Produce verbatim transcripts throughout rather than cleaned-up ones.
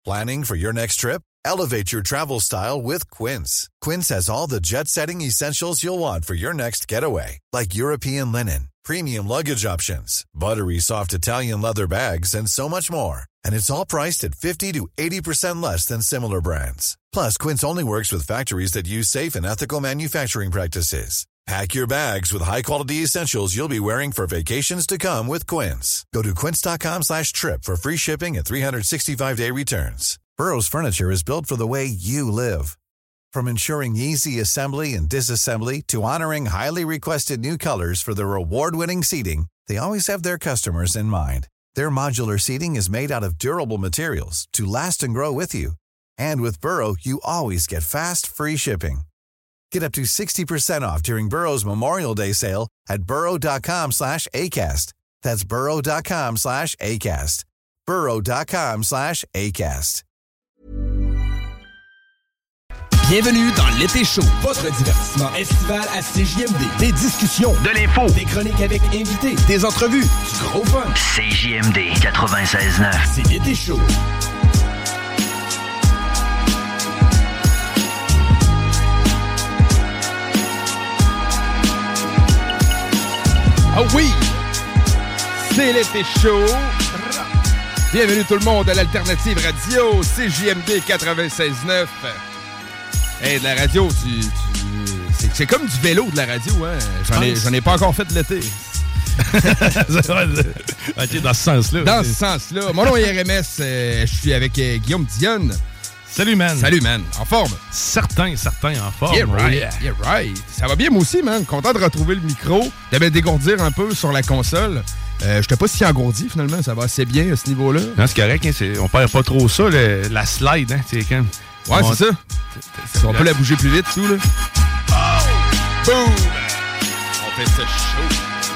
Planning for your next trip? Elevate your travel style with Quince. Quince has all the jet-setting essentials you'll want for your next getaway, like European linen, premium luggage options, buttery soft Italian leather bags, and so much more. And it's all priced at fifty to eighty percent less than similar brands. Plus, Quince only works with factories that use safe and ethical manufacturing practices. Pack your bags with high-quality essentials you'll be wearing for vacations to come with Quince. Go to quince.com slash trip for free shipping and three sixty-five day returns. Burrow's furniture is built for the way you live. From ensuring easy assembly and disassembly to honoring highly requested new colors for their award-winning seating, they always have their customers in mind. Their modular seating is made out of durable materials to last and grow with you. And with Burrow, you always get fast, free shipping. Get up to sixty percent off during Burrow's Memorial Day sale at burrow.com slash ACAST. That's burrow.com slash ACAST. burrow.com slash ACAST. Bienvenue dans l'été chaud, votre divertissement estival à C J M D. Des discussions, de l'info, des chroniques avec invités, des entrevues, du gros fun. C J M D quatre-vingt-seize neuf. C'est l'été chaud. Ah oui! C'est l'été chaud! Bienvenue tout le monde à l'Alternative Radio, C J M D quatre-vingt-seize neuf. Hey, de la radio, tu, tu, c'est, c'est comme du vélo de la radio, hein? J'en ai, j'en ai pas encore fait de l'été. OK, dans ce sens-là. Dans ce sens-là. Mon nom est R M S, euh, je suis avec euh, Guillaume Dionne. Salut, man. Salut, man. En forme? Certains, certains en forme. Yeah, right. Yeah. Yeah, right. Ça va bien, moi aussi, man. Content de retrouver le micro, de me dégourdir un peu sur la console. Euh, Je n'étais pas si engourdi, finalement. Ça va assez bien à ce niveau-là. Non, c'est correct. Hein, c'est, on perd pas trop ça, le, la slide. Hein, c'est quand... Ouais, on... c'est ça. C'est, on peut la bouger plus vite, tout, là. Oh! Boom! On fait ça chaud.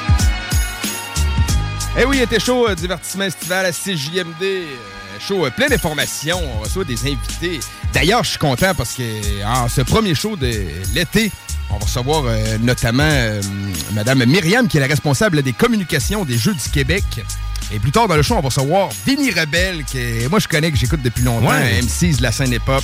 Eh oui, il était chaud, euh, divertissement estival à C J M D. Euh, show euh, plein d'informations. On reçoit des invités. D'ailleurs, je suis content parce que en ce premier show de l'été, on va recevoir euh, notamment euh, Mme Myriam, qui est la responsable des communications des Jeux du Québec. Et plus tard dans le show, on va recevoir Vinny Rebelle, que moi je connais, que j'écoute depuis longtemps, ouais. M C de la scène hip-hop.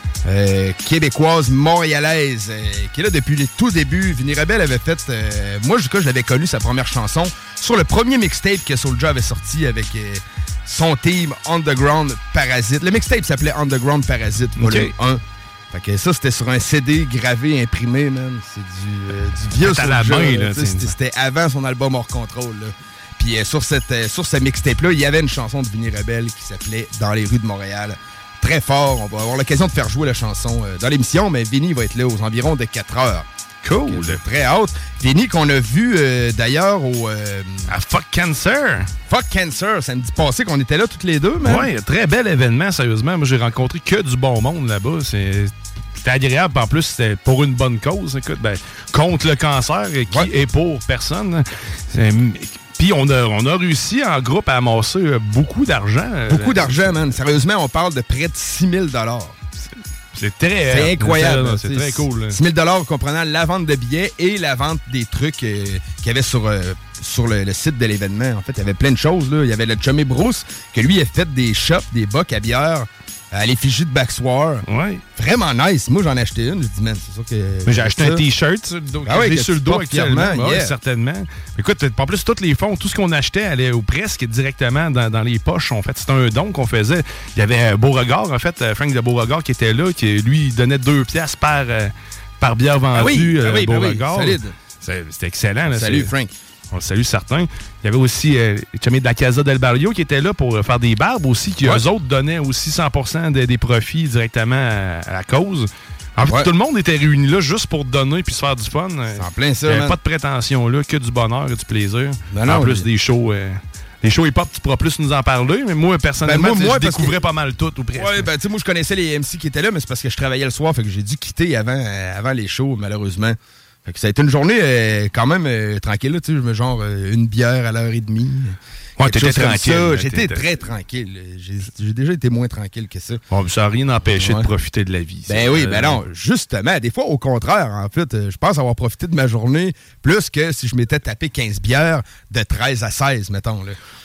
Euh, québécoise, montréalaise, euh, qui est là depuis les tout débuts. Vinny Rebelle avait fait... Euh, moi, je, je l'avais connu, sa première chanson, sur le premier mixtape que Soulja avait sorti avec euh, son team Underground Parasite. Le mixtape s'appelait Underground Parasite, volume okay. un. Fait que ça, c'était sur un C D gravé, imprimé, man. C'est du, euh, du vieux Soulja. Main, là, c'était, c'était avant son album Hors Contrôle, là. Puis euh, sur, cette, euh, sur ce mixtape-là, il y avait une chanson de Vinny Rebelle qui s'appelait Dans les rues de Montréal. Très fort. On va avoir l'occasion de faire jouer la chanson euh, dans l'émission, mais Vinny va être là aux environs de quatre heures. Cool. J'ai très hâte. Vinny qu'on a vu euh, d'ailleurs au... Euh, à Fuck Cancer. Fuck Cancer, samedi passé qu'on était là toutes les deux, man. Oui, très bel événement, sérieusement. Moi, j'ai rencontré que du bon monde là-bas. C'est... C'était agréable. En plus, c'était pour une bonne cause. Écoute, ben, contre le cancer, qui ouais. est pour personne. C'est... Puis on a, on a réussi en groupe à amasser beaucoup d'argent. Beaucoup d'argent, man. Sérieusement, on parle de près de six mille dollars. C'est très... C'est incroyable. C'est, c'est très cool. Là. six mille dollars comprenant la vente de billets et la vente des trucs euh, qu'il y avait sur, euh, sur le, le site de l'événement. En fait, il y avait plein de choses. Là. Il y avait le Chummy Bruce, que lui a fait des shops, des bocs à bière à l'effigie de Baxwar. Ouais. Vraiment nice. Moi, j'en ai acheté une. Je dis, man, c'est sûr que... Mais j'ai acheté ça. Un T-shirt sur le dos. Ah oui, sur le dos actuellement. Yeah. Ouais, certainement. Écoute, en plus, tous les fonds, tout ce qu'on achetait allait ou presque directement dans, dans les poches. En fait, c'était un don qu'on faisait. Il y avait Beauregard, en fait, Frank de Beauregard qui était là, qui lui donnait deux piastres par, euh, par bière vendue. Ah oui, ah oui, Beauregard. Ah oui, solide. C'est, c'était excellent. Là, Salut, c'est... Frank. On le salue certains. Il y avait aussi euh, les chummies de la Casa del Barrio qui étaient là pour faire des barbes aussi, qui ouais. eux autres donnaient aussi cent pour cent de, des profits directement à, à la cause. En fait, ouais. tout le monde était réuni là juste pour donner puis se faire du fun. C'est en plein ça, Il n'y avait man. pas de prétention là, que du bonheur et du plaisir. Non, en non, plus mais... des shows... Euh, les shows hip-hop, tu pourras plus nous en parler, mais moi, personnellement, ben, moi, moi, je découvrais que... pas mal tout ou presque. Ouais, ben, tu sais, moi, je connaissais les M C qui étaient là, mais c'est parce que je travaillais le soir, fait que j'ai dû quitter avant, euh, avant les shows, malheureusement. Fait que ça a été une journée euh, quand même euh, tranquille, tu sais, genre euh, une bière à l'heure et demie. Ouais, t'étais tranquille. Ça. J'étais très tranquille. J'ai, j'ai déjà été moins tranquille que ça. Bon, ça n'a rien empêché ouais. de profiter de la vie. Ben ça. oui, ben non, justement, des fois, au contraire, en fait, je pense avoir profité de ma journée plus que si je m'étais tapé quinze bières de treize à seize, mettons, là.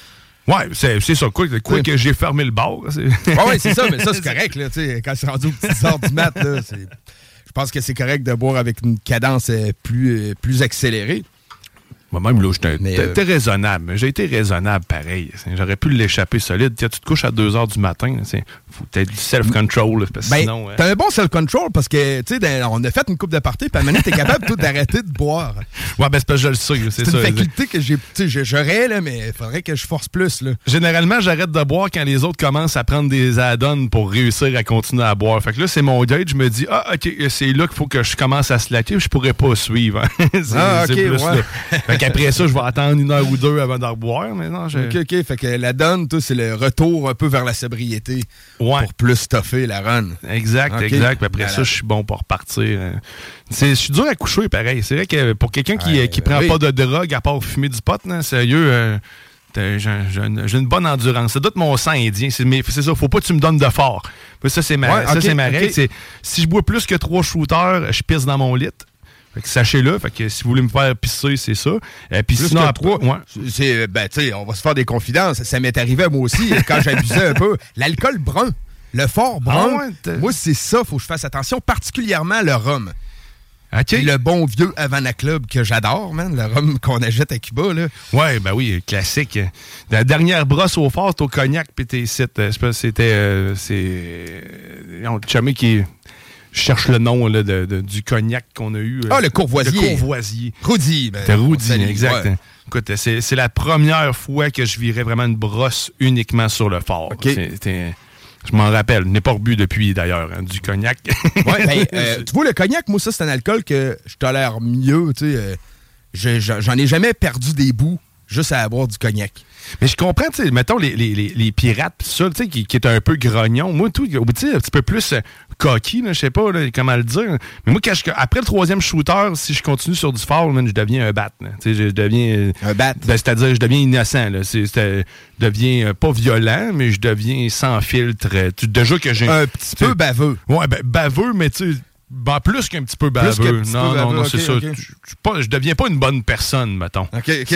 Ouais, c'est, c'est ça. Quoi, quoi que j'ai fermé le bar. C'est... Ouais, ouais, c'est ça, mais ça, c'est correct. Là, quand c'est rendu aux petites heures du mat, là, c'est... je pense que c'est correct de boire avec une cadence plus, plus accélérée. Moi-même, là, j'étais euh... raisonnable. J'ai été raisonnable, pareil. J'aurais pu l'échapper solide. Tiens, tu te couches à deux heures du matin. Il faut peut-être du self-control. Parce que ben, sinon, t'as euh... un bon self-control parce que, tu sais, on a fait une coupe de party, puis à un moment, t'es capable tout d'arrêter de boire. Ouais, ben, c'est parce que je le sais. C'est, c'est ça. une faculté que j'ai, tu sais, j'aurais, là, mais il faudrait que je force plus, là. Généralement, j'arrête de boire quand les autres commencent à prendre des add-ons pour réussir à continuer à boire. Fait que là, c'est mon gauge. Je me dis, ah, OK, c'est là qu'il faut que je commence à slacker. Je pourrais pas suivre. Hein. c'est, ah, OK, c'est plus, ouais. Fait qu'après ça, je vais attendre une heure ou deux avant d'en reboire, mais non, j'ai... OK, OK. Fait que la donne, toi, c'est le retour un peu vers la sobriété ouais. pour plus stuffer la run. Exact, okay. exact. Puis après voilà. ça, je suis bon pour repartir. C'est, je suis dur à coucher, pareil. C'est vrai que pour quelqu'un qui, ouais, qui ben prend oui. pas de drogue à part fumer du pot, là, sérieux... Euh, J'ai, j'ai, j'ai une bonne endurance. Ça doit être mon sang indien. C'est, mais c'est ça, faut pas que tu me donnes de fort. Ça, c'est ma, ouais, ça, okay, c'est ma règle. Okay. C'est, si je bois plus que trois shooters, je pisse dans mon lit. Fait que sachez-le, fait que si vous voulez me faire pisser, c'est ça. Et puis sinon, après, ouais. c'est, ben, tu sais, on va se faire des confidences. Ça m'est arrivé à moi aussi quand j'abusais un peu. L'alcool brun, le fort brun, ah ouais, moi, c'est ça, faut que je fasse attention, particulièrement le rhum. Okay. Le bon vieux Havana Club que j'adore, man, le rhum qu'on achète à Cuba, là. Ouais, ben oui, classique. La dernière brosse au fort, c'est au cognac, puis t'es sites. Je sais pas, c'était. Euh, c'est. On le qui. Je cherche le nom là, de, de, du cognac qu'on a eu. Ah, le Courvoisier. Le Courvoisier. Roudy. Ben, C'était Roudy, exact. Ouais. Écoute, c'est, c'est la première fois que je virais vraiment une brosse uniquement sur le fort. Okay. C'était, je m'en rappelle. Je n'ai pas rebu depuis, d'ailleurs, hein, du cognac. Ouais, ben, euh, tu vois, le cognac, moi, ça, c'est un alcool que je tolère mieux. Tu sais, euh, je, je, j'en ai jamais perdu des bouts juste à boire du cognac. Mais je comprends, tu sais, mettons, les, les, les, les pirates, pis ça, tu sais, qui, qui est un peu grognon. Moi, tout, tu sais, un petit peu plus euh, coquille, je sais pas là, comment le dire. Mais moi, quand je, après le troisième shooter, si je continue sur du fort, man, je deviens un bat. Tu sais, je deviens... Un bat? Ben, c'est-à-dire, je deviens innocent. Là. C'est, c'est, je deviens euh, pas violent, mais je deviens sans filtre. Tu, déjà que j'ai... Un petit peu baveux. Ouais, ben, baveux, mais tu sais... Ben, plus qu'un petit peu baveux. Plus qu'un petit non, peu non, baveux. non, okay, c'est ça. Okay. Je, je, je deviens pas une bonne personne, mettons. OK, OK.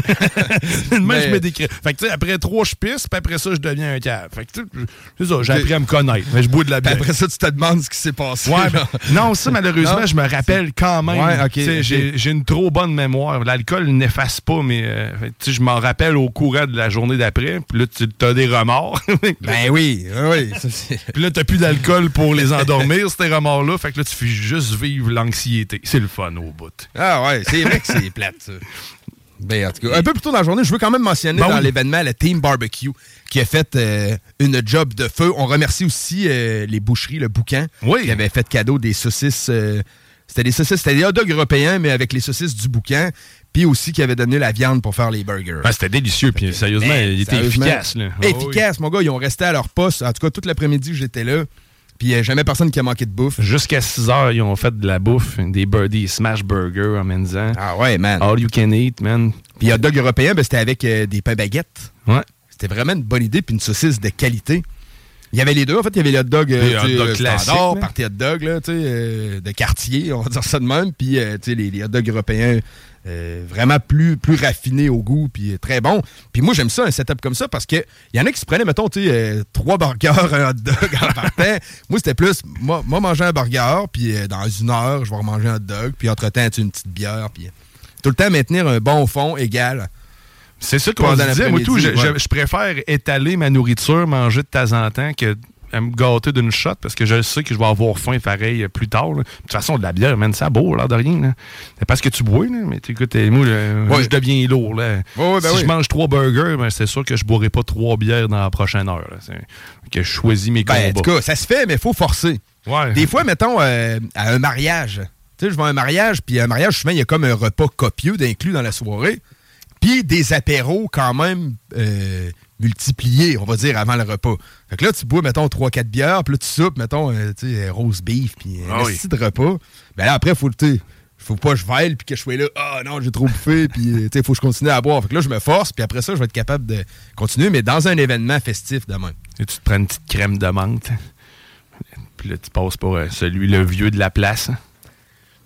Même mais... je me décris. Fait que, tu sais, après trois, je pisse, puis après ça, je deviens un cave. Fait que, c'est ça, j'ai okay. appris à me connaître. Mais je bois de la bière. Puis après ça, tu te demandes ce qui s'est passé. Ouais, ben, non, ça, malheureusement, non, je me rappelle c'est... quand même. Ouais, OK. okay. J'ai, j'ai une trop bonne mémoire. L'alcool n'efface pas, mais euh, tu sais, je m'en rappelle au courant de la journée d'après. Puis là, tu as des remords. Ben oui, oui. Ça, c'est... Puis là, t'as plus d'alcool pour les endormir, ces remords-là. Fait que là, tu fais juste vivre l'anxiété. C'est le fun au bout. Ah ouais, c'est vrai que c'est plate, ça. Ben, en tout cas, un peu plus tôt dans la journée, je veux quand même mentionner ben dans oui. l'événement le Team Barbecue qui a fait euh, une job de feu. On remercie aussi euh, les boucheries, le Boucan, oui. qui avait fait cadeau des saucisses. Euh, c'était des saucisses, c'était des hot dogs européens, mais avec les saucisses du Boucan. Puis aussi qui avait donné la viande pour faire les burgers. Ah, c'était délicieux. Puis sérieusement, ben, il était sérieusement, efficace. Là. Efficace, oh, oui. mon gars. Ils ont resté à leur poste. En tout cas, tout l'après-midi, j'étais là. Puis il n'y a jamais personne qui a manqué de bouffe. Jusqu'à six heures, ils ont fait de la bouffe, des, des smash burgers en mendiant. Ah ouais, man. All you can eat, man. Puis hot dog européen, ben, c'était avec euh, des pains baguettes. Ouais. C'était vraiment une bonne idée, puis une saucisse de qualité. Il y avait les deux, en fait. Il y avait les hot dogs, euh, hot dog standard, party hot dog, là, tu sais, euh, de quartier, on va dire ça de même. Puis, euh, tu sais, les, les hot dogs européens, euh, vraiment plus, plus raffinés au goût, puis très bons. Puis moi, j'aime ça, un setup comme ça, parce que il y en a qui se prenaient, mettons, tu sais, euh, trois burgers, un hot dog en partant. Moi, c'était plus, moi, moi manger un burger, puis euh, dans une heure, je vais remanger un hot dog, puis entre-temps, tu sais, une petite bière, puis tout le temps maintenir un bon fond égal. C'est ça qu'on se disait. Moi, tout, je, ouais. je, je préfère étaler ma nourriture, manger de temps en temps, que à me gâter d'une shot, parce que je sais que je vais avoir faim pareil plus tard. Là. De toute façon, de la bière, man, ça bourre, l'air de rien. Là. C'est parce que tu bois, là, mais écoute, moi, là, ouais. je deviens lourd. Là. Ouais, ouais, ben si oui. je mange trois burgers, ben, c'est sûr que je ne boirai pas trois bières dans la prochaine heure. Là. C'est que je choisis mes combats. Ben, en tout cas, ça se fait, mais il faut forcer. Ouais. Des fois, mettons, euh, à un mariage, tu sais, je vais à un mariage, puis à un mariage, souvent, il y a comme un repas copieux d'inclus dans la soirée. Puis des apéros quand même euh, multipliés, on va dire, avant le repas. Fait que là, tu bois, mettons, trois quatre bières, puis là, tu soupes, mettons, euh, tu sais, roast beef, puis un ah petit oui. de repas. Ben là, après, faut, faut pas que je veille, puis que je sois là, ah non, j'ai trop bouffé, puis tu sais, faut que je continue à boire. Fait que là, je me force, puis après ça, je vais être capable de continuer, mais dans un événement festif de même. Et tu te prends une petite crème de menthe, puis là, tu passes pour euh, celui, le vieux de la place.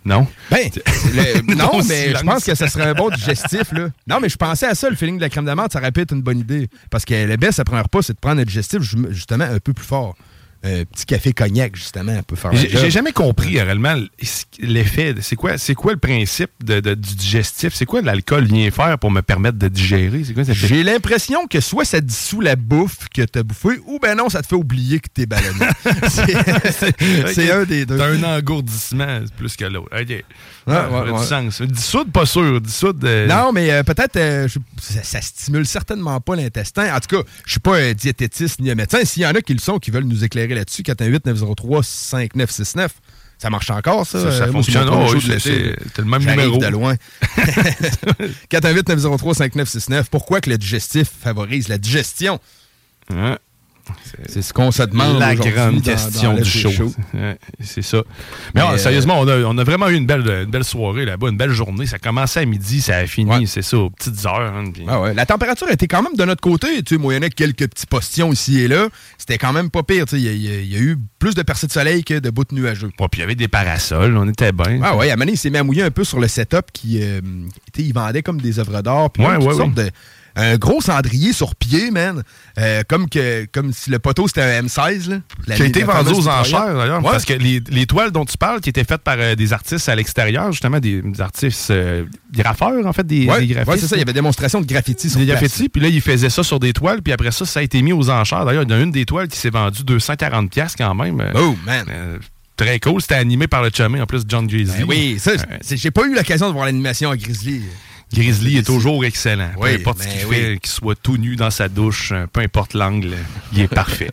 Non. Ben, le, non, mais silence. je pense que ça serait un bon digestif, là. Non, mais je pensais à ça, le feeling de la crème d'amande, ça aurait pu être une bonne idée. Parce que le best, à premier repas, c'est de prendre un digestif, justement, un peu plus fort. Un petit café cognac, justement, peut faire J'ai, j'ai jamais compris, réellement, l'effet. C'est quoi, c'est quoi le principe de, de, du digestif? C'est quoi l'alcool vient faire pour me permettre de digérer? C'est quoi, ça fait? J'ai l'impression que soit ça dissout la bouffe que t'as bouffée, ou ben non, ça te fait oublier que t'es ballonné. c'est c'est, c'est okay. Un des deux. T'as un engourdissement plus que l'autre. OK. Ah, ouais, ouais, du sens. Dissoudre, pas sûr. Dissoudre. Euh... Non, mais euh, peut-être, euh, je, ça, ça stimule certainement pas l'intestin. En tout cas, je suis pas un diététiste ni un médecin. S'il y en a qui le sont, qui veulent nous éclairer là-dessus, quatre un huit neuf zéro trois cinq neuf six neuf. Ça marche encore, ça? Ça, ça euh, fonctionne. Oh, c'est, c'est, c'est le même J'arrive numéro. de loin. quatre un huit neuf zéro trois cinq neuf six neuf. Pourquoi que le digestif favorise la digestion? Ouais. C'est, c'est ce qu'on se demande. La grande question dans, dans du show. show. Ouais, c'est ça. Mais, Mais euh, sérieusement, on a, on a vraiment eu une belle, une belle soirée là-bas, une belle journée. Ça a commencé à midi, ça a fini, ouais. C'est ça, aux petites heures. Hein, puis... ah ouais. La température était quand même de notre côté. Tu sais, moyennant quelques petits postillons ici et là. C'était quand même pas pire. Il y, y, y a eu plus de percées de soleil que de bouts de nuageux. Ouais, puis il y avait des parasols, on était bien. Ah ouais, à Mané, il s'est mis à mouiller un peu sur le setup qui, euh, il vendait comme des œuvres d'art. Puis ouais, toutes ouais, sortes ouais. de... Un gros cendrier sur pied, man. Euh, comme, que, comme si le poteau, c'était un M seize. Là, qui a été vendu aux enchères, d'ailleurs. Ouais. Parce que les, les toiles dont tu parles, qui étaient faites par euh, des artistes à l'extérieur, justement, des, des artistes euh, graffeurs, en fait, des, ouais. des graphistes. Oui, c'est ça. Il y avait démonstration de graffiti sur des place. graffitis, puis là, ils faisaient ça sur des toiles, puis après ça, ça a été mis aux enchères. D'ailleurs, il y a une des toiles qui s'est vendue deux cent quarante dollars quand même. Oh, man. Euh, Très cool. C'était animé par le chumé, en plus, John Grizzly. Ben oui, ça, c'est, j'ai pas eu l'occasion de voir l'animation à Grizzly. Grizzly est toujours excellent. Oui, peu importe ce qu'il oui. fait, qu'il soit tout nu dans sa douche, peu importe l'angle, il est parfait.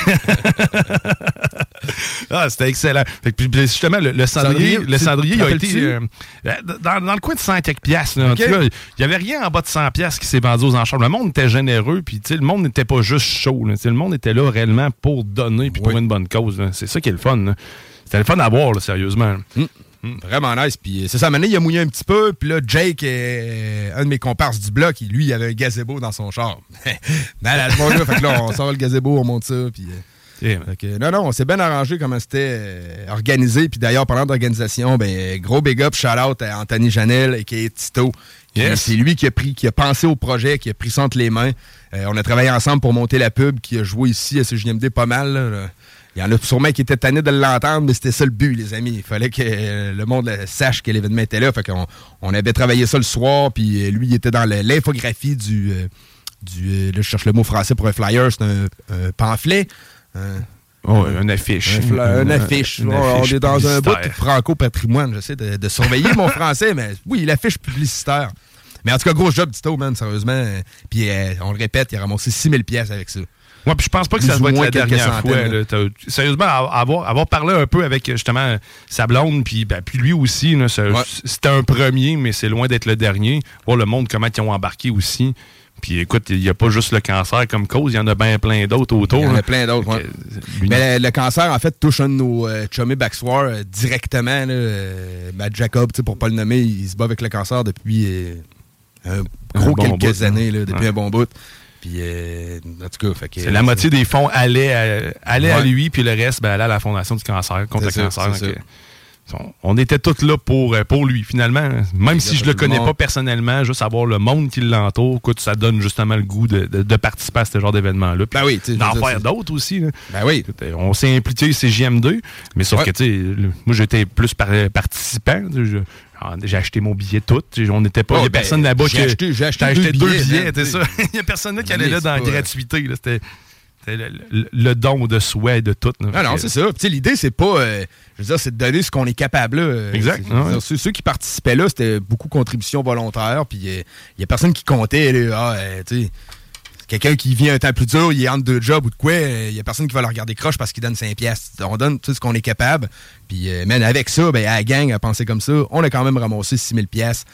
Ah, c'était excellent. Fait que, puis, justement, le, le cendrier, cendrier, le cendrier a été euh, dans, dans le coin de cent quelques piastres. Là, okay. En tout cas, il n'y avait rien en bas de cent piastres qui s'est vendu aux enchères. Le monde était généreux, puis le monde n'était pas juste chaud. Là, le monde était là réellement pour donner puis oui. pour une bonne cause. Là. C'est ça qui est le fun. Là. C'était le fun à voir, là, sérieusement. Mm. Mm. Vraiment nice. Puis c'est ça, maintenant, il a mouillé un petit peu. Puis là, Jake, euh, un de mes comparses du bloc, lui, il avait un gazebo dans son char. Malade, mon gars. Fait que là, on sort le gazebo, on monte ça. Puis, euh, yeah. Fait que, non, non, on s'est bien arrangé comment c'était euh, organisé. Puis d'ailleurs, parlant d'organisation, ben, gros big up, shout out à Anthony Janel et qui est Tito. Yes. C'est lui qui a pris, qui a pensé au projet, qui a pris ça entre les mains. Euh, on a travaillé ensemble pour monter la pub, qui a joué ici à C J M D pas mal, là, là. Il y en a sûrement qui étaient tannés de l'entendre, mais c'était ça le but, les amis. Il fallait que euh, le monde sache que l'événement était là. Fait qu'on on avait travaillé ça le soir, puis lui, il était dans le, l'infographie du... Euh, du euh, là, je cherche le mot français pour un flyer, c'est un, un pamphlet. Un, oh, un affiche. Un, fla- un affiche. Un, on affiche est dans un bout de franco-patrimoine. J'essaie de, de surveiller mon français, mais oui, l'affiche publicitaire. Mais en tout cas, gros job, Tito, man, sérieusement. Puis euh, on le répète, il a ramassé six mille piastres avec ça. Ouais, puis je pense pas que Plus ça va être la dernière fois. Là. Là, sérieusement, avoir, avoir parlé un peu avec justement sa blonde, puis ben, puis lui aussi, là, ça, ouais. C'était un premier, mais c'est loin d'être le dernier. Voir le monde, comment ils ont embarqué aussi. Puis écoute, il n'y a pas juste le cancer comme cause, il y en a bien plein d'autres autour. Il y en a plein d'autres, oui. Mais le, le cancer, en fait, touche un de nos euh, chumés Backswar euh, directement. Là, euh, Matt Jacob, pour pas le nommer, il se bat avec le cancer depuis euh, un gros un bon quelques bout, années, là, depuis ouais. un bon bout. Puis, euh, en tout cas, fait que, c'est la moitié des fonds allaient, à, allaient ouais. à lui, puis le reste ben, allait à la Fondation du cancer, contre c'est le ça, cancer. Donc, euh, on, on était tous là pour, pour lui, finalement. Même si je le connais pas personnellement, juste avoir le monde qui l'entoure, écoute, ça donne justement le goût de, de, de participer à ce genre d'événement-là. Puis ben oui, d'en faire c'est... d'autres aussi. Là. Ben oui. On s'est impliqué C J M D, mais sauf ouais. que, tu sais, moi, j'étais plus par, participant. Je, J'ai acheté mon billet tout. On n'était pas. Il oh, n'y a personne ben, là-bas qui. J'ai acheté, j'ai acheté, acheté deux, deux billets. billets, c'est ça. Il n'y a personne là qui allait là dans la gratuité. Là. C'était, c'était le, le, le don de souhait de tout. Là. Ah non, c'est ça. Puis, l'idée, c'est pas. Euh, je veux dire, c'est de donner ce qu'on est capable. Là. Exact. Ah ouais. dire, ceux, ceux qui participaient là, c'était beaucoup de contributions volontaires. Puis il euh, n'y a personne qui comptait. Là, ah, euh, tu sais. Quelqu'un qui vient un temps plus dur, il est entre deux jobs ou de quoi, il euh, n'y a personne qui va le regarder croche parce qu'il donne cinq piastres. On donne tout ce qu'on est capable. Puis, euh, man, avec ça, ben, à la gang, à penser comme ça, on a quand même ramassé six mille piastres.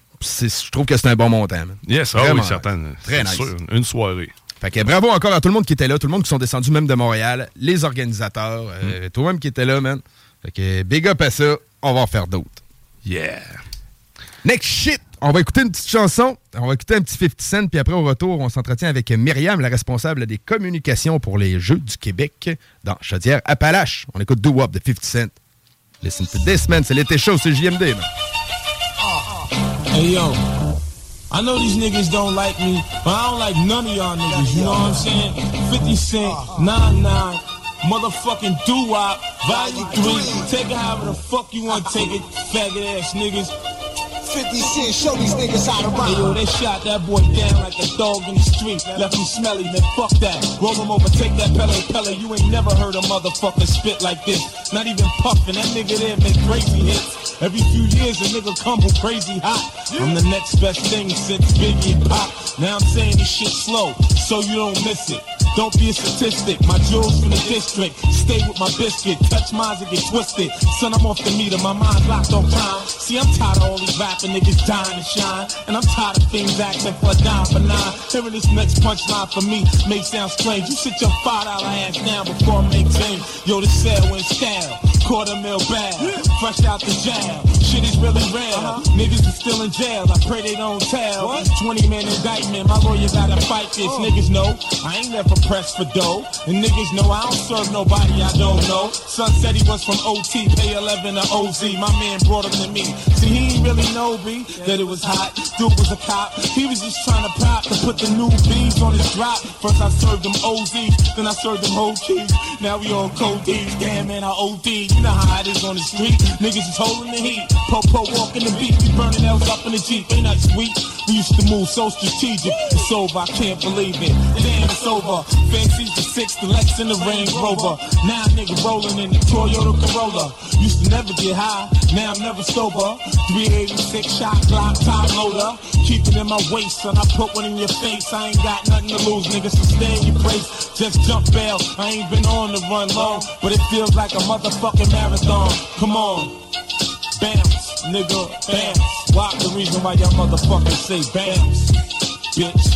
Je trouve que c'est un bon montant. Man. Yes, oh oui, certain. Très nice. Sûr, une soirée. Fait que bravo encore à tout le monde qui était là, tout le monde qui sont descendus même de Montréal, les organisateurs, mm. euh, toi-même qui étais là, man. Fait que big up à ça, on va en faire d'autres. Yeah. Next shit! On va écouter une petite chanson, on va écouter un petit fifty cent, puis après, au retour, on s'entretient avec Myriam, la responsable des communications pour les Jeux du Québec dans Chaudière-Appalaches. On écoute Do Wop de fifty cent. Listen to this, man. C'est l'été chaud, c'est J M D, man. Hey, yo. I know these niggas don't like me, but I don't like none of y'all niggas, you know what I'm saying? fifty Cent, nine nine, motherfucking doo-wop, volume three, take it however the fuck you want to take it, faggot ass niggas. fifty Cent, show these niggas how to ride. Hey yo, they shot that boy down like a dog in the street. Left him smelly, man, fuck that. Roll him over, take that Pele Pele. You ain't never heard a motherfucker spit like this. Not even puffin', that nigga there make crazy hits. Every few years a nigga crumble crazy hot. I'm the next best thing since Biggie and Pop. Now I'm saying this shit slow, so you don't miss it. Don't be a statistic, my jewels from the district. Stay with my biscuit, touch mines and get twisted. Son, I'm off the meter, my mind's locked on time. See, I'm tired of all these rapping niggas dying to shine. And I'm tired of things acting for a dime for nine. Hearing this next punchline for me may sound strange. You sit your five dollar ass down before I make change. Yo, this sale in style, quarter mil bag, fresh out the jail. Shit is really real, uh-huh. Niggas is still in jail, I pray they don't tell. What? twenty man indictment, my lawyer gotta fight this. Oh. Niggas know, I ain't never pressed for dough. And niggas know I don't serve nobody I don't know. Son said he was from O T, pay eleven to O Z. My man brought him to me. See, he ain't really know me, that it was hot. Dude was a cop, he was just trying to pop to put the new B's on his drop. First I served them O Z's, then I served them whole keys. Now we on codeine, damn man, I O D. You know how it is on the street, niggas is holding the heat. Po-po walking the beat, we burning L's up in the Jeep. Ain't that sweet? We used to move so strategic. It's over, I can't believe it. Damn, it's over. Fancy's the six, the Lex and the Range Rover. Now nigga rolling in the Toyota Corolla. Used to never get high, now I'm never sober. three eighty-six shot Glock top loader. Keep it in my waist, son, I put one in your face. I ain't got nothing to lose, nigga, so stay in your place. Just jump bail, I ain't been on the run long, but it feels like a motherfucking marathon. Come on, bounce, nigga, bounce. Why the reason why y'all motherfuckers say bounce, bitch?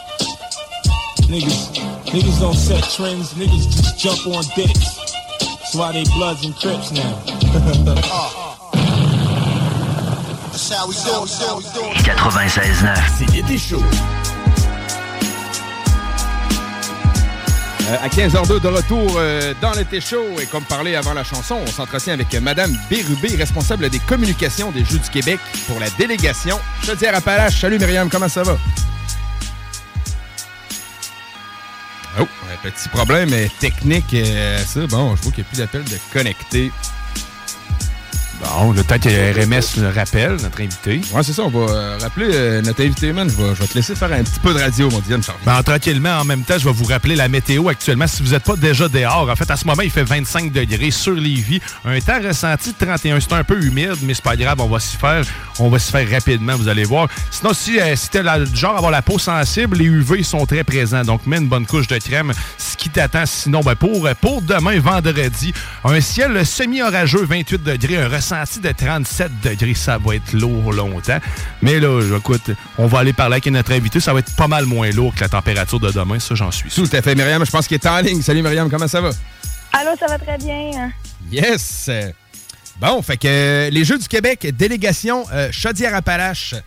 Niggas, niggas don't set trends, niggas just jump on dicks. That's why they Bloods and Crips now. quatre-vingt-seize neuf. C'est l'été chaud. Euh, à quinze heures deux de retour euh, dans l'été chaud. Et comme parlé avant la chanson, on s'entretient avec Madame Bérubé, responsable des communications des Jeux du Québec pour la délégation Chaudière-Appalaches. Salut Myriam, comment ça va? Oh, un petit problème technique. Euh, ça, bon, je vois qu'il n'y a plus d'appel de connecté. Bon, le temps que R M S le rappelle, notre invité. Ouais, c'est ça, on va euh, rappeler euh, notre invité, man. Je vais, je vais te laisser faire un petit peu de radio, mon Diane. Ben, tranquillement, en même temps, je vais vous rappeler la météo actuellement. Si vous n'êtes pas déjà dehors, en fait, à ce moment, il fait vingt-cinq degrés sur Lévis. Un temps ressenti de trente et un. C'est un peu humide, mais c'est pas grave, on va s'y faire. On va s'y faire rapidement, vous allez voir. Sinon, si, euh, si t'es du genre à avoir la peau sensible, les U V sont très présents. Donc, mets une bonne couche de crème, ce qui t'attend. Sinon, ben, pour, pour demain, vendredi, un ciel semi-orageux, vingt-huit degrés, un ressenti de trente-sept degrés, ça va être lourd longtemps. Mais là, écoute, on va aller parler avec notre invité. Ça va être pas mal moins lourd que la température de demain, ça, j'en suis sûr. Tout à fait, Myriam. Je pense qu'il est en ligne. Salut, Myriam, comment ça va? Allô, ça va très bien. Yes! Bon, fait que euh, les Jeux du Québec, délégation euh, Chaudière-Appalaches.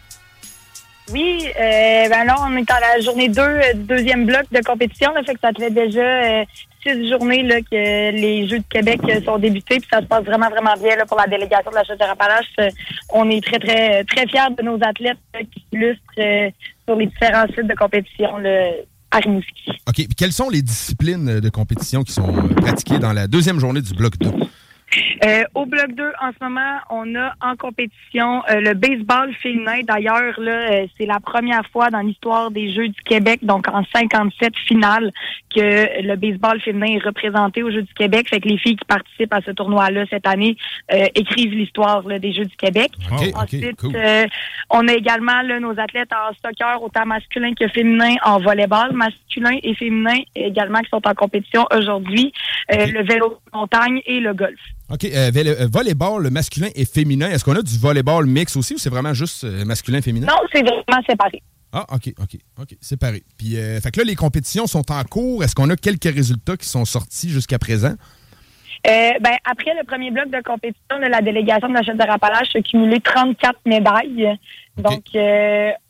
Oui, euh, ben là, on est dans la journée deux euh, du deuxième bloc de compétition. Là, fait que ça fait déjà euh, six journées là, que les Jeux de Québec euh, sont débutés. Puis ça se passe vraiment, vraiment bien là, pour la délégation de la Chaudière-Appalaches. Euh, on est très, très, très fiers de nos athlètes là, qui illustrent euh, sur les différents sites de compétition là, à Rimouski. OK. Puis quelles sont les disciplines de compétition qui sont pratiquées dans la deuxième journée du bloc deux? Euh, au bloc deux, en ce moment, on a en compétition euh, le baseball féminin. D'ailleurs, là, euh, c'est la première fois dans l'histoire des Jeux du Québec, donc en cinquante-sept finales, que le baseball féminin est représenté aux Jeux du Québec. Fait que les filles qui participent à ce tournoi-là cette année euh, écrivent l'histoire là, des Jeux du Québec. Okay, Ensuite, okay, cool. euh, on a également là, nos athlètes en soccer, autant masculin que féminin, en volleyball, masculin et féminin également qui sont en compétition aujourd'hui, euh, okay. Le vélo de montagne et le golf. OK. Euh, euh, volleyball, le masculin et féminin. Est-ce qu'on a du volleyball mix aussi ou c'est vraiment juste euh, masculin et féminin? Non, c'est vraiment séparé. Ah, OK, OK, OK. Séparé. Puis, euh, fait que là, les compétitions sont en cours. Est-ce qu'on a quelques résultats qui sont sortis jusqu'à présent? Euh, ben, après le premier bloc de compétition, là, la délégation de la Chaudière-Appalaches a cumulé trente-quatre médailles. Okay. Donc, euh,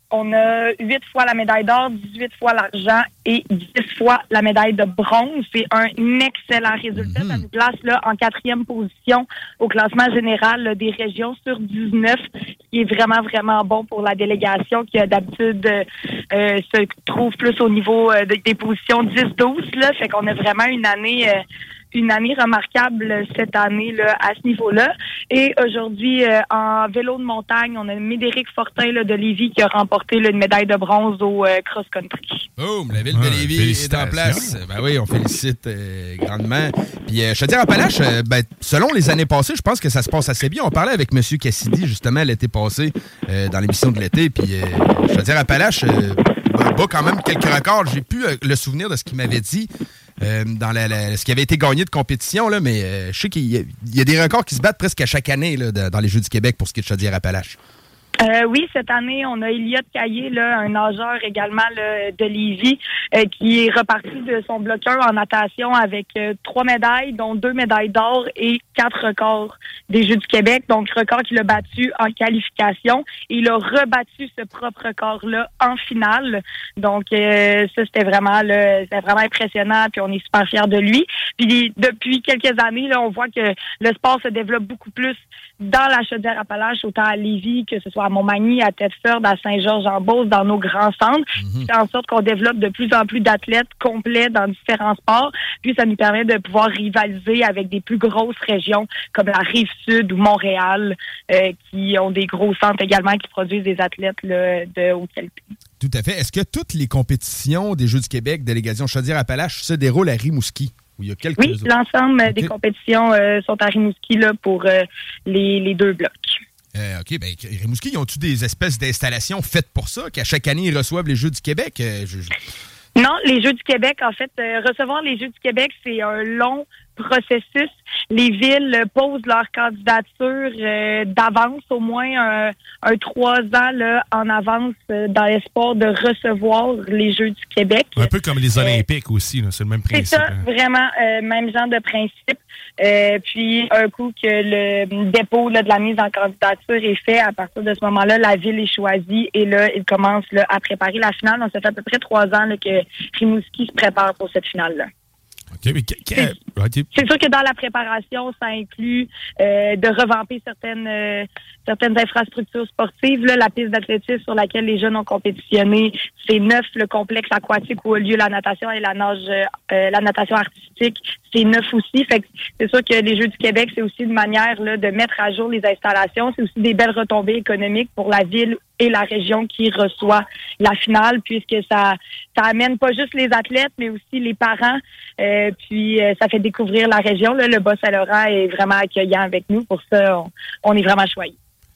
on a huit fois la médaille d'or, dix-huit fois l'argent et dix fois la médaille de bronze. C'est un excellent résultat. Mm-hmm. Ça nous place là, en quatrième position au classement général là, des régions sur dix-neuf, ce qui est vraiment, vraiment bon pour la délégation qui, d'habitude, euh, se trouve plus au niveau euh, des positions dix douze. Là. Fait qu'on a vraiment une année... Euh, une année remarquable cette année là, à ce niveau-là. Et aujourd'hui, euh, en vélo de montagne, on a Médéric Fortin là, de Lévis qui a remporté là, une médaille de bronze au euh, cross-country. Boum! La ville de ouais, Lévis est en place. Ben oui, on félicite euh, grandement. Puis, euh, je te dis, Appalaches, euh, ben, selon les années passées, je pense que ça se passe assez bien. On parlait avec M. Cassidy, justement, l'été passé, euh, dans l'émission de l'été. Puis, euh, je te dis, Appalaches euh, bat quand même quelques records. J'ai plus euh, le souvenir de ce qu'il m'avait dit. Euh, dans la, la, ce qui avait été gagné de compétition, là, mais euh, je sais qu'il y a, il y a des records qui se battent presque à chaque année là, de, dans les Jeux du Québec pour ce qui est de Chaudière-Appalaches. Euh, oui, cette année, on a Elliott Caillé, là, un nageur également là, de Lévis, euh, qui est reparti de son bloqueur en natation avec euh, trois médailles, dont deux médailles d'or et quatre records des Jeux du Québec. Donc, record qu'il a battu en qualification. Et il a rebattu ce propre record-là en finale. Donc, euh, ça, c'était vraiment, là, c'était vraiment impressionnant. Puis, on est super fiers de lui. Puis, depuis quelques années, là, on voit que le sport se développe beaucoup plus dans la Chaudière-Appalaches, autant à Lévis que ce soit à Montmagny, à Thetford, à Saint-Georges-en-Beauce, dans nos grands centres. Mm-hmm. C'est en sorte qu'on développe de plus en plus d'athlètes complets dans différents sports. Puis ça nous permet de pouvoir rivaliser avec des plus grosses régions comme la Rive-Sud ou Montréal, euh, qui ont des gros centres également qui produisent des athlètes là, de haute qualité. Tout à fait. Est-ce que toutes les compétitions des Jeux du Québec, délégation Chaudière-Appalaches, se déroulent à Rimouski? Il y a quelques oui, autres. l'ensemble okay. des compétitions euh, sont à Rimouski là, pour euh, les, les deux blocs. Euh, OK, bien, Rimouski, ils ont-tu des espèces d'installations faites pour ça, qu'à chaque année, ils reçoivent les Jeux du Québec? Euh, je, je... Non, les Jeux du Québec, en fait, euh, recevoir les Jeux du Québec, c'est un long processus. Les villes posent leur candidature euh, d'avance, au moins un, un trois ans là, en avance, euh, dans l'espoir de recevoir les Jeux du Québec. Un peu comme les Olympiques euh, aussi, là, c'est le même principe. C'est ça, hein. vraiment, euh, même genre de principe. Euh, puis, un coup que le dépôt là, de la mise en candidature est fait, à partir de ce moment-là, la ville est choisie et là, il commence là, à préparer la finale. Donc, ça fait à peu près trois ans là, que Rimouski se prépare pour cette finale-là. Okay, mais qu- qu- okay. C'est sûr que dans la préparation, ça inclut euh, de revamper certaines euh, certaines infrastructures sportives. Là, la piste d'athlétisme sur laquelle les jeunes ont compétitionné, c'est neuf. Le complexe aquatique où a lieu la natation et la nage, euh, la natation artistique, c'est neuf aussi. Fait que c'est sûr que les Jeux du Québec, c'est aussi une manière là, de mettre à jour les installations. C'est aussi des belles retombées économiques pour la ville et la région qui reçoit la finale, puisque ça ça amène pas juste les athlètes, mais aussi les parents. Euh, puis euh, ça fait découvrir la région. Là. Le Bas-Saint-Laurent est vraiment accueillant avec nous. Pour ça, on, on est vraiment choyés.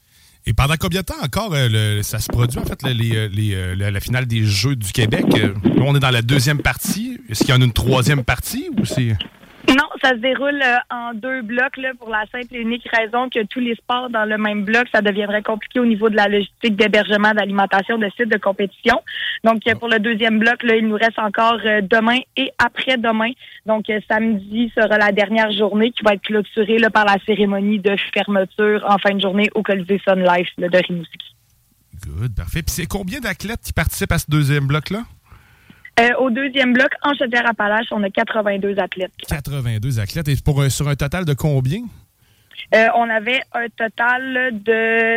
Et pendant combien de temps encore euh, le, ça se produit, en fait, le, les, les, euh, la, la finale des Jeux du Québec? Euh, on est dans la deuxième partie. Est-ce qu'il y en a une troisième partie ou c'est... Non, ça se déroule euh, en deux blocs là, pour la simple et unique raison que tous les sports dans le même bloc, ça deviendrait compliqué au niveau de la logistique d'hébergement, d'alimentation, de sites de compétition. Donc, euh, pour le deuxième bloc, là, il nous reste encore euh, demain et après-demain. Donc, euh, samedi sera la dernière journée qui va être clôturée là, par la cérémonie de fermeture en fin de journée au Colisée Sun Life là, de Rimouski. Good, parfait. Puis c'est combien d'athlètes qui participent à ce deuxième bloc-là? Euh, au deuxième bloc, en Chaudière-Appalaches, on a quatre-vingt-deux athlètes. quatre-vingt-deux athlètes. Et pour, sur un total de combien? Euh, on avait un total de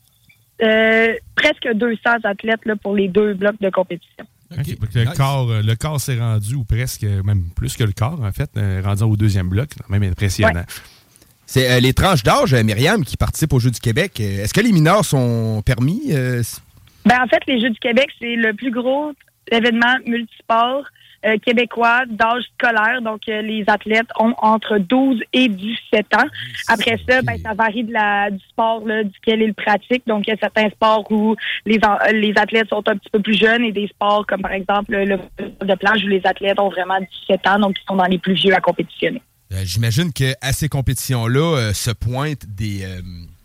euh, presque deux cents athlètes là, pour les deux blocs de compétition. Okay. Le, nice. corps, le corps s'est rendu, ou presque, même plus que le corps, en fait, euh, rendu au deuxième bloc. Même impressionnant. Ouais. C'est euh, les tranches d'âge, euh, Myriam, qui participent aux Jeux du Québec. Euh, est-ce que les mineurs sont permis? Euh... Ben, en fait, les Jeux du Québec, c'est le plus gros événement multisport euh, québécois d'âge scolaire. Donc, euh, les athlètes ont entre douze et dix-sept ans. Après ça, ben, ça varie de la, du sport là, duquel ils pratiquent. Donc, il y a certains sports où les, les athlètes sont un petit peu plus jeunes et des sports comme, par exemple, le de plage où les athlètes ont vraiment dix-sept ans, donc ils sont dans les plus vieux à compétitionner. Euh, j'imagine qu'à ces compétitions-là euh, se pointent des... Euh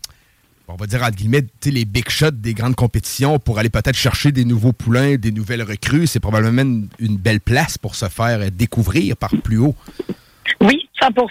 on va dire, entre guillemets, les big shots des grandes compétitions pour aller peut-être chercher des nouveaux poulains, des nouvelles recrues. C'est probablement une, une belle place pour se faire découvrir par plus haut. Oui, cent pour cent.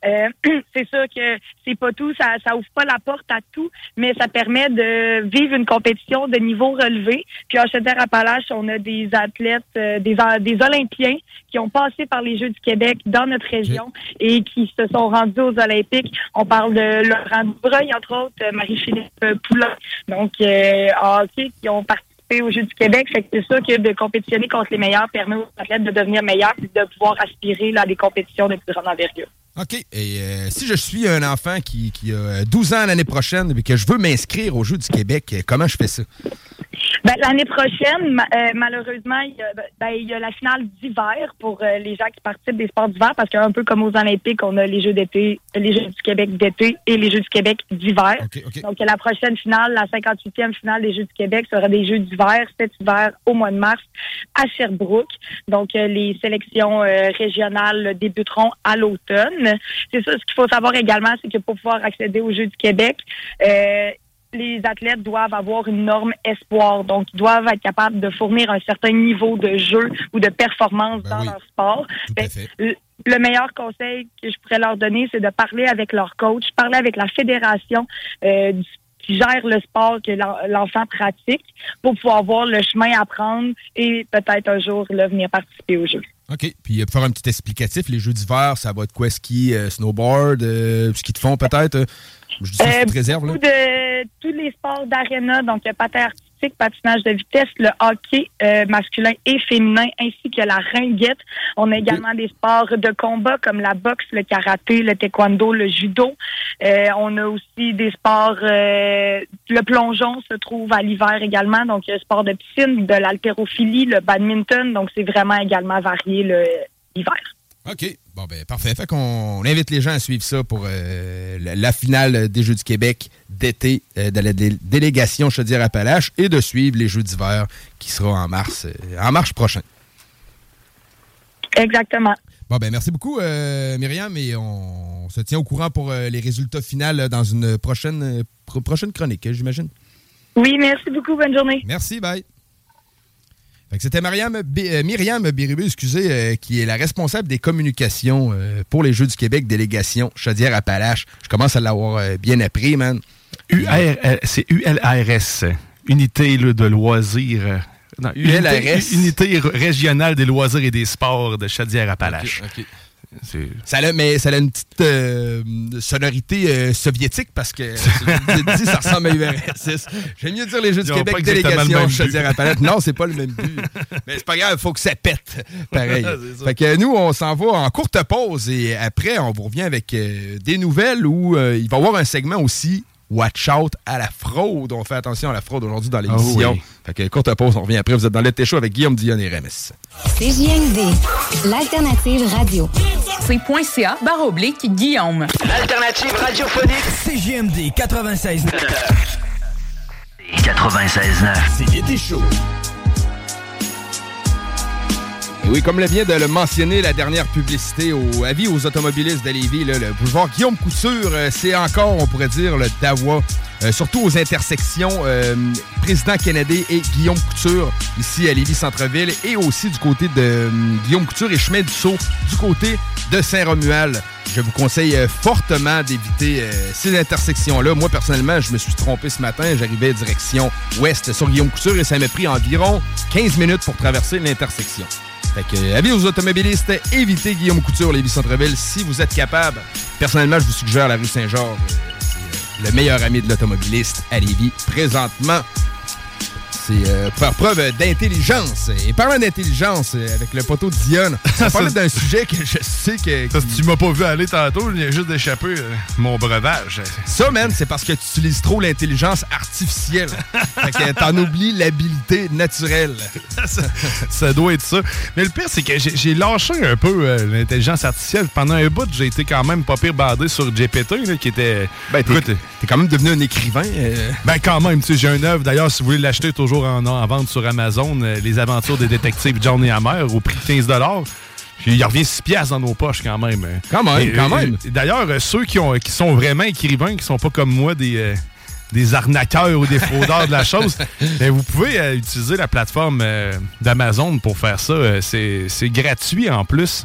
Euh, c'est sûr que c'est pas tout, ça, ça ouvre pas la porte à tout, mais ça permet de vivre une compétition de niveau relevé. Puis à Chaudière-Appalaches, on a des athlètes, euh, des, des Olympiens qui ont passé par les Jeux du Québec dans notre région et qui se sont rendus aux Olympiques. On parle de Laurent Dubreuil, entre autres, Marie-Philippe Poulin, donc euh, en hockey, qui ont participé aux Jeux du Québec. Fait que c'est sûr que de compétitionner contre les meilleurs permet aux athlètes de devenir meilleurs et de pouvoir aspirer là, à des compétitions de plus grande envergure. OK. Et euh, si je suis un enfant qui, qui a douze ans l'année prochaine et que je veux m'inscrire aux Jeux du Québec, comment je fais ça? Ben, l'année prochaine, ma- euh, malheureusement, il y, a, ben, il y a la finale d'hiver pour euh, les gens qui participent des sports d'hiver, parce qu'un peu comme aux Olympiques, on a les Jeux d'été, les Jeux du Québec d'été et les Jeux du Québec d'hiver. Okay, okay. Donc, la prochaine finale, la cinquante-huitième finale des Jeux du Québec, sera des Jeux d'hiver cet hiver au mois de mars à Sherbrooke. Donc, euh, les sélections euh, régionales débuteront à l'automne. C'est ça, ce qu'il faut savoir également, c'est que pour pouvoir accéder aux Jeux du Québec, euh, les athlètes doivent avoir une norme espoir. Donc, ils doivent être capables de fournir un certain niveau de jeu ou de performance ben dans oui, leur sport. Ben, le, le meilleur conseil que je pourrais leur donner, c'est de parler avec leur coach, parler avec la fédération euh, du qui gère le sport que l'enfant pratique pour pouvoir voir le chemin à prendre et peut-être un jour là, venir participer aux Jeux. OK. Puis pour faire un petit explicatif, les Jeux d'hiver, ça va être quoi? Ski, euh, snowboard, euh, ski de fond peut-être? Euh, je dis ça, c'est une réserve, là. De, tous les sports d'aréna, donc patin artistique, patinage de vitesse, le hockey euh, masculin et féminin, ainsi que la ringuette. On a également okay. des sports de combat comme la boxe, le karaté, le taekwondo, le judo. Euh, on a aussi des sports... Euh, le plongeon se trouve à l'hiver également, donc euh, sport de piscine, de l'haltérophilie, le badminton. Donc, c'est vraiment également varié le, l'hiver. OK. Bon, ben parfait. Fait qu'on invite les gens à suivre ça pour euh, la, la finale des Jeux du Québec d'été euh, de la dé- délégation Chaudière-Appalaches et de suivre les Jeux d'hiver qui seront en mars, euh, en mars prochain. Exactement. Bon, ben merci beaucoup, euh, Myriam, et on se tient au courant pour euh, les résultats finaux dans une prochaine, euh, pro- prochaine chronique, j'imagine. Oui, merci beaucoup. Bonne journée. Merci, bye. Fait que c'était Myriam, B- euh, Myriam Bérubé, excusez, euh, qui est la responsable des communications euh, pour les Jeux du Québec, délégation Chaudière-Appalaches. Je commence à l'avoir euh, bien appris, man. U R L, c'est U L R S, Unité là, de loisirs. Non, U L R S. Unité, Unité régionale des loisirs et des sports de Chaudière-Appalaches. Okay, okay. C'est... Ça, a, mais ça a une petite euh, sonorité euh, soviétique parce que je dit, ça ressemble à U R S. J'aime mieux dire les Jeux du Québec, délégation Chaudière-Appalaches. Non, c'est pas le même but. Mais c'est pas grave, il faut que ça pète. Pareil. Fait que nous, on s'en va en courte pause et après, on vous revient avec euh, des nouvelles où euh, il va y avoir un segment aussi. Watch out à la fraude. On fait attention à la fraude aujourd'hui dans l'émission. Oh oui. Fait que courte pause, on revient après. Vous êtes dans l'été chaud avec Guillaume Dion et Ramis. C J M D, l'alternative radio. C.ca barre oblique Guillaume. L'alternative radiophonique. C J M D quatre-vingt-seize neuf. quatre-vingt-seize neuf. C'est l'été chaud. Et oui, comme le vient de le mentionner, la dernière publicité au avis aux automobilistes de Lévis, là, le boulevard Guillaume Couture, euh, c'est encore, on pourrait dire, le dawa. Euh, surtout aux intersections euh, Président Kennedy et Guillaume Couture, ici à Lévis-Centreville, et aussi du côté de euh, Guillaume Couture et Chemin du Sceau, du côté de Saint-Romuald. Je vous conseille euh, fortement d'éviter euh, ces intersections-là. Moi, personnellement, je me suis trompé ce matin. J'arrivais direction ouest sur Guillaume Couture et ça m'a pris environ quinze minutes pour traverser l'intersection. Fait que, euh, avis aux automobilistes, évitez Guillaume Couture, Lévis-Centreville, si vous êtes capable. Personnellement, je vous suggère la rue Saint-Georges. C'est euh, le meilleur ami de l'automobiliste à Lévis présentement. C'est euh, faire preuve d'intelligence. Et parlant d'intelligence, euh, avec le poteau de Dionne, on parle d'un sujet que je sais que... Ça, si tu m'as pas vu aller tantôt, il vient juste d'échapper euh, mon breuvage. Ça, man, c'est parce que tu utilises trop l'intelligence artificielle. Fait que t'en oublies l'habilité naturelle. ça, ça doit être ça. Mais le pire, c'est que j'ai, j'ai lâché un peu euh, l'intelligence artificielle. Pendant un bout, j'ai été quand même pas pire bandé sur G P T, là, qui était... Ben, t'es, écoute, t'es quand même devenu un écrivain. Euh... Ben, quand même, tu sais, j'ai une œuvre. D'ailleurs, si vous voulez l'acheter toujours en, en vente sur Amazon, euh, Les aventures des détectives John et Hammer, au prix de quinze dollars. Puis il revient six piastres dans nos poches quand même. Quand même, et, quand même. Et, d'ailleurs, euh, ceux qui, ont, qui sont vraiment écrivains, qui sont pas comme moi des, euh, des arnaqueurs ou des fraudeurs de la chose, ben, vous pouvez euh, utiliser la plateforme euh, d'Amazon pour faire ça. Euh, c'est, c'est gratuit en plus.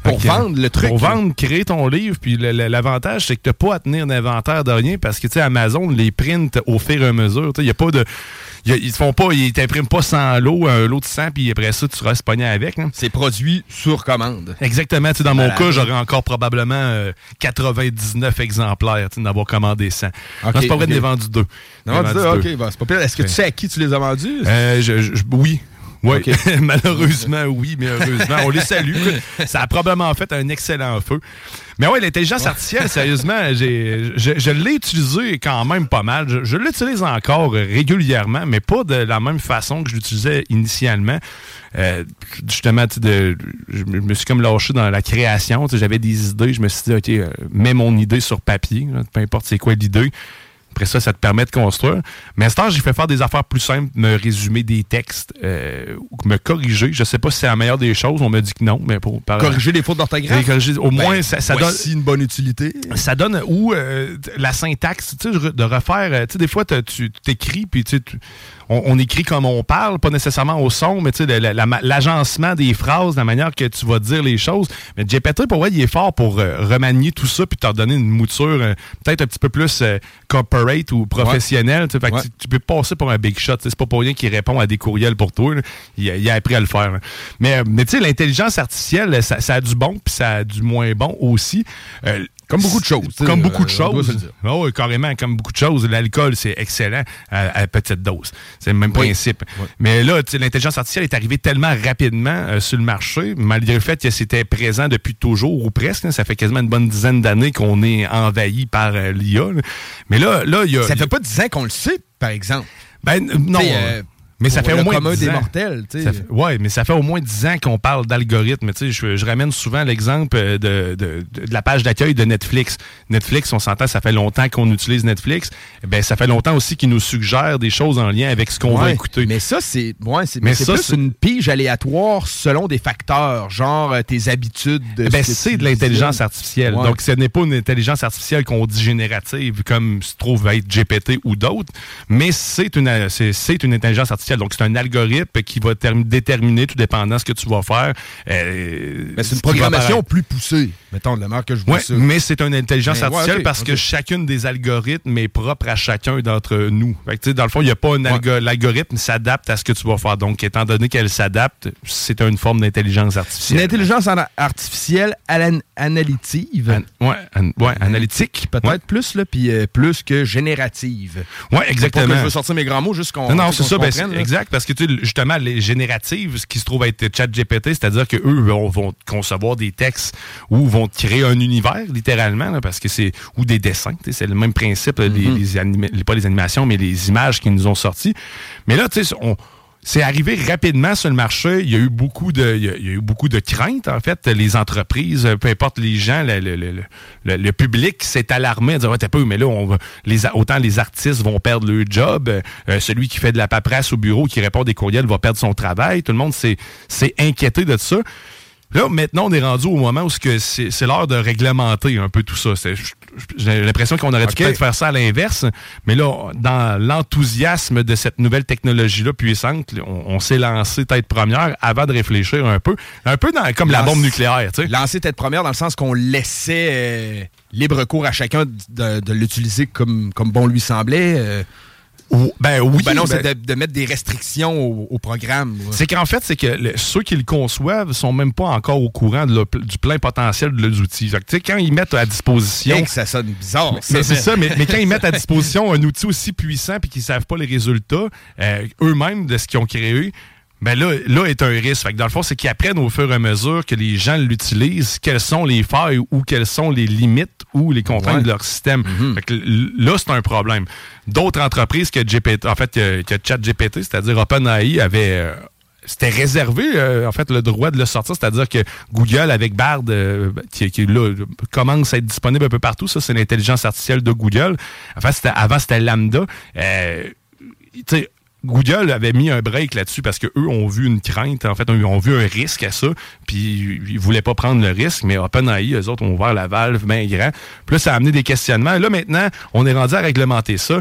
Pour que, vendre le truc. Pour vendre, créer ton livre. Puis le, le, l'avantage, c'est que tu n'as pas à tenir d'inventaire de rien parce que, tu sais, Amazon les print au fur et à mesure. Il n'y a pas de... Y a, ils te font pas, ils t'impriment pas cent lots, un lot de cent, puis après ça, tu restes pogné avec. Hein. C'est produit sur commande. Exactement. Dans mon Malade. cas, j'aurais encore probablement euh, quatre-vingt-dix-neuf exemplaires d'avoir commandé cent. Okay, non, c'est pas vrai okay. de les vendu deux. Non, vendu deux, OK. Bon, c'est pas pire. Est-ce que tu sais à qui tu les as vendus? Euh, je, je, oui. Oui, okay. Malheureusement, oui, mais heureusement. On les salue. Ça a probablement fait un excellent feu. Mais oui, l'intelligence artificielle, sérieusement, j'ai, je, je l'ai utilisé quand même pas mal. Je, je l'utilise encore régulièrement, mais pas de la même façon que je l'utilisais initialement. Euh, justement, de, je me suis comme lâché dans la création. J'avais des idées. Je me suis dit, OK, euh, mets mon idée sur papier. Là, peu importe c'est quoi l'idée. Après ça, ça te permet de construire. Mais à ce temps, j'ai fait faire des affaires plus simples, me résumer des textes, euh, ou me corriger. Je sais pas si c'est la meilleure des choses. On m'a dit que non. Mais pour par... Corriger les fautes d'orthographe? Corriger, au ben, moins, ça, ça donne... une bonne utilité. Ça donne... Ou euh, la syntaxe, tu sais, de refaire... Tu sais, des fois, tu t'écris, puis tu sais... On, on écrit comme on parle, pas nécessairement au son, mais tu sais, la, la, l'agencement des phrases, la manière que tu vas dire les choses. Mais G P T, pour vrai, il est fort pour euh, remanier tout ça puis te redonner une mouture euh, peut-être un petit peu plus euh, corporate ou professionnelle. Ouais. Fait que ouais. tu, tu peux passer pour un big shot. C'est pas pour rien qu'il répond à des courriels pour toi. Il, il a appris à le faire. Là. Mais, mais tu sais, l'intelligence artificielle, ça, ça a du bon puis ça a du moins bon aussi. Euh, Comme beaucoup de choses. Comme beaucoup de euh, choses. Oh, oui, carrément, comme beaucoup de choses. L'alcool, c'est excellent à, à petite dose. C'est le même oui. principe. Oui. Mais là, l'intelligence artificielle est arrivée tellement rapidement euh, sur le marché, malgré le fait que c'était présent depuis toujours ou presque. Hein, ça fait quasiment une bonne dizaine d'années qu'on est envahi par euh, l'I A. Là. Mais là, là, il y a... Ça fait pas dix ans qu'on le sait, par exemple. Ben, non. Euh, Mais ça fait au moins dix ans. Des mortels, tu sais. Oui, mais ça fait au moins dix ans qu'on parle d'algorithmes. Tu sais, je, je ramène souvent l'exemple de, de, de, de la page d'accueil de Netflix. Netflix, on s'entend, ça fait longtemps qu'on utilise Netflix. Ben, ça fait longtemps aussi qu'ils nous suggèrent des choses en lien avec ce qu'on ouais, va écouter. Mais ça, c'est, ouais, c'est, mais c'est ça, plus c'est... une pige aléatoire selon des facteurs, genre euh, tes habitudes. De ben, c'est de l'intelligence artificielle. Ouais. Donc, ce n'est pas une intelligence artificielle qu'on dit générative, comme se trouve être G P T ou d'autres, mais c'est une, c'est, c'est une intelligence artificielle. Donc, c'est un algorithme qui va term- déterminer, tout dépendant de ce que tu vas faire. Euh, mais c'est une programmation plus poussée, mettons, de la marque que je vois ouais, ça. Mais c'est une intelligence mais, artificielle ouais, okay, parce okay. que chacune des algorithmes est propre à chacun d'entre nous. Fait que, dans le fond, il n'y a pas un algo- ouais. l'algorithme s'adapte à ce que tu vas faire. Donc, étant donné qu'elle s'adapte, c'est une forme d'intelligence artificielle. Une intelligence an- artificielle an- analytive. An- ouais, an- ouais, analytique. Peut-être ouais. plus, là, puis euh, plus que générative. Oui, exactement. Pas que je veux sortir mes grands mots, juste qu'on. Non, non, c'est ça. Ben, Exact, parce que tu sais, justement, les génératives, ce qui se trouve être ChatGPT, c'est-à-dire qu'eux vont, vont concevoir des textes ou vont créer un univers, littéralement, là, parce que c'est. Ou des dessins, c'est le même principe, mm-hmm. les, les, anima- les, pas les animations, mais les images qui nous ont sorties. Mais là, tu sais, on. C'est arrivé rapidement sur le marché. Il y a eu beaucoup de, il y a, il y a eu beaucoup de craintes, en fait. Les entreprises, peu importe les gens, le, le, le, le, le public s'est alarmé à dire ouais, t'as pas, mais là, on va, les, autant les artistes vont perdre leur job, euh, celui qui fait de la paperasse au bureau, qui répond des courriels, va perdre son travail. Tout le monde s'est, s'est inquiété de ça. Là, maintenant, on est rendu au moment où c'est, c'est l'heure de réglementer un peu tout ça. C'est, j'ai l'impression qu'on aurait dû okay. peut-être faire ça à l'inverse, mais là, dans l'enthousiasme de cette nouvelle technologie-là puissante, on, on s'est lancé tête première avant de réfléchir un peu. Un peu dans, comme Lance, la bombe nucléaire, tu sais. Lancer tête première dans le sens qu'on laissait euh, libre cours à chacun de, de l'utiliser comme, comme bon lui semblait. Euh. Ou, ben oui. Ben non, ben, c'est de, de mettre des restrictions au, au programme. Ouais. C'est qu'en fait, c'est que le, ceux qui le conçoivent sont même pas encore au courant de le, du plein potentiel de leurs outils. Fait que, quand ils mettent à disposition... Et que ça sonne bizarre. Mais, ça, mais c'est ça, mais, mais quand ils mettent à disposition un outil aussi puissant puis qu'ils savent pas les résultats euh, eux-mêmes de ce qu'ils ont créé, ben là, là est un risque. Fait que dans le fond, c'est qu'ils apprennent au fur et à mesure que les gens l'utilisent, quelles sont les failles ou quelles sont les limites ou les contraintes ouais. de leur système. Mm-hmm. Fait que là, c'est un problème. D'autres entreprises que G P T, en fait, que, que ChatGPT, c'est-à-dire OpenAI, avait... Euh, c'était réservé, euh, en fait, le droit de le sortir. C'est-à-dire que Google, avec Bard, euh, qui, qui là, commence à être disponible un peu partout, ça, c'est l'intelligence artificielle de Google. En fait, c'était, avant, c'était Lambda. Euh, tu sais, Google avait mis un break là-dessus parce qu'eux ont vu une crainte, en fait, ils ont vu un risque à ça, puis ils voulaient pas prendre le risque, mais OpenAI, eux autres, ont ouvert la valve bien grand. Puis là, ça a amené des questionnements. Et là, maintenant, on est rendu à réglementer ça.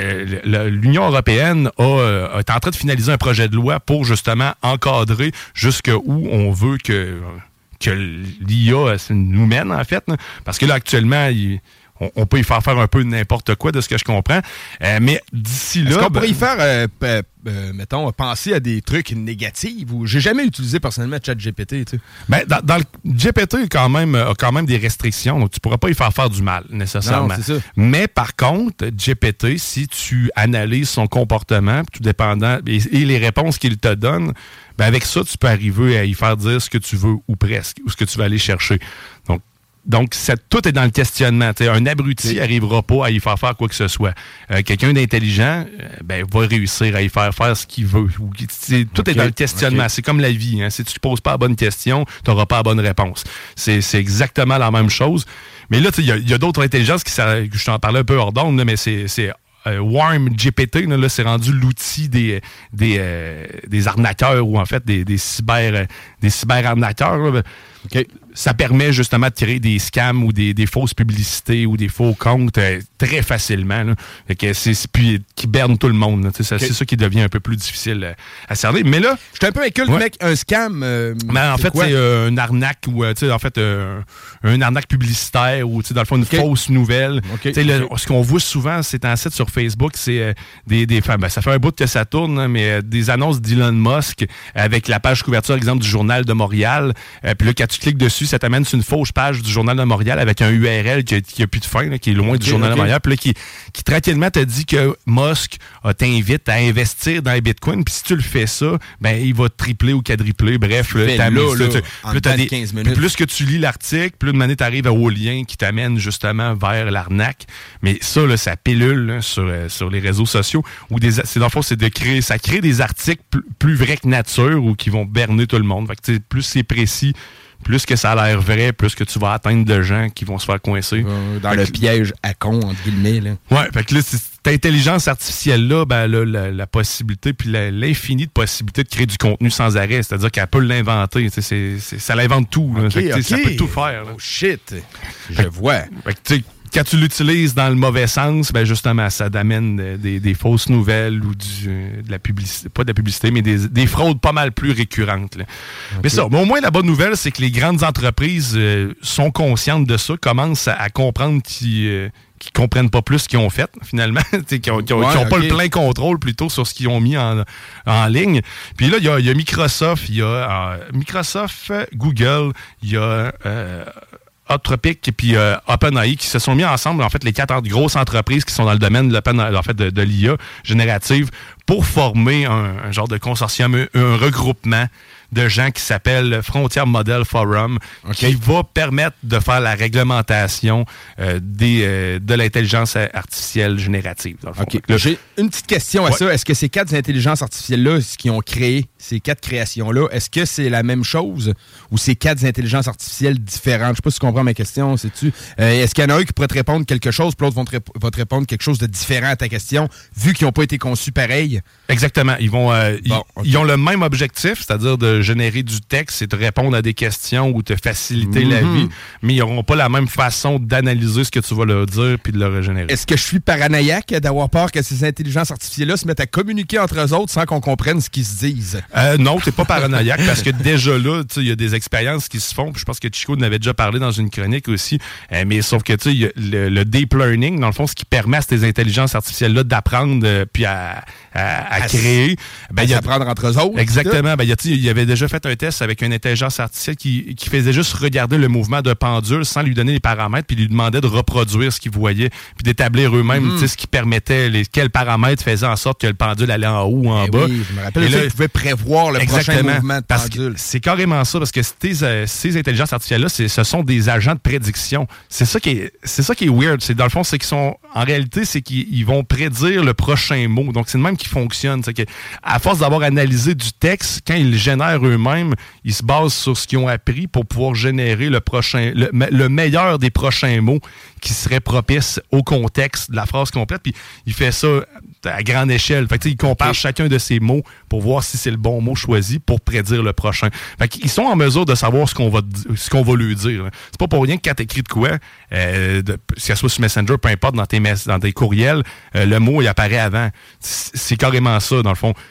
Euh, L'Union européenne a, euh, est en train de finaliser un projet de loi pour, justement, encadrer jusqu'où on veut que... que l'I A nous mène, en fait. Là, parce que là, actuellement, il, on, on peut y faire faire un peu n'importe quoi, de ce que je comprends. Euh, mais d'ici là... Est-ce qu'on ben, pourrait y faire, euh, p- euh, mettons, penser à des trucs négatifs? Ou j'ai jamais utilisé personnellement ChatGPT, tu sais. Ben, dans, dans le G P T, quand même, a quand même des restrictions, donc tu pourras pas y faire faire du mal, nécessairement. Non, c'est ça. Mais par contre, G P T, si tu analyses son comportement, tout dépendant, et, et les réponses qu'il te donne, ben avec ça, tu peux arriver à y faire dire ce que tu veux, ou presque, ou ce que tu vas aller chercher. Donc, Donc, ça, tout est dans le questionnement. T'sais, un abruti n'arrivera pas à y faire faire quoi que ce soit. Euh, quelqu'un d'intelligent euh, ben, va réussir à y faire faire ce qu'il veut. Ou, tout okay. est dans le questionnement. Okay. C'est comme la vie. Hein. Si tu ne poses pas la bonne question, tu n'auras pas la bonne réponse. C'est, c'est exactement la même chose. Mais là, il y a, y a d'autres intelligences qui, ça, je t'en parlais un peu hors d'onde, mais c'est... c'est Euh, Warm G P T, là, là, c'est rendu l'outil des, des, euh, des arnaqueurs ou en fait des, des cyber euh, des cyber-arnaqueurs. Là. Okay. Ça permet justement de créer des scams ou des, des fausses publicités ou des faux comptes euh, très facilement. Là. Fait que c'est, c'est, puis qui berne tout le monde. Là. Ça, okay. C'est ça qui devient un peu plus difficile euh, à cerner. Mais là... Je suis un peu inculte, ouais. mec. Un scam... Euh, Mais en c'est fait, quoi? c'est euh, une arnaque ou euh, en fait euh, une arnaque publicitaire ou dans le fond une okay. fausse nouvelle. Okay. Okay. Le, ce qu'on voit souvent, c'est un site sur Facebook, c'est euh, des... des ben, ça fait un bout que ça tourne, hein, mais euh, des annonces d'Elon Musk avec la page couverture, exemple, du Journal de Montréal. Euh, puis là, quand tu cliques dessus, ça t'amène sur une fausse page du Journal de Montréal avec un U R L qui n'a plus de fin, là, qui est loin okay, du Journal okay. de Montréal. Puis là, qui, qui tranquillement te dit que Musk euh, t'invite à investir dans les bitcoins. Puis si tu le fais ça, ben il va tripler ou quadrupler. Bref, là, t'as là, là, là, plus, t'as des, quinze minutes. Plus que tu lis l'article, plus de manière t'arrives au lien qui t'amène justement vers l'arnaque. Mais ça, là, ça pilule là, sur, euh, sur les réseaux sociaux. Ou des, c'est dans le fond, c'est de créer, ça crée des articles plus, plus vrais que nature ou qui vont berner tout le monde. Fait que, plus c'est précis, plus que ça a l'air vrai, plus que tu vas atteindre de gens qui vont se faire coincer. Euh, dans fait le que, piège à con, entre guillemets. Là. Ouais, fait que là, cette intelligence artificielle-là, ben, là, la, la possibilité, puis la, l'infini de possibilités de créer du contenu sans arrêt, c'est-à-dire qu'elle peut l'inventer. C'est, c'est, ça l'invente tout. Là. Okay, fait que, okay. Ça peut tout faire. Là. Oh shit! Je fait, vois. Fait que, tu sais, quand tu l'utilises dans le mauvais sens, ben justement, ça t'amène des, des fausses nouvelles ou du, de la publicité, pas de la publicité, mais des, des fraudes pas mal plus récurrentes. Là. Okay. Mais ça, mais au moins, la bonne nouvelle, c'est que les grandes entreprises euh, sont conscientes de ça, commencent à, à comprendre qu'ils euh, qui comprennent pas plus ce qu'ils ont fait, finalement, qui n'ont ouais, pas okay. le plein contrôle plutôt sur ce qu'ils ont mis en, en ligne. Puis là, il y a, y a Microsoft, il y a euh, Microsoft, Google, il y a... Euh, Hottropic et puis euh, OpenAI qui se sont mis ensemble, en fait, les quatre grosses entreprises qui sont dans le domaine de, en fait, de, de l'I A générative pour former un, un genre de consortium, un, un regroupement de gens qui s'appelle Frontier Model Forum, okay. qui va permettre de faire la réglementation euh, des, euh, de l'intelligence artificielle générative. Okay. Là, j'ai une petite question à ouais. ça. Est-ce que ces quatre intelligences artificielles-là, ce qui ont créé ces quatre créations-là, est-ce que c'est la même chose ou c'est quatre intelligences artificielles différentes? Je ne sais pas si tu comprends ma question. Sais-tu? Euh, est-ce qu'il y en a un qui pourrait te répondre quelque chose, puis l'autre va te, rép- va te répondre quelque chose de différent à ta question, vu qu'ils n'ont pas été conçus pareil? Exactement. Ils, vont, euh, bon, ils, okay. ils ont le même objectif, c'est-à-dire de générer du texte et de répondre à des questions ou te faciliter mm-hmm. la vie, mais ils n'auront pas la même façon d'analyser ce que tu vas leur dire puis de le régénérer. Est-ce que je suis paranoïaque d'avoir peur que ces intelligences artificielles-là se mettent à communiquer entre eux autres sans qu'on comprenne ce qu'ils se disent? Euh, non, t'es pas paranoïaque parce que déjà là, il y a des expériences qui se font, puis je pense que Chico en avait déjà parlé dans une chronique aussi, euh, mais sauf que tu sais, le, le deep learning, dans le fond, ce qui permet à ces intelligences artificielles-là d'apprendre euh, puis à, à, à, à créer. Ben, à s'apprendre entre eux autres. Exactement. Ben, il y avait déjà fait un test avec une intelligence artificielle qui, qui faisait juste regarder le mouvement de pendule sans lui donner les paramètres, puis lui demandait de reproduire ce qu'il voyait, puis d'établir eux-mêmes mm. ce qui permettait, les, quels paramètres faisaient en sorte que le pendule allait en haut ou en eh bas. Oui, je me rappelle, ils pouvaient prévoir le prochain mouvement de pendule. C'est carrément ça, parce que ces, euh, ces intelligences artificielles-là, c'est, ce sont des agents de prédiction. C'est ça qui est, c'est ça qui est weird. C'est, dans le fond, c'est qu'ils sont, en réalité, c'est qu'ils ils vont prédire le prochain mot. Donc, c'est le même qui fonctionne. C'est que, à force d'avoir analysé du texte, quand ils le génèrent eux-mêmes, ils se basent sur ce qu'ils ont appris pour pouvoir générer le prochain, le, le meilleur des prochains mots qui seraient propices au contexte de la phrase complète. Puis, il fait ça à grande échelle. Fait que, il compare okay. chacun de ces mots pour voir si c'est le bon mot choisi pour prédire le prochain. Fait qu'ils sont en mesure de savoir ce qu'on va, ce qu'on va lui dire. C'est pas pour rien que quand t'écris de quoi, euh, de, si ça soit sur Messenger, peu importe, dans tes, mes, dans tes courriels, euh, le mot, il apparaît avant. C'est, c'est carrément ça, dans le fond.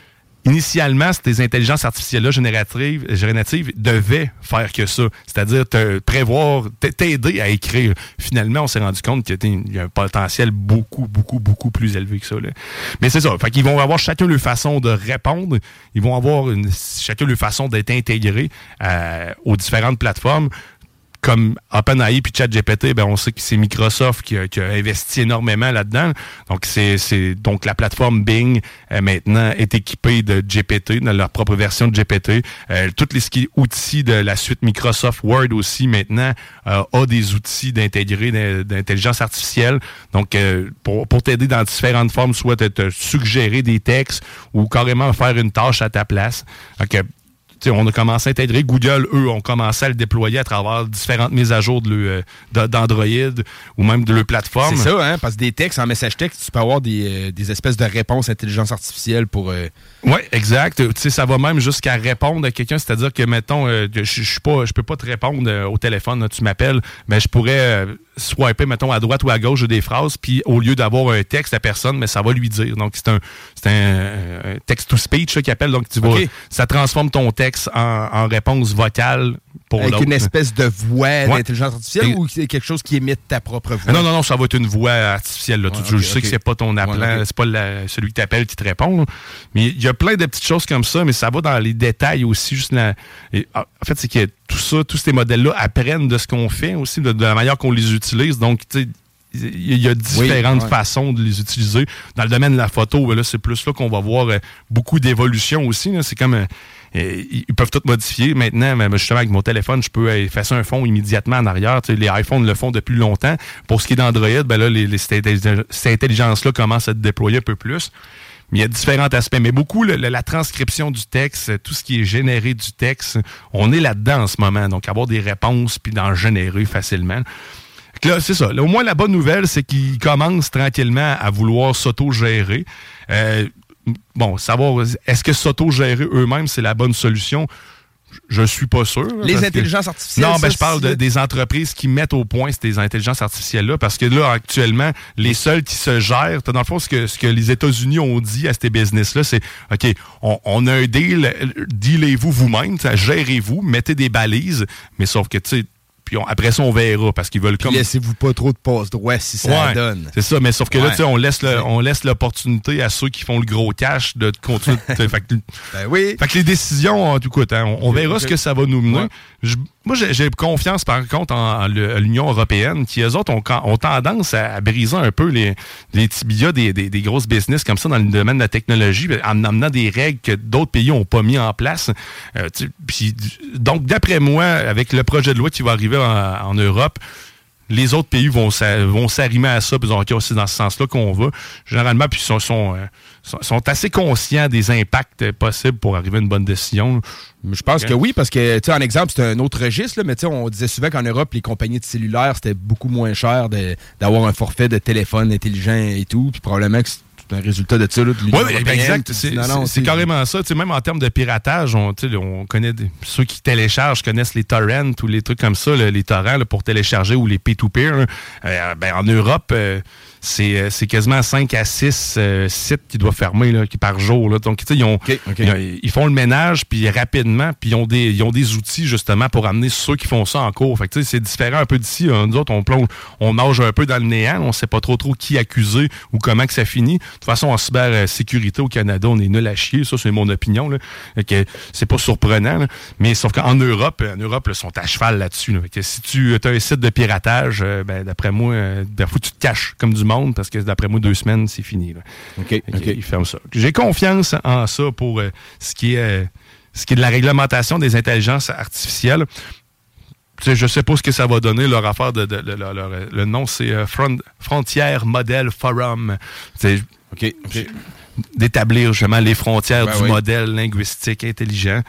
initialement, ces intelligences artificielles-là génératives, génératives devaient faire que ça. C'est-à-dire te prévoir, t'aider à écrire. Finalement, on s'est rendu compte qu'il y a un potentiel beaucoup, beaucoup, beaucoup plus élevé que ça. Là. Mais c'est ça. Fait qu'ils vont avoir chacun leur façon de répondre. Ils vont avoir une, chacun leur façon d'être intégrés euh, aux différentes plateformes. Comme OpenAI puis ChatGPT, ben on sait que c'est Microsoft qui a, qui a investi énormément là-dedans. Donc c'est, c'est donc la plateforme Bing euh, maintenant est équipée de G P T, de leur propre version de G P T. Euh, tous les outils de la suite Microsoft Word aussi maintenant euh, a des outils d'intégrer d'intelligence artificielle. Donc euh, pour, pour t'aider dans différentes formes, soit te, te suggérer des textes ou carrément faire une tâche à ta place. Donc euh, T'sais, on a commencé à intégrer. Google, eux, ont commencé à le déployer à travers différentes mises à jour de le, de, d'Android ou même de leur plateforme. C'est ça, hein? Parce que des textes, en message texte, tu peux avoir des, euh, des espèces de réponses intelligence artificielle pour... Euh... Oui, exact. T'sais, ça va même jusqu'à répondre à quelqu'un. C'est-à-dire que, mettons, euh, je je pas, je peux pas te répondre euh, au téléphone, là, tu m'appelles, mais je pourrais euh, swiper, mettons, à droite ou à gauche des phrases, puis au lieu d'avoir un texte à personne, mais ça va lui dire. Donc, c'est un, c'est un, un text-to-speech qu'il appelle. Donc, tu vas, okay. Ça transforme ton texte En, en réponse vocale pour Avec l'autre. Une espèce de voix ouais. d'intelligence artificielle Et... ou c'est quelque chose qui imite ta propre voix? Non, non, non, ça va être une voix artificielle. Là. Ouais, tu, okay, je sais okay. que c'est pas ton appelant, ouais, okay. c'est pas la, celui qui t'appelle qui te répond. Là. Mais il y a plein de petites choses comme ça, mais ça va dans les détails aussi. Juste la... Et, en fait, c'est que tout ça, tous ces modèles-là apprennent de ce qu'on fait aussi, de, de la manière qu'on les utilise. Donc, tu sais, il y a différentes oui, ouais. façons de les utiliser. Dans le domaine de la photo, là, c'est plus là qu'on va voir euh, beaucoup d'évolution aussi. Là. C'est comme... Euh, ils peuvent tout modifier. Maintenant, justement, avec mon téléphone, je peux effacer un fond immédiatement en arrière. Tu sais, les iPhones le font depuis longtemps. Pour ce qui est d'Android, ben là, les, les, cette intelligence-là commence à se déployer un peu plus. Mais il y a différents aspects. Mais beaucoup, le, la transcription du texte, tout ce qui est généré du texte, on est là-dedans en ce moment. Donc, avoir des réponses puis d'en générer facilement. Là, c'est ça. Là, au moins, la bonne nouvelle, c'est qu'ils commencent tranquillement à vouloir s'auto-gérer. Euh, bon, savoir, est-ce que s'auto-gérer eux-mêmes, c'est la bonne solution? Je suis pas sûr. Les intelligences que... artificielles? Non, ben, je parle de, des entreprises qui mettent au point ces intelligences artificielles-là, parce que là, actuellement, les seuls qui se gèrent, dans le fond, ce que, ce que les États-Unis ont dit à ces business-là, c'est, OK, on, on a un deal, dealez-vous vous-même, gérez-vous, mettez des balises, mais sauf que, tu sais, puis on, après ça, on verra, parce qu'ils veulent puis comme... laissez-vous pas trop de passe-droit si ça ouais, donne. C'est ça, mais sauf que ouais. là, tu sais, on laisse le, on laisse l'opportunité à ceux qui font le gros cash de continuer. fait, que, ben oui. Fait que les décisions, en tout cas, hein, on, on verra okay. ce que ça va nous mener. Ouais. Je, moi, j'ai, j'ai confiance, par contre, en, en l'Union européenne, qui, eux autres, ont, ont tendance à, à briser un peu les, les tibias des, des, des grosses business comme ça dans le domaine de la technologie, en amenant des règles que d'autres pays n'ont pas mis en place. Euh, puis, donc, d'après moi, avec le projet de loi qui va arriver en, en Europe, les autres pays vont, vont s'arrimer à ça, puis ils ont OK, c'est dans ce sens-là qu'on va. Généralement, puis ils sont, sont, sont, sont assez conscients des impacts possibles pour arriver à une bonne décision. Je pense que oui, parce que, tu sais, en exemple, c'est un autre registre, là, mais tu sais, on disait souvent qu'en Europe, les compagnies de cellulaires, c'était beaucoup moins cher de, d'avoir un forfait de téléphone intelligent et tout, puis probablement que c'est un résultat de ça, là, de l'Union oui, européenne. Exact. C'est, non, non, c'est, c'est carrément ça. Tu sais, même en termes de piratage, on, tu sais, on connaît des, ceux qui téléchargent connaissent les torrents ou les trucs comme ça, là, les torrents là, pour télécharger ou les peer-to-peer. Euh, ben, en Europe, euh, c'est, c'est quasiment cinq à six euh, sites qui doivent fermer là, par jour. Là. Donc, tu sais, ils, ont, okay, okay. ils, ils font le ménage puis rapidement, puis ils ont des, ils ont des outils justement pour amener ceux qui font ça en cours. Fait que, tu sais, c'est différent un peu d'ici. Hein. Nous autres, on plonge, on nage un peu dans le néant. On sait pas trop trop qui accuser ou comment que ça finit. De toute façon, en cybersécurité au Canada, on est nul à chier. Ça, c'est mon opinion. Là. Que c'est pas surprenant. Là. Mais sauf qu'en Europe, en Europe, ils sont à cheval là-dessus. Là. Que si tu as un site de piratage, euh, ben, d'après moi, euh, ben, faut que tu te caches comme du monde parce que d'après moi, deux semaines, c'est fini. Là. OK. okay. Ils ferment ça. J'ai confiance en ça pour euh, ce qui est euh, ce qui est de la réglementation des intelligences artificielles. Tu sais, je sais pas ce que ça va donner, leur affaire de, de, de, de, de, de le nom, c'est euh, Front, Frontier Model Forum. C'est okay, okay. d'établir justement les frontières ben du oui. modèle linguistique intelligent.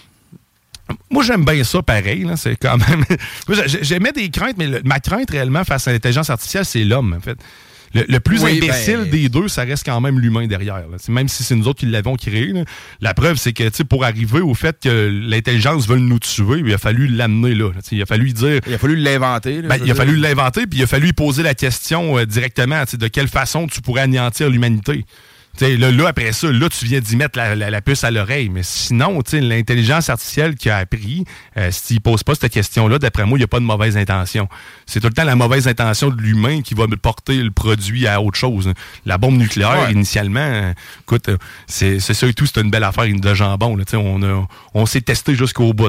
Moi, j'aime bien ça, pareil. Là, c'est quand même. J'aimais des craintes, mais le, ma crainte réellement face à l'intelligence artificielle, c'est l'homme, en fait. Le, le plus oui, imbécile ben... des deux, ça reste quand même l'humain derrière. Là. Même si c'est nous autres qui l'avons créé. Là. La preuve, c'est que pour arriver au fait que l'intelligence veut nous tuer, il a fallu l'amener là. là il a fallu dire. Il a fallu l'inventer. Là, ben, il a fallu l'inventer, puis il a fallu lui poser la question euh, directement de quelle façon tu pourrais anéantir l'humanité. T'sais, là, là, après ça, là, tu viens d'y mettre la, la, la puce à l'oreille. Mais sinon, l'intelligence artificielle qui a appris, euh, s'il ne pose pas cette question-là, d'après moi, il n'y a pas de mauvaise intention. C'est tout le temps la mauvaise intention de l'humain qui va porter le produit à autre chose. La bombe nucléaire, ouais. initialement, euh, écoute, c'est ça et tout, c'est une belle affaire de jambon. Là, on a, on s'est testé jusqu'au bout.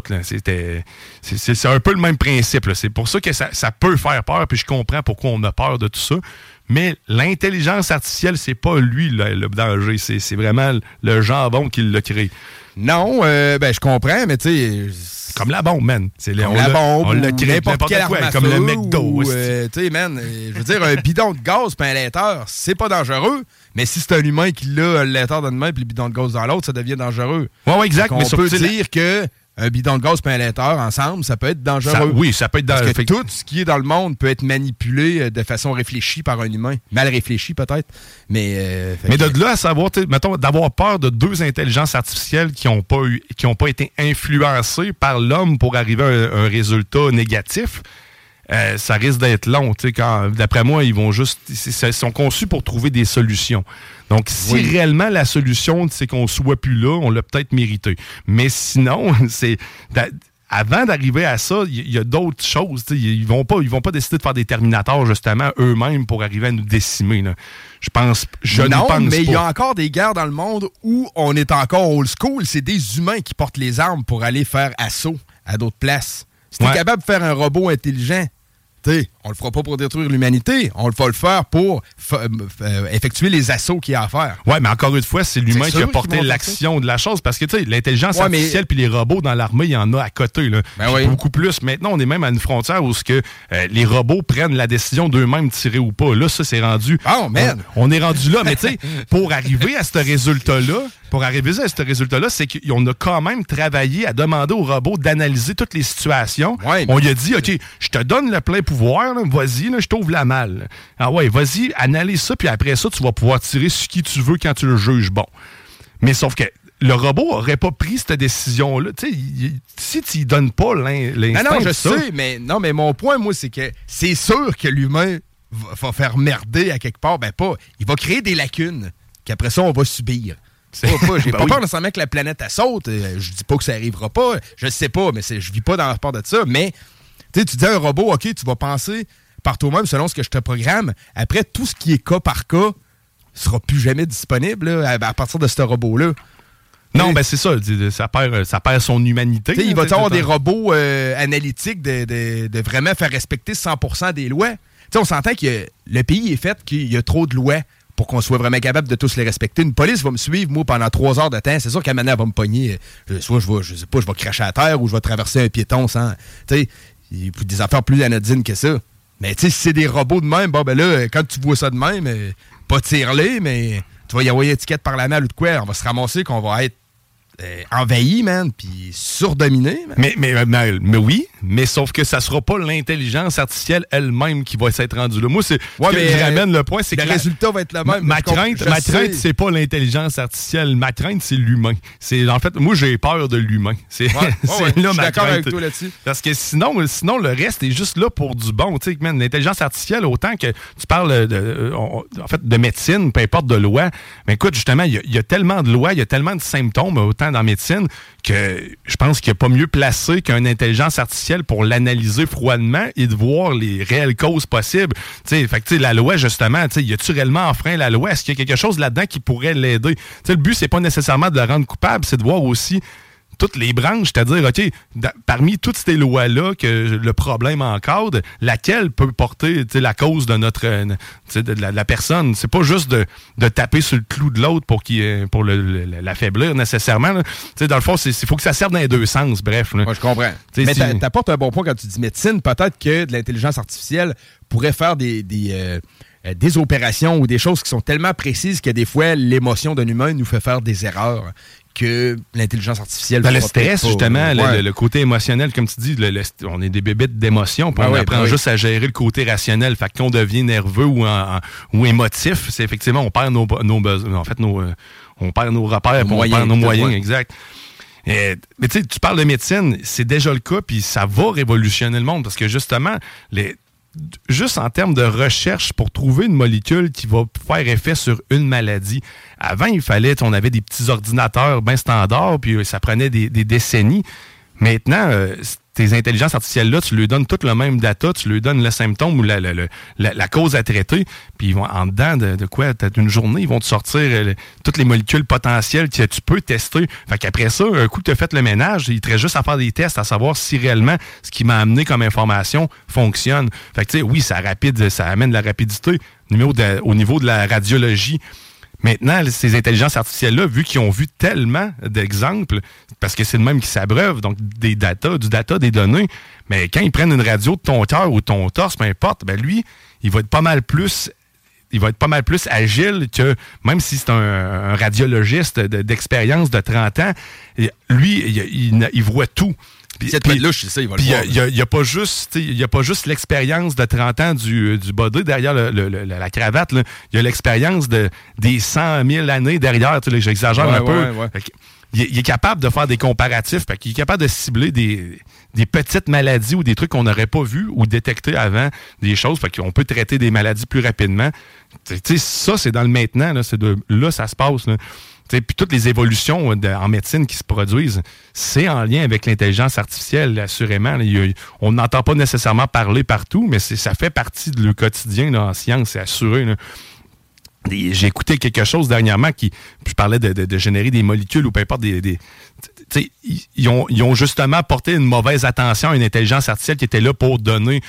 C'est un peu le même principe. C'est pour ça que ça, ça peut faire peur, puis je comprends pourquoi on a peur de tout ça. Mais l'intelligence artificielle, c'est pas lui le, le danger, c'est vraiment le jambon qui l'a créé. Non, euh, ben je comprends, mais tu sais... Comme la bombe, man. Comme on la bombe, on l'a créé n'importe quoi, comme le McDo. Euh, tu sais, man, je veux dire, un bidon de gaz puis un laiteur, c'est pas dangereux, mais si c'est un humain qui l'a, le laiteur dans une main puis le bidon de gaz dans l'autre, ça devient dangereux. Oui, oui, exact. Donc, mais on peut dire la... que... un bidon de gaz et un laiteur ensemble, ça peut être dangereux. Ça, oui, ça peut être dangereux. Parce que tout ce qui est dans le monde peut être manipulé de façon réfléchie par un humain. Mal réfléchi, peut-être. Mais, euh, mais de là à savoir, mettons, d'avoir peur de deux intelligences artificielles qui n'ont pas eu, qui ont pas été influencées par l'homme pour arriver à un, un résultat négatif, euh, ça risque d'être long. D'après moi, ils vont juste. Ils sont conçus pour trouver des solutions. Donc, si oui. réellement la solution, c'est qu'on ne soit plus là, on l'a peut-être mérité. Mais sinon, c'est avant d'arriver à ça, il y, y a d'autres choses. Ils vont pas, ils vont pas décider de faire des Terminators, justement, eux-mêmes pour arriver à nous décimer. Là. Je pense, je non, ne pense pas. Non, mais il y a encore des guerres dans le monde où on est encore old school. C'est des humains qui portent les armes pour aller faire assaut à d'autres places. Si tu es ouais. capable de faire un robot intelligent, t'sais, on le fera pas pour détruire l'humanité, on va le faire pour euh, effectuer les assauts qu'il y a à faire. Oui, mais encore une fois, c'est l'humain qui a porté l'action de la chose, parce que tu sais, l'intelligence ouais, artificielle puis les robots dans l'armée, il y en a à côté. Là. Ben oui. Beaucoup plus. Maintenant, on est même à une frontière où ce que, euh, les robots prennent la décision d'eux-mêmes de tirer ou pas. Là, ça, c'est rendu... Oh, man! On, on est rendu là, mais tu sais, pour arriver à ce résultat-là, pour arriver à ce résultat-là, c'est qu'on a quand même travaillé à demander aux robots d'analyser toutes les situations. Ouais, on lui a dit, OK, je te donne le plein pouvoir, vas-y, je t'ouvre la malle. Ah ouais, vas-y, analyse ça, puis après ça, tu vas pouvoir tirer sur qui tu veux quand tu le juges bon. Mais sauf que le robot n'aurait pas pris cette décision-là. Tu sais, si tu lui donnes pas l'instinct... Non, non, je ça, sais, mais, non, mais mon point, moi, c'est que c'est sûr que l'humain va, va faire merder à quelque part. Ben pas. Il va créer des lacunes qu'après ça, on va subir. Pas, pas, j'ai ben pas oui. peur nécessairement que la planète elle saute. Je dis pas que ça arrivera pas. Je sais pas, mais je vis pas dans le part de ça. Mais tu dis à un robot, OK, tu vas penser par toi-même selon ce que je te programme. Après, tout ce qui est cas par cas sera plus jamais disponible là, à, à partir de ce robot-là. Non, ben c'est ça. Ça perd, ça perd son humanité. Là, il va y avoir des robots euh, analytiques de, de, de vraiment faire respecter cent pour cent des lois. T'sais, on s'entend que le pays est fait qu'il y a trop de lois pour qu'on soit vraiment capable de tous les respecter. Une police va me suivre, moi, pendant trois heures de temps. C'est sûr qu'à un moment donné, elle va me pogner. Soit je vais, je sais pas, je vais cracher à terre ou je vais traverser un piéton sans... Tu sais, il y a des affaires plus anodines que ça. Mais tu sais, si c'est des robots de même, bon, ben là, quand tu vois ça de même, euh, pas tire-les, mais tu vas y envoyer une étiquette par la malle ou de quoi, on va se ramasser qu'on va être euh, envahi, man, puis surdominé. Man. Mais, mais, mais, mais oui, mais sauf que ça sera pas l'intelligence artificielle elle-même qui va s'être rendue là. Moi, c'est ouais, ce que je ramène le point, c'est que le résultat va être le même. Ma, ma crainte, ma crainte, c'est pas l'intelligence artificielle. Ma crainte, c'est l'humain. C'est en fait, moi, j'ai peur de l'humain. C'est ouais, ouais, ouais, là ma d'accord crainte. avec toi là-dessus. Parce que sinon, sinon, le reste est juste là pour du bon. Tu sais, l'intelligence artificielle, autant que tu parles de, en fait, de médecine, peu importe de loi. Mais écoute, justement, il y, y a tellement de lois, il y a tellement de symptômes, autant dans la médecine, que je pense qu'il n'y a pas mieux placé qu'une intelligence artificielle pour l'analyser froidement et de voir les réelles causes possibles. T'sais, fait que, la loi, justement, y a-tu réellement enfreint la loi? Est-ce qu'il y a quelque chose là-dedans qui pourrait l'aider? Le but, c'est pas nécessairement de le rendre coupable, c'est de voir aussi toutes les branches, c'est-à-dire, OK, parmi toutes ces lois-là que le problème encadre, laquelle peut porter la cause de notre de la, de la personne? C'est pas juste de, de taper sur le clou de l'autre pour, qu'il, pour le, le, l'affaiblir nécessairement. Dans le fond, il faut que ça serve dans les deux sens, bref. Là. Moi, je comprends. T'sais, mais si... t'apportes un bon point quand tu dis médecine. Peut-être que de l'intelligence artificielle pourrait faire des... des euh... des opérations ou des choses qui sont tellement précises que des fois, l'émotion d'un humain nous fait faire des erreurs que l'intelligence artificielle... Dans le stress, pas, justement, euh, ouais. le, le côté émotionnel, comme tu dis, le, le, on est des bébites d'émotion, puis ben on ouais, apprend ben juste oui. à gérer le côté rationnel. Fait qu'on devient nerveux ou, en, en, ou émotif, c'est effectivement, on perd nos, nos besoins. En fait, nos, on perd nos repères, nos moyens, on perd nos moyens, ouais. exact. Et, mais tu sais, tu parles de médecine, c'est déjà le cas, puis ça va révolutionner le monde, parce que justement, les... juste en termes de recherche pour trouver une molécule qui va faire effet sur une maladie. Avant, il fallait, on avait des petits ordinateurs bien standards, puis ça prenait des, des décennies. Maintenant, euh, tes intelligences artificielles-là, tu leur donnes tout le même data, tu leur donnes le symptôme ou la, la, la, la cause à traiter, puis ils vont en dedans de, de quoi, d'une journée, ils vont te sortir euh, toutes les molécules potentielles que tu peux tester. Fait qu'après ça, un coup que tu as fait le ménage, il te reste juste à faire des tests, à savoir si réellement ce qui m'a amené comme information fonctionne. Fait que tu sais, oui, ça rapide, ça amène de la rapidité au niveau de, au niveau de la radiologie. Maintenant, ces intelligences artificielles-là, vu qu'ils ont vu tellement d'exemples, parce que c'est le même qui s'abreuve, donc des data, du data, des données, mais quand ils prennent une radio de ton cœur ou de ton torse, peu importe, ben lui, il va être pas mal plus, il va être pas mal plus agile que, même si c'est un, un radiologiste de, d'expérience de trente ans, lui, il, il, il voit tout. Puis, cette puis, louche, c'est ça, il va le voir. Il n'y a, a pas juste, il a pas juste l'expérience de trente ans du, du body derrière le, le, le, la cravate. Il y a l'expérience de, des cent mille années derrière. J'exagère ouais, un peu. Ouais, ouais. Il, est, il est capable de faire des comparatifs. Il est capable de cibler des, des petites maladies ou des trucs qu'on n'aurait pas vus ou détectés avant, des choses. Fait qu'on peut traiter des maladies plus rapidement. T'sais, ça, c'est dans le maintenant. Là, c'est de, là ça se passe. Là. Puis toutes les évolutions de, en médecine qui se produisent, c'est en lien avec l'intelligence artificielle, assurément. Là, il y a, on n'entend pas nécessairement parler partout, mais c'est, ça fait partie de le quotidien là, en science, c'est assuré. Là. Des, j'ai écouté quelque chose dernièrement qui, je parlais de, de, de générer des molécules ou peu importe des... des ils, ils, ont, ils ont justement porté une mauvaise attention à une intelligence artificielle qui était là pour donner...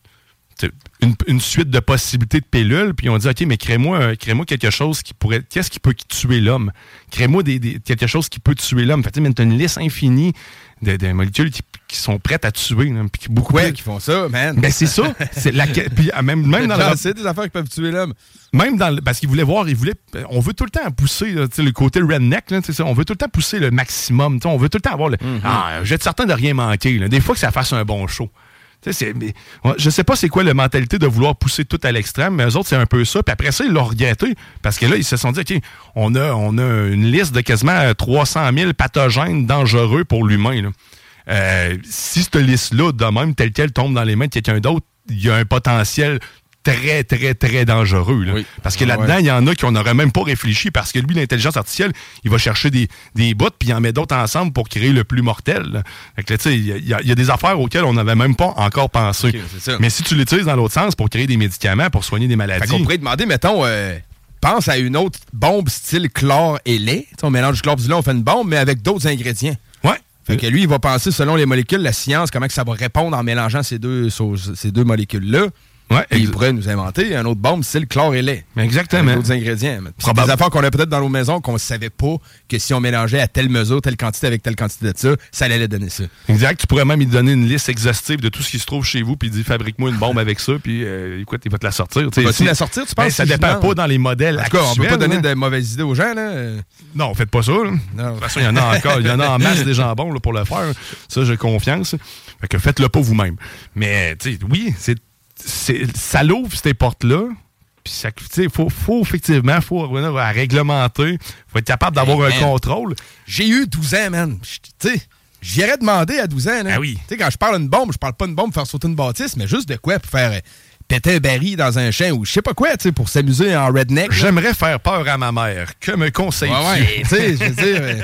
Une, une suite de possibilités de pilules, puis on dit, OK, mais crée-moi, crée-moi quelque chose qui pourrait... Qu'est-ce qui peut tuer l'homme? Crée-moi des, des, quelque chose qui peut tuer l'homme. Fait, tu as une liste infinie de, de molécules qui, qui sont prêtes à tuer. Là, puis beaucoup ouais, de... qui font ça, man. Ben, c'est ça. C'est la... puis, même, même dans le... C'est des affaires qui peuvent tuer l'homme. Même dans le... Parce qu'ils voulaient voir, ils voulaient... On veut tout le temps pousser là, le côté redneck, là, ça. On veut tout le temps pousser le maximum. On veut tout le temps avoir le... Mm-hmm. Ah, j'ai certain de rien manquer. Là. Des fois que ça fasse un bon show. C'est, mais, je sais pas c'est quoi la mentalité de vouloir pousser tout à l'extrême, mais eux autres, c'est un peu ça. Puis après ça, ils l'ont regretté. Parce que là, ils se sont dit, OK, on a, on a une liste de quasiment trois cent mille pathogènes dangereux pour l'humain. Là. Euh, si cette liste-là, de même, telle qu'elle tombe dans les mains de quelqu'un d'autre, il y a un potentiel très, très, très dangereux. Là. Oui. Parce que ah, là-dedans, il ouais. y en a qui on n'aurait même pas réfléchi parce que lui, l'intelligence artificielle, il va chercher des, des bouts puis il en met d'autres ensemble pour créer le plus mortel. Fait que, tu sais, il y, y, y a des affaires auxquelles on n'avait même pas encore pensé. Okay, c'est ça. Mais si tu l'utilises dans l'autre sens pour créer des médicaments, pour soigner des maladies... Fait qu'on pourrait demander, mettons... Euh... Pense à une autre bombe style chlore et lait. T'sais, on mélange du chlore et du lait, on fait une bombe, mais avec d'autres ingrédients. Ouais. Fait que lui, il va penser, selon les molécules, la science, comment que ça va répondre en mélangeant ces deux, ces deux molécules-là. Ouais, ex- il pourrait nous inventer un autre bombe style chlore et lait. Exactement. Avec d'autres ingrédients. C'est des affaires qu'on a peut-être dans nos maisons qu'on ne savait pas que si on mélangeait à telle mesure, telle quantité avec telle quantité de ça, ça allait donner ça. Exact. Tu pourrais même lui donner une liste exhaustive de tout ce qui se trouve chez vous puis il dit fabrique-moi une bombe avec ça puis euh, écoute, il va te la sortir. Vas-tu la sortir, tu penses? Ben, ça dépend pas dans les modèles en tout cas, on peut pas donner hein? de mauvaises idées aux gens. Là. Non, faites pas ça. Là. Non. De toute façon, il y en a encore. Il y en a en masse des jambons là, pour le faire. Ça, j'ai confiance. Fait que faites-le pas vous-même. Mais tu sais, oui, c'est C'est, ça l'ouvre ces portes-là. Puis ça, il faut, faut effectivement faut revenir à réglementer. Faut être capable d'avoir hey, un man. contrôle. J'ai eu douze ans, man. Tu sais, j'irais demander à douze ans. Là. Ah oui. Tu sais, quand je parle d'une bombe, je parle pas d'une bombe pour faire sauter une bâtisse, mais juste de quoi pour faire euh, péter un baril dans un champ ou je sais pas quoi, tu sais, pour s'amuser en redneck. J'aimerais là. faire peur à ma mère. Que me conseilles-tu? Ouais, ouais. Tu sais, je veux dire... Euh,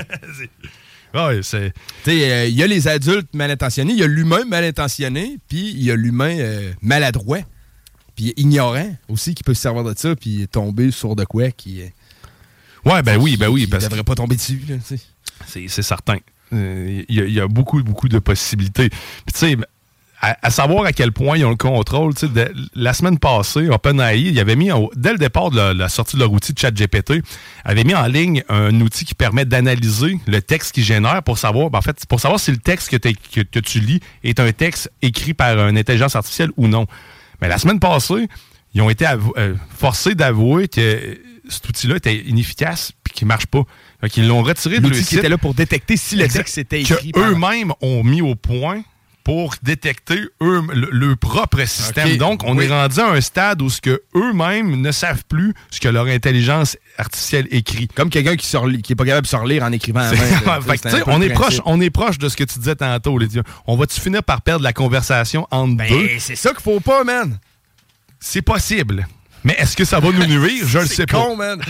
Ouais, c'est... Tu sais, il euh, y a les adultes mal intentionnés, il y a l'humain mal intentionné, puis il y a l'humain euh, maladroit, puis ignorant aussi qui peut se servir de ça, puis tomber sur de quoi qui... Euh, ouais, ben oui, ben oui. Qui ne devrait pas tomber dessus, là, tu sais. C'est, c'est certain. Il euh, y, y a beaucoup, beaucoup de possibilités. Puis tu sais... À, à savoir à quel point ils ont le contrôle. De, la semaine passée, OpenAI, il avait mis, dès le départ de la, la sortie de leur outil de ChatGPT, avait mis en ligne un outil qui permet d'analyser le texte qu'ils génèrent pour savoir, ben en fait, pour savoir si le texte que, que, que tu lis est un texte écrit par une intelligence artificielle ou non. Mais la semaine passée, ils ont été avou- euh, forcés d'avouer que cet outil-là était inefficace et qu'il ne marche pas. Donc, ils l'ont retiré de l'outil qui était là pour détecter si le texte était écrit. Par... Eux-mêmes ont mis au point pour détecter eux, le, le propre système. Okay. Donc, on oui. est rendu à un stade où ce que eux-mêmes ne savent plus ce que leur intelligence artificielle écrit. Comme quelqu'un qui n'est qui pas capable de se relire en écrivant à la main. Fait que, on, est proche, on est proche de ce que tu disais tantôt. Les on va-tu finir par perdre la conversation entre ben, deux? C'est ça qu'il faut pas, man. C'est possible. Mais est-ce que ça va nous nuire? Je le sais pas. C'est con, man.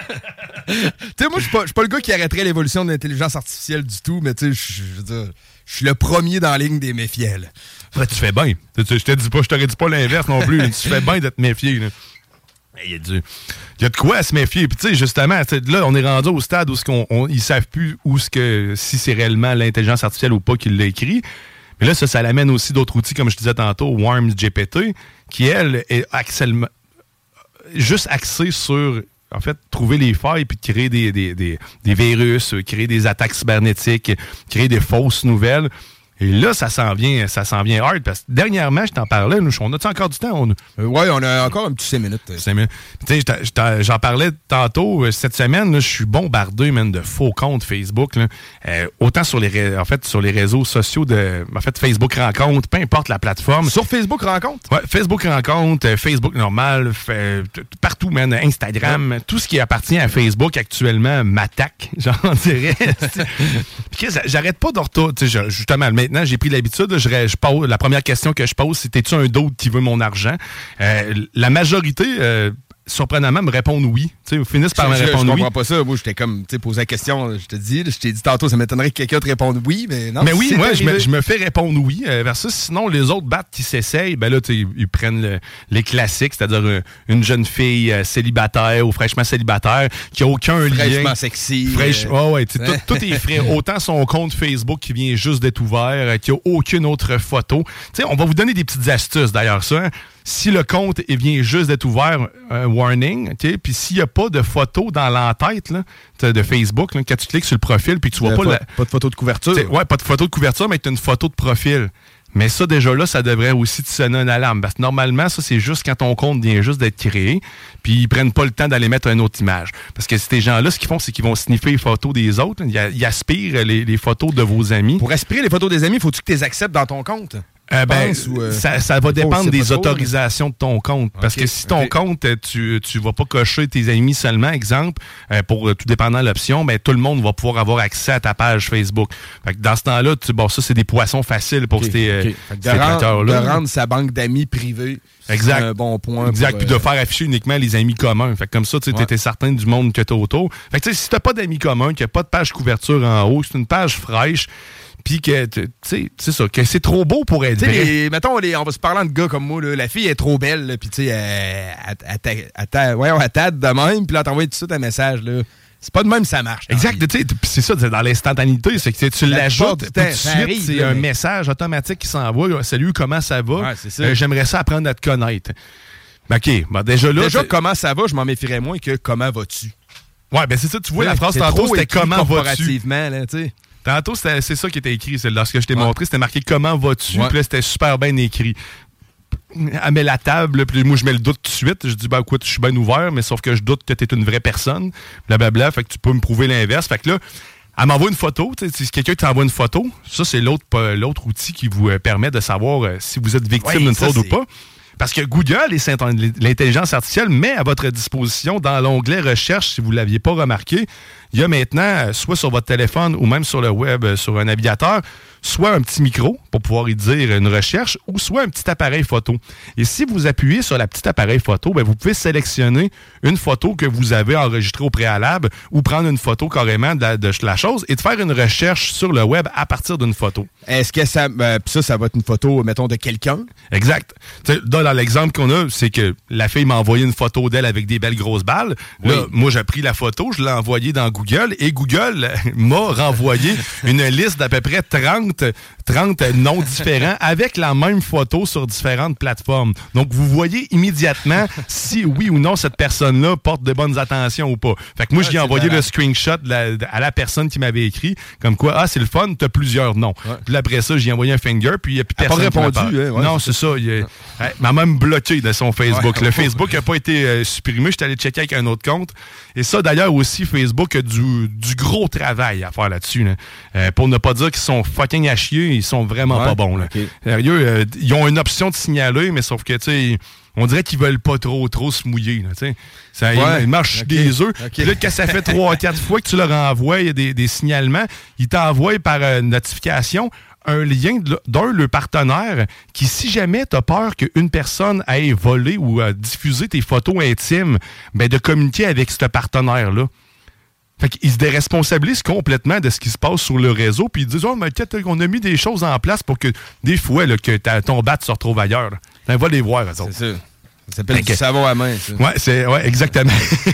Tu sais, moi, je suis pas, pas le gars qui arrêterait l'évolution de l'intelligence artificielle du tout, mais tu sais, je veux dire, je suis le premier dans la ligne des méfiants. Ouais, tu fais bien. Je te dis pas, je t'aurais dit pas l'inverse non plus. Tu fais bien d'être méfié. Il y a du, il y a de quoi à se méfier. Puis tu sais, justement, là, on est rendu au stade où on, on, ils savent plus où ce que, si c'est réellement l'intelligence artificielle ou pas qui l'a écrit. Mais là, ça, ça l'amène aussi d'autres outils, comme je disais tantôt, Worms G P T, qui, elle, est axellement, juste axée sur, en fait, trouver les failles puis créer des, des, des, des virus, créer des attaques cybernétiques, créer des fausses nouvelles. Et là, ça s'en vient, ça s'en vient hard. Parce que dernièrement, je t'en parlais, nous, on a-tu encore du temps? On... Euh, oui, on a encore un petit cinq minutes. cinq minutes. Tu sais, j'en parlais tantôt. Cette semaine, je suis bombardé, man, de faux comptes Facebook. Là. Euh, autant sur les, en fait, sur les réseaux sociaux de, en fait, Facebook Rencontre, peu importe la plateforme. Sur Facebook Rencontre? Ouais, Facebook Rencontre, Facebook normal, fait, partout, man, Instagram, ouais. Tout ce qui appartient à Facebook actuellement m'attaque, j'en dirais. Puis j'arrête pas de retourner, justement, maintenant, j'ai pris l'habitude, je, je pose, la première question que je pose, c'est « T'es-tu un d'autre qui veut mon argent? Euh, » La majorité, euh, surprenamment, me répondent oui. T'sais, ils finissent par je, me répondre oui. Je comprends pas ça. Moi, j'étais comme, tu sais, posé la question, je te dis, je t'ai dit tantôt, ça m'étonnerait que quelqu'un te réponde oui, mais non. Mais oui, moi, je me, je me fais répondre oui. Euh, versus, sinon, les autres battes qui s'essayent, ben là, ils, ils prennent le, les classiques, c'est-à-dire une, une jeune fille euh, célibataire ou fraîchement célibataire qui a aucun fraîchement lien. Fraîchement sexy. Fraîche, euh... oh, ouais, tout, tout est frais. Autant son compte Facebook qui vient juste d'être ouvert, euh, qui a aucune autre photo. Tu sais, on va vous donner des petites astuces, d'ailleurs, ça. Hein. Si le compte il vient juste d'être ouvert, un warning, OK? Puis s'il n'y a pas de photo dans l'entête là, de Facebook, là, quand tu cliques sur le profil, puis tu vois euh, pas... Pas, la... pas de photo de couverture. Ouais, pas de photo de couverture, mais tu as une photo de profil. Mais ça, déjà là, ça devrait aussi te sonner une alarme. Parce que normalement, ça, c'est juste quand ton compte vient juste d'être créé, puis ils prennent pas le temps d'aller mettre une autre image. Parce que ces gens-là, ce qu'ils font, c'est qu'ils vont sniffer les photos des autres. Ils, ils aspirent les, les photos de vos amis. Pour aspirer les photos des amis, faut-tu que tu les acceptes dans ton compte? Euh, ben, ou, euh, ça, ça va dépendre des trop, autorisations mais... de ton compte. Parce okay, que si ton okay. compte, tu ne vas pas cocher tes amis seulement, exemple, euh, pour euh, tout dépendant de l'option, ben, tout le monde va pouvoir avoir accès à ta page Facebook. Fait que dans ce temps-là, tu, bon, ça, c'est des poissons faciles pour okay, ces, okay. euh, ces créateurs-là. De rendre sa banque d'amis privée. Exact. C'est un bon point. Exact. Pour, Puis de faire afficher uniquement les amis communs. Fait que comme ça, tu ouais. étais certain du monde que tu as autour. Fait que si tu n'as pas d'amis communs, qu'il n'y a pas de page couverture en haut, c'est une page fraîche. Puis que, tu sais, c'est ça, que c'est trop beau pour être vrai. Les, mettons, les, on va se parler de gars comme moi, là, la fille est trop belle, puis tu sais, elle, elle, elle, elle, ouais, elle t'aide de même, puis là, t'envoies tout de suite un message, là. C'est pas de même ça marche. Exact, tu sais, c'est ça, c'est dans l'instantanéité, c'est que tu l'ajoutes, tout de suite, c'est un message automatique qui s'envoie. Salut, comment ça va? Ouais, c'est ça. Euh, j'aimerais ça apprendre à te connaître. Ben, OK, ben déjà là... Déjà, comment ça va, je m'en méfierais moins que comment vas-tu? Ouais, ben c'est ça, tu vois, ouais, la phrase tantôt, c'était comment vas-tu? Là, tu sais. Tantôt, c'est ça qui était écrit. Lorsque je t'ai ouais. montré, c'était marqué « Comment vas-tu? Ouais. » Puis là, c'était super bien écrit. Elle met la table, puis moi, je mets le doute tout de suite. Je dis « Ben, écoute, je suis bien ouvert, mais sauf que je doute que tu es une vraie personne. » Blablabla, fait que tu peux me prouver l'inverse. Fait que là, elle m'envoie une photo. Si quelqu'un t'envoie une photo, ça, c'est l'autre l'autre outil qui vous permet de savoir euh, si vous êtes victime ouais, d'une fraude ou pas. Parce que Google et l'intelligence artificielle met à votre disposition dans l'onglet « Recherche », si vous ne l'aviez pas remarqué, il y a maintenant, soit sur votre téléphone ou même sur le web, sur un navigateur, soit un petit micro pour pouvoir y dire une recherche ou soit un petit appareil photo. Et si vous appuyez sur le petit appareil photo, bien, vous pouvez sélectionner une photo que vous avez enregistrée au préalable ou prendre une photo carrément de la, de la chose et de faire une recherche sur le web à partir d'une photo. Est-ce que ça, euh, ça, ça va être une photo, mettons, de quelqu'un? Exact. T'sais, dans, dans l'exemple qu'on a, c'est que la fille m'a envoyé une photo d'elle avec des belles grosses balles. Oui. Là, moi, j'ai pris la photo, je l'ai envoyée dans Google et Google m'a renvoyé une liste d'à peu près trente, trente noms différents avec la même photo sur différentes plateformes. Donc, vous voyez immédiatement si oui ou non cette personne-là porte de bonnes attentions ou pas. Fait que moi, ah, j'ai envoyé le screenshot de la, de, à la personne qui m'avait écrit comme quoi, ah, c'est le fun, t'as plusieurs noms. Ouais. Puis après ça, j'ai envoyé un finger, puis il n'y a plus personne qui m'a répondu. Hein, ouais, non, c'est ça. Il a, ouais, m'a même bloqué de son Facebook. Ouais. Le Facebook n'a pas été euh, supprimé. J'étais allé checker avec un autre compte. Et ça, d'ailleurs, aussi, Facebook a du, du gros travail à faire là-dessus. Là. Euh, pour ne pas dire qu'ils sont fucking pognent à chier, ils sont vraiment ouais, pas bons. Là. Okay. Sérieux, euh, ils ont une option de signaler, mais sauf que, tu sais, on dirait qu'ils veulent pas trop, trop se mouiller. Là, ça, ouais, ils marchent okay, des œufs. Okay. Puis là, quand ça fait trois quatre fois que tu leur envoies des, des signalements, ils t'envoient par euh, notification un lien d'un le partenaire qui, si jamais tu as peur qu'une personne ait volé ou euh, diffusé tes photos intimes, ben de communiquer avec ce partenaire-là. Fait qu'ils se déresponsabilisent complètement de ce qui se passe sur le réseau, puis ils disent « Oh, mais on a mis des choses en place pour que des fois, là, que ton bat se retrouve ailleurs. » On va les voir, eux autres. C'est ça. Ça s'appelle du savon à main, ça. Ouais, c'est, ouais, exactement.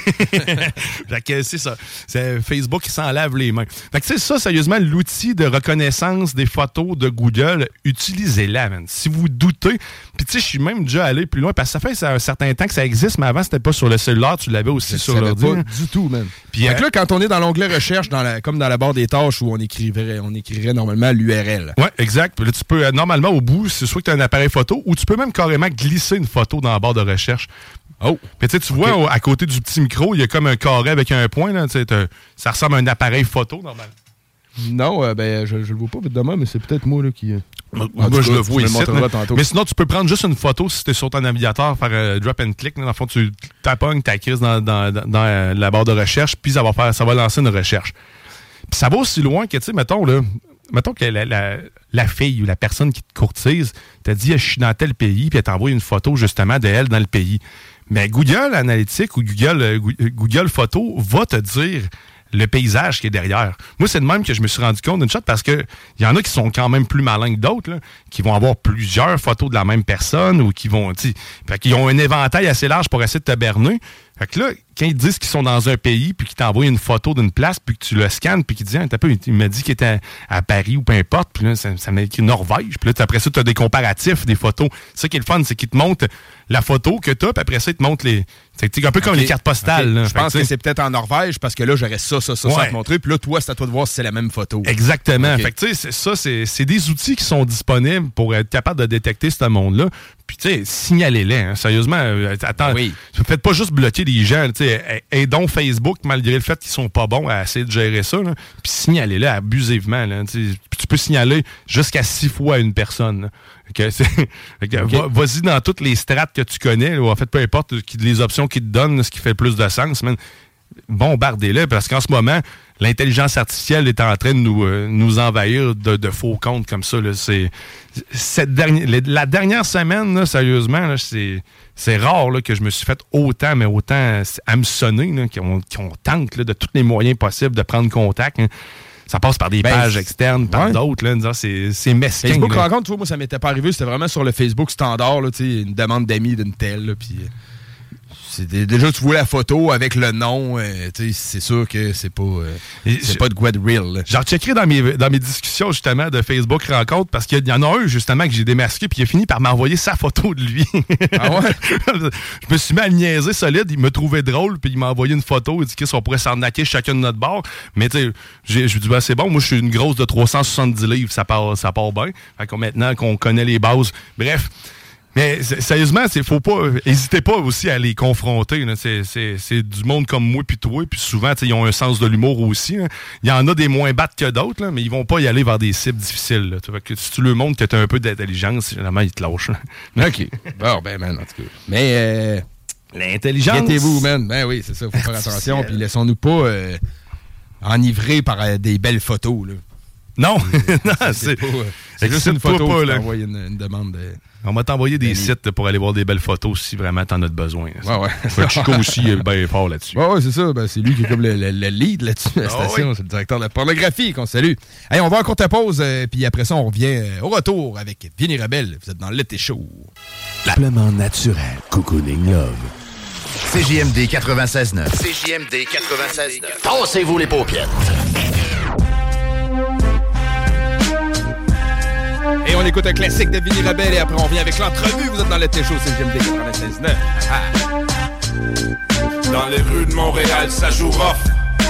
Fait que c'est ça. C'est Facebook qui s'en lave les mains. Fait que c'est ça, sérieusement, l'outil de reconnaissance des photos de Google, utilisez-la, man. Si vous doutez, puis tu sais, je suis même déjà allé plus loin, parce que ça fait un certain temps que ça existe, mais avant, c'était pas sur le cellulaire, tu l'avais aussi je sur l'ordi. Pas du tout, man. Puis fait euh, que là, quand on est dans l'onglet recherche, dans la, comme dans la barre des tâches où on écrirait, on écrirait normalement l'U R L. Ouais, exact. Puis là, tu peux, euh, normalement, au bout, c'est soit que tu as un appareil photo, ou tu peux même carrément glisser une photo dans la barre de recherche. Oh! Puis tu sais, tu okay. vois, à côté du petit micro, il y a comme un carré avec un point, là. Ça ressemble à un appareil photo, normalement. Non, euh, ben, je, je le vois pas demain, mais c'est peut-être moi là, qui. Euh... Moi, moi je le vois ici. Mais sinon, tu peux prendre juste une photo si tu es sur ton navigateur, faire euh, drop and click. Là, dans le fond, tu tapognes ta crise dans, dans, dans, dans euh, la barre de recherche, puis ça va faire, ça va lancer une recherche. Puis ça va aussi loin que, tu sais, mettons, là, mettons que la, la, la fille ou la personne qui te courtise t'a dit « Je suis dans tel pays », puis elle t'envoie une photo, justement, d'elle dans le pays. Mais Google Analytics ou Google, euh, Google Photos va te dire le paysage qui est derrière. Moi, c'est de même que je me suis rendu compte d'une chose parce que il y en a qui sont quand même plus malins que d'autres, là, qui vont avoir plusieurs photos de la même personne ou qui vont, tu sais, fait qu'ils ont un éventail assez large pour essayer de te berner. Fait que là, quand ils disent qu'ils sont dans un pays, puis qu'ils t'envoient une photo d'une place, puis que tu le scannes, puis qu'ils disent, ah, peu, il m'a dit qu'il était à, à Paris ou peu importe, puis là, ça, ça m'a écrit Norvège, puis là, après ça, tu as des comparatifs des photos. C'est ça qui est le fun, c'est qu'ils te montrent la photo que tu as, puis après ça, ils te montrent les. C'est un peu comme okay. les cartes postales. Okay. Là. Je pense que, que c'est peut-être en Norvège, parce que là, j'aurais ça, ça, ça, ouais. ça à te montrer, puis là, toi, c'est à toi de voir si c'est la même photo. Exactement. Okay. Fait que, tu sais, ça, c'est, c'est des outils qui sont disponibles pour être capable de détecter ce monde-là. Puis, tu sais, signalez-les, hein, sérieusement. Euh, attends, oui. Faites pas juste bloquer les gens, tu sais, aidons Facebook, malgré le fait qu'ils sont pas bons à essayer de gérer ça, là, puis signalez-les abusivement, là, tu peux signaler jusqu'à six fois une personne, là. Okay, okay. Va, vas-y dans toutes les strates que tu connais, là, en fait, peu importe les options qu'ils te donnent, ce qui fait le plus de sens, man. Bombardez-les, parce qu'en ce moment, l'intelligence artificielle est en train de nous, euh, nous envahir de, de faux comptes comme ça. Là. C'est, cette dernière, la dernière semaine, là, sérieusement, là, c'est, c'est rare là, que je me suis fait autant, mais autant hameçonner, là, qu'on, qu'on tente là, de tous les moyens possibles de prendre contact. Hein. Ça passe par des ben, pages externes, par ouais. d'autres. Là, disant, c'est, c'est mesquin. Facebook là. rencontre, tu vois, moi, ça m'était pas arrivé. C'était vraiment sur le Facebook standard, là, une demande d'amis d'une telle. Puis, c'est, déjà, tu vois la photo avec le nom. Euh, c'est sûr que c'est pas, euh, c'est je, pas de quoi de real. J'en checkerai dans mes, dans mes discussions, justement, de Facebook rencontre, parce qu'il y en a un, justement, que j'ai démasqué, puis il a fini par m'envoyer sa photo de lui. Ah ouais? Je me suis mis à le niaiser solide. Il me trouvait drôle, puis il m'a envoyé une photo. Il dit qu'on pourrait s'arnaquer chacun de notre bord. Mais, tu sais, je lui ai dit, ben, c'est bon, moi, je suis une grosse de trois cent soixante-dix livres, ça part, ça part bien. Fait que maintenant qu'on connaît les bases. Bref. Mais sérieusement, c'est faut pas, hésitez pas aussi à les confronter. Là. C'est, c'est, c'est du monde comme moi puis toi, puis souvent ils ont un sens de l'humour aussi. Hein. Il y en a des moins battes que d'autres, là, mais ils vont pas y aller vers des cibles difficiles. Là. Que si tu leur montres que tu as un peu d'intelligence, généralement ils te lâchent. Là. OK. Bon, ben man, en tout cas. Mais euh, l'intelligence. Inquiétez-vous, man. Ben oui, c'est ça, faut faire attention. Puis laissons-nous pas euh, enivrer par euh, des belles photos. Là. Non, non, c'est, c'est, pas, c'est, c'est juste une photo pas, là. T'envoyer une, une demande de... On va t'envoyer des sites pour aller voir des belles photos si vraiment t'en as besoin. Ouais, ouais. Chico aussi est bien fort là-dessus. Ouais, ouais, c'est ça. Ben, c'est lui qui est comme le, le, le lead là-dessus à la station. Oh, oui. C'est le directeur de la pornographie qu'on salue. Hey, on va en courte pause, euh, puis après ça, on revient euh, au retour avec Vinny Rebelle. Vous êtes dans l'été chaud. Simplement naturel. Cocooning Love. C J M D quatre-vingt-seize neuf. C J M D quatre-vingt-seize neuf. Tassez-vous les paupières. Et on écoute un classique de Vinny Rebelle et après on revient avec l'entrevue. Vous êtes dans l'été chaud, c'est C J M D quatre-vingt-seize neuf. Dans les rues de Montréal, ça joue rough.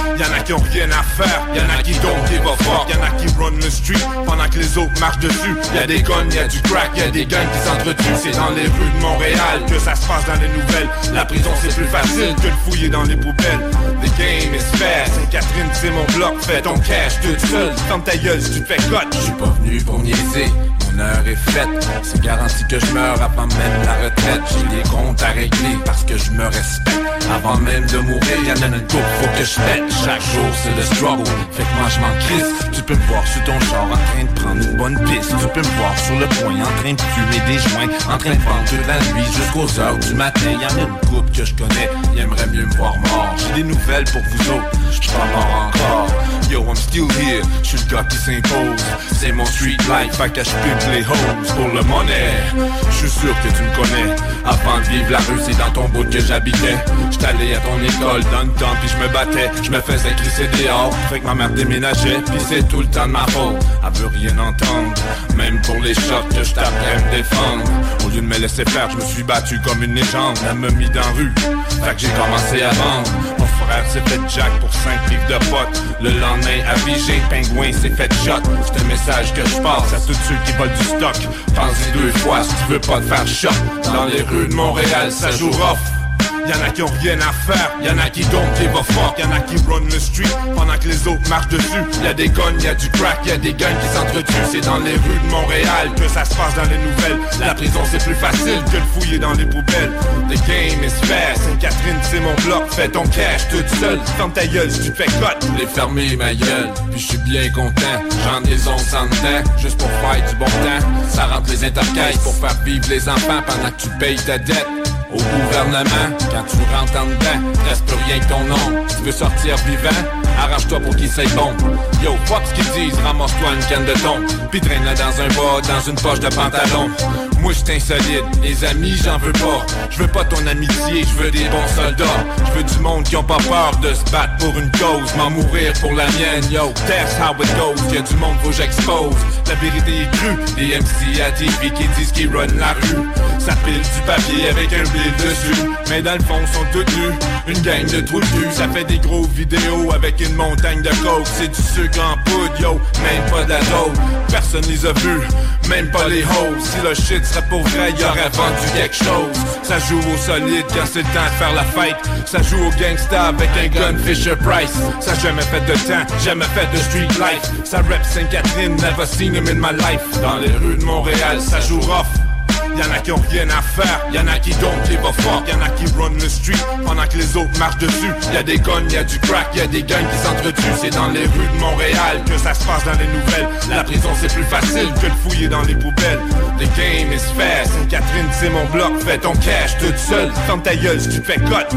Y'en a qui ont rien à faire, y'en a qui don't give a fuck. Y'en a qui run the street pendant que les autres marchent dessus. Y'a des guns, y'a du crack, y'a des gangs qui s'entretuent. C'est dans les rues de Montréal que ça se passe dans les nouvelles. La prison c'est plus facile que de fouiller dans les poubelles. The game is fair, Sainte-Catherine c'est mon bloc. Fais ton cash toute seule, ferme ta gueule si tu te fais cote. J'suis pas venu pour niaiser, mon heure est faite. C'est garanti que je meurs avant même la retraite. J'ai des comptes à régler parce que je me respecte. Avant même de mourir, y'en a une coupe, faut que je pète. Chaque jour c'est le struggle, fait que moi je m'en crisse. Tu peux me voir sur ton char en train de prendre une bonne piste. Tu peux me voir sur le point en train de fumer des joints, en train de vendre toute la nuit jusqu'aux heures du matin. Y'en a une coupe que je connais, ils aimeraient mieux me voir mort. J'ai des nouvelles pour vous autres, j'suis pas mort encore. Yo, I'm still here, j'suis le gars qui s'impose. C'est mon street life, fait que j'pimpe les hoes pour le money. J'suis sûr que tu me connais. Avant de vivre la rue, c'est dans ton bout que j'habitais. J'étais allé à ton école dans le temps, puis j'me battais. J'me faisais crisser dehors, fait que ma mère déménageait. Puis c'est tout le temps de ma faute, elle veut rien entendre. Même pour les shots que j't'apprends à me défendre. Au lieu de me laisser faire, j'me suis battu comme une légende. Elle me mis dans la rue, fait que j'ai commencé à vendre. Mon frère s'est fait jack pour cinq livres de potes. Le lendemain, à Vigé, Pingouin s'est fait shot. C'est un message que je passe à tous ceux qui volent du stock. Pense-y deux fois si tu veux pas te faire shot. Dans les rues de Montréal, ça joue rough. Y'en a qui ont rien à faire, y'en a qui don't give a fuck. Y'en a qui run the street pendant que les autres marchent dessus. Y'a des guns, y'a du crack, y'a des gangs qui s'entretuent. C'est dans les rues de Montréal que ça se passe dans les nouvelles. La prison c'est plus facile que de fouiller dans les poubelles. The game is fair, Sainte-Catherine c'est mon bloc. Fais ton cash toute seule, ferme ta gueule si tu te fais cote. Je l'ai fermé ma gueule, puis je suis bien content. J'en ai onze en dedans, juste pour faire du bon temps. Ça rentre les intercaisses pour faire vivre les enfants pendant que tu payes ta dette. Au gouvernement, quand tu rentres en dedans, reste plus rien que ton nom. Tu veux sortir vivant, arrange-toi pour qu'il s'aille bon. Yo, fuck ce qu'ils disent, ramasse-toi une canne de thon. Pis traîne-la dans un bas, dans une poche de pantalon. Moi j'suis insolite, les amis j'en veux pas. J'veux pas ton amitié, j'veux des bons soldats. J'veux du monde qui ont pas peur de se battre pour une cause. M'en mourir pour la mienne, yo, that's how it goes. Y'a du monde faut que j'expose, la vérité est crue. Les M C à T V qui disent qu'ils run la rue. Ça pile du papier avec un bill dessus. Mais dans le fond sont toutes nus, une gang de trous de cul. Ça fait des gros vidéos avec une montagne de coke. C'est du sucre en poudre, yo, même pas de la dope. Personne les a vus, même pas les hoes. Si le shit serait pour vrai, y'aurait vendu quelque chose. Ça joue au solide quand c'est le temps de faire la fête. Ça joue au gangsta avec un gun Fisher Price. Ça jamais fait de temps, jamais fait de street life. Ça rap Sainte-Catherine, never seen him in my life. Dans les rues de Montréal, ça joue rough. Y'en a qui ont rien à faire, y'en a qui don't give a fuck. Y'en a qui run the street pendant que les autres marchent dessus. Y'a des guns, y'a du crack, y'a des gangs qui s'entretuent. C'est dans les rues de Montréal que ça se passe dans les nouvelles. La prison c'est plus facile que de fouiller dans les poubelles. The game is fair, Sainte-Catherine c'est mon bloc. Fais ton cash toute seule, ferme ta gueule si tu te fais cote.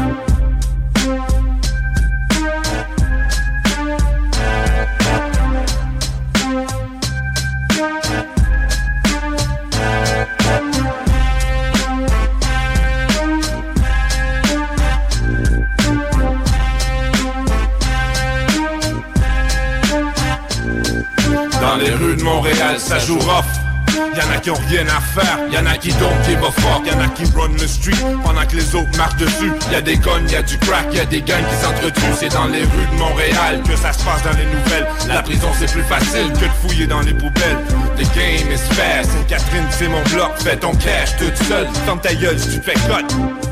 Dans les rues de Montréal, ça joue rough. Y'en a qui ont rien à faire, y'en a qui don't give a fuck. Y'en a qui run the street pendant que les autres marchent dessus. Y'a des guns, y'a du crack, y'a des gangs qui s'entretuent. C'est dans les rues de Montréal que ça se passe dans les nouvelles. La prison c'est plus facile que de fouiller dans les poubelles. The game is fair, Sainte-Catherine c'est mon bloc. Fais ton cash toute seule, ferme ta gueule si tu te fais cote.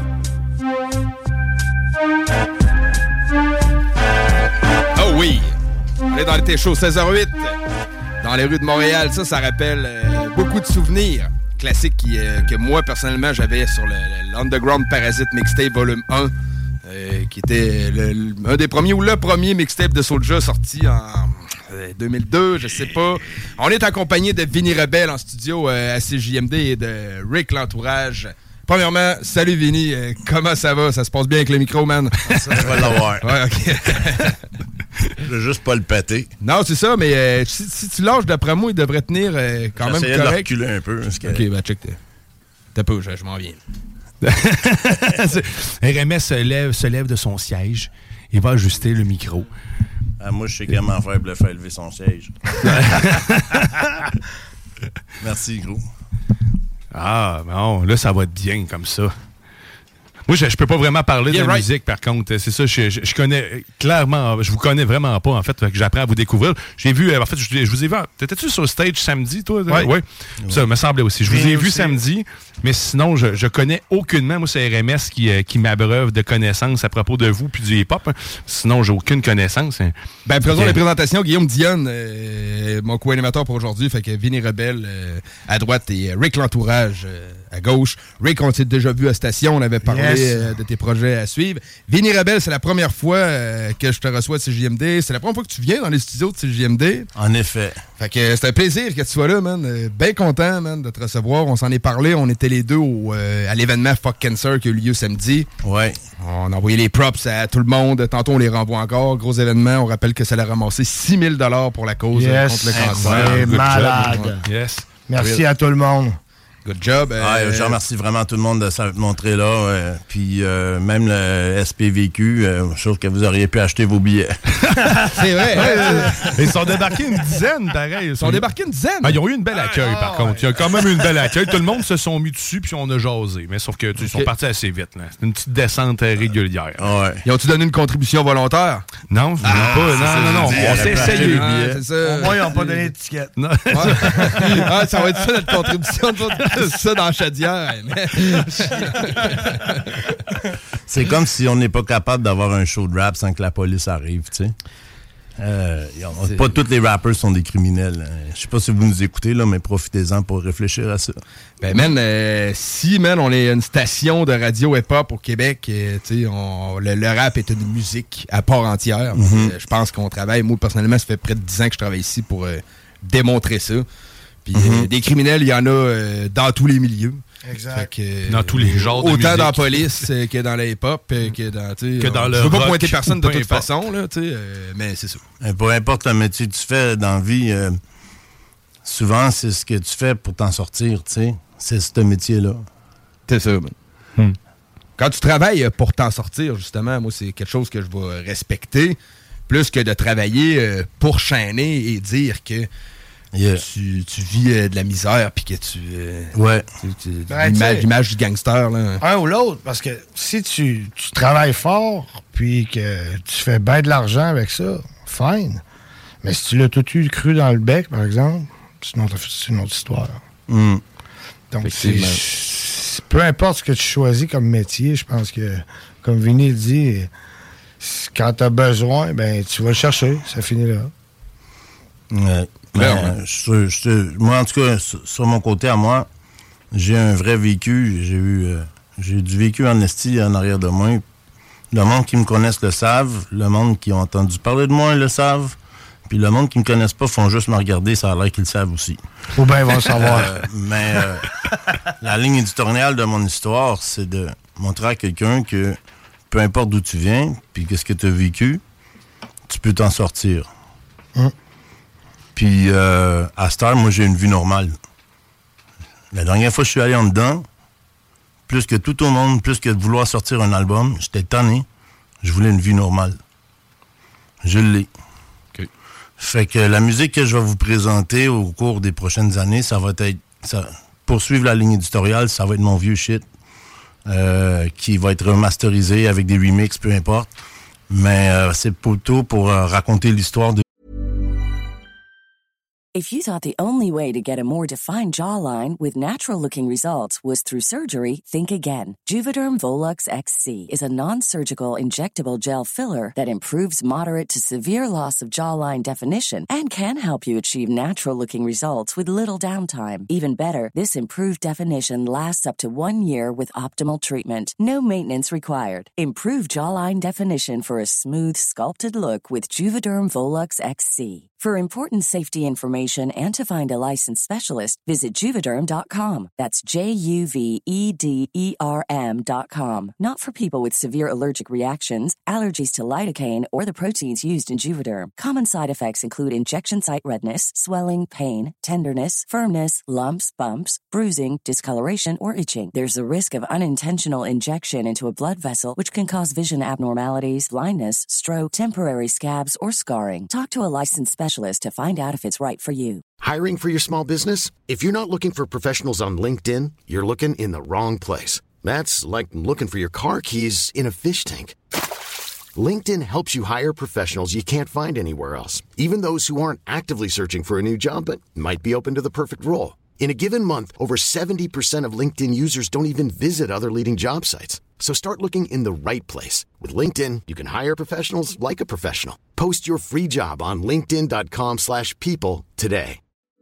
Oh oui, on est dans l'été chaud, seize heures huit. Dans les rues de Montréal, ça, ça rappelle euh, beaucoup de souvenirs classiques qui, euh, que moi, personnellement, j'avais sur le, le l'Underground Parasite Mixtape Volume un, euh, qui était le, le, un des premiers, ou le premier mixtape de Soulja sorti en euh, deux mille deux, je sais pas. On est accompagné de Vinny Rebelle en studio euh, à C J M D et de Rick L'Entourage. Premièrement, salut Vinny, euh, comment ça va? Ça se passe bien avec le micro, man? Ça, je vais l'avoir. Ouais, OK. Je veux juste pas le péter. Non, c'est ça, mais euh, si, si tu lâches, d'après moi, il devrait tenir euh, quand même correct. De le reculer un peu. OK, ben check. T'as pas, je, je m'en viens. R M S se lève, se lève de son siège. Il va ajuster le micro. Ah, moi, je sais comment faire pour le faire lever son siège. Merci, gros. Ah, bon, là, ça va être bien comme ça. Moi, je, je peux pas vraiment parler Yeah, de right. musique, par contre. C'est ça, je, je, je connais clairement, je vous connais vraiment pas, en fait, fait que j'apprends à vous découvrir. J'ai vu, en fait, je, je vous ai vu, t'étais-tu sur stage samedi, toi? Oui. Ouais. Ça me semblait aussi. Je vous Bien ai vu aussi. samedi, mais sinon, je, je connais aucunement. Moi, c'est R M S qui, euh, qui m'abreuve de connaissances à propos de vous puis du hip-hop. Hein. Sinon, j'ai aucune connaissance. Hein. Ben, faisons Ok. les présentations. Guillaume Dionne, euh, mon co-animateur pour aujourd'hui. Fait que Vinny Rebelle euh, à droite et Rick L'Entourage euh, à gauche. Rick, on s'est déjà vu à station. On avait parlé Yes. euh, de tes projets à suivre. Vinny Rebelle, c'est la première fois euh, que je te reçois à C J M D. C'est la première fois que tu viens dans les studios de C J M D. En effet. Fait que euh, c'est un plaisir que tu sois là, man. Euh, Bien content, man, de te recevoir. On s'en est parlé. On était les deux au, euh, à l'événement Fuck Cancer qui a eu lieu samedi. Ouais. On a envoyé les props à tout le monde. Tantôt, on les renvoie encore. Gros événement. On rappelle que ça a ramassé six mille dollars pour la cause euh, Yes. contre le cancer. C'est Good malade. job. Yes. Merci Real. à tout le monde. Good job. Euh, Ouais, je remercie vraiment tout le monde de s'être montré là. euh, puis euh, même le S P V Q, euh, je trouve que vous auriez pu acheter vos billets. C'est vrai. Ouais, hein? euh, ils sont débarqués une dizaine, pareil. Ils sont débarqués une dizaine. Ah, ils ont eu une belle accueil, Ah, par contre. Il y a quand même eu une belle accueil. Tout le monde se sont mis dessus, puis on a jasé. Mais sauf que tu sais, ils sont Ok. partis assez vite. Là. C'est une petite descente euh, régulière. Ouais. Ils ont-tu donné une contribution volontaire? Non, je Ah, pas. c'est ça, Non, non, non. je dis, On elle s'est a pas acheté essayé. le Ah, billet. c'est ça. Au moins, ils n'ont pas donné d'étiquette. Non. Ouais. Ah, ça va être ça notre contribution. Nous autres, c'est ça dans Chaudière. C'est comme si on n'est pas capable d'avoir un show de rap sans que la police arrive, tu sais. Euh, y a- pas tous les rappers sont des criminels. Euh, Je sais pas si vous nous écoutez, là, mais profitez-en pour réfléchir à ça. Ben, man, euh, si, man, on est une station de radio hip-hop au Québec, euh, tu sais, on- le, le rap est une musique à part entière. Mhm. Euh, je pense qu'on travaille. Moi, personnellement, ça fait près de dix ans que je travaille ici pour euh, démontrer ça. Puis, Mhm. euh, des criminels, il y en a euh, dans tous les milieux. Exact. Fait que, euh, Dans tous les genres de Autant musique. dans la police euh, que dans la hip-hop, euh, que dans, tu sais, Que dans on- le Je veux pas rock, pointer personne de peu toute importe. façon, là, tu sais, euh, mais c'est ça. Euh, Peu importe le métier que tu fais dans la vie, euh, souvent, c'est ce que tu fais pour t'en sortir, tu sais. C'est ce métier-là. C'est ça, man. Hmm. Quand tu travailles pour t'en sortir, justement, moi, c'est quelque chose que je vais respecter, plus que de travailler euh, pour chaîner et dire que Yeah. tu, tu vis euh, de la misère puis que tu... euh, Ouais. tu- tu- Ben, l'image, tu sais. l'image du gangster, là. Un ou l'autre, parce que si tu, tu travailles fort, puis que tu fais bien de l'argent avec ça, fine. Mais si tu l'as tout eu cru dans le bec, par exemple, c'est une autre, c'est une autre histoire. Mm. Donc, c'est, Effectivement. c'est- peu importe ce que tu choisis comme métier, je pense que, comme Vinny le dit, c'est- quand tu as besoin, ben tu vas le chercher. Ça finit là. Ouais. Clairement. Ben, je- je- moi, en tout cas, sur, sur mon côté à moi, j'ai un vrai vécu. J'ai eu, euh, j'ai du vécu en esti en arrière de moi. Le monde qui me connaisse le savent. Le monde qui a entendu parler de moi le savent. Puis le monde qui me connaisse pas font juste me regarder. Ça a l'air qu'ils le savent aussi. Ou bien ils vont le savoir. Euh, mais euh, la ligne éditoriale de mon histoire, c'est de montrer à quelqu'un que peu importe d'où tu viens, puis qu'est-ce que tu as vécu, tu peux t'en sortir. Hum. Puis euh, à cette heure, moi, j'ai une vie normale. La dernière fois que je suis allé en dedans, plus que tout au monde, plus que de vouloir sortir un album, j'étais tanné. Je voulais une vie normale. Je l'ai. OK. Fait que la musique que je vais vous présenter au cours des prochaines années, ça va être... Ça, pour suivre la ligne éditoriale, ça va être mon vieux shit. Euh, qui va être remasterisé avec des remixes, peu importe. Mais euh, c'est plutôt pour euh, raconter l'histoire de... If you thought the only way to get a more defined jawline with natural-looking results was through surgery, think again. Juvederm Volux X C is a non-surgical injectable gel filler that improves moderate to severe loss of jawline definition and can help you achieve natural-looking results with little downtime. Even better, this improved definition lasts up to one year with optimal treatment. No maintenance required. Improve jawline definition for a smooth, sculpted look with Juvederm Volux X C. For important safety information and to find a licensed specialist, visit Juvederm dot com. That's J U V E D E R M dot com. Not for people with severe allergic reactions, allergies to lidocaine, or the proteins used in Juvederm. Common side effects include injection site redness, swelling, pain, tenderness, firmness, lumps, bumps, bruising, discoloration, or itching. There's a risk of unintentional injection into a blood vessel, which can cause vision abnormalities, blindness, stroke, temporary scabs, or scarring. Talk to a licensed specialist to find out if it's right for you. Hiring for your small business? If you're not looking for professionals on LinkedIn, you're looking in the wrong place. That's like looking for your car keys in a fish tank. LinkedIn helps you hire professionals you can't find anywhere else, even those who aren't actively searching for a new job but might be open to the perfect role. In a given month, over seventy percent of LinkedIn users don't even visit other leading job sites. So start looking in the right place. With LinkedIn, you can hire professionals like a professional. Post your free job on linkedin.com slash people today.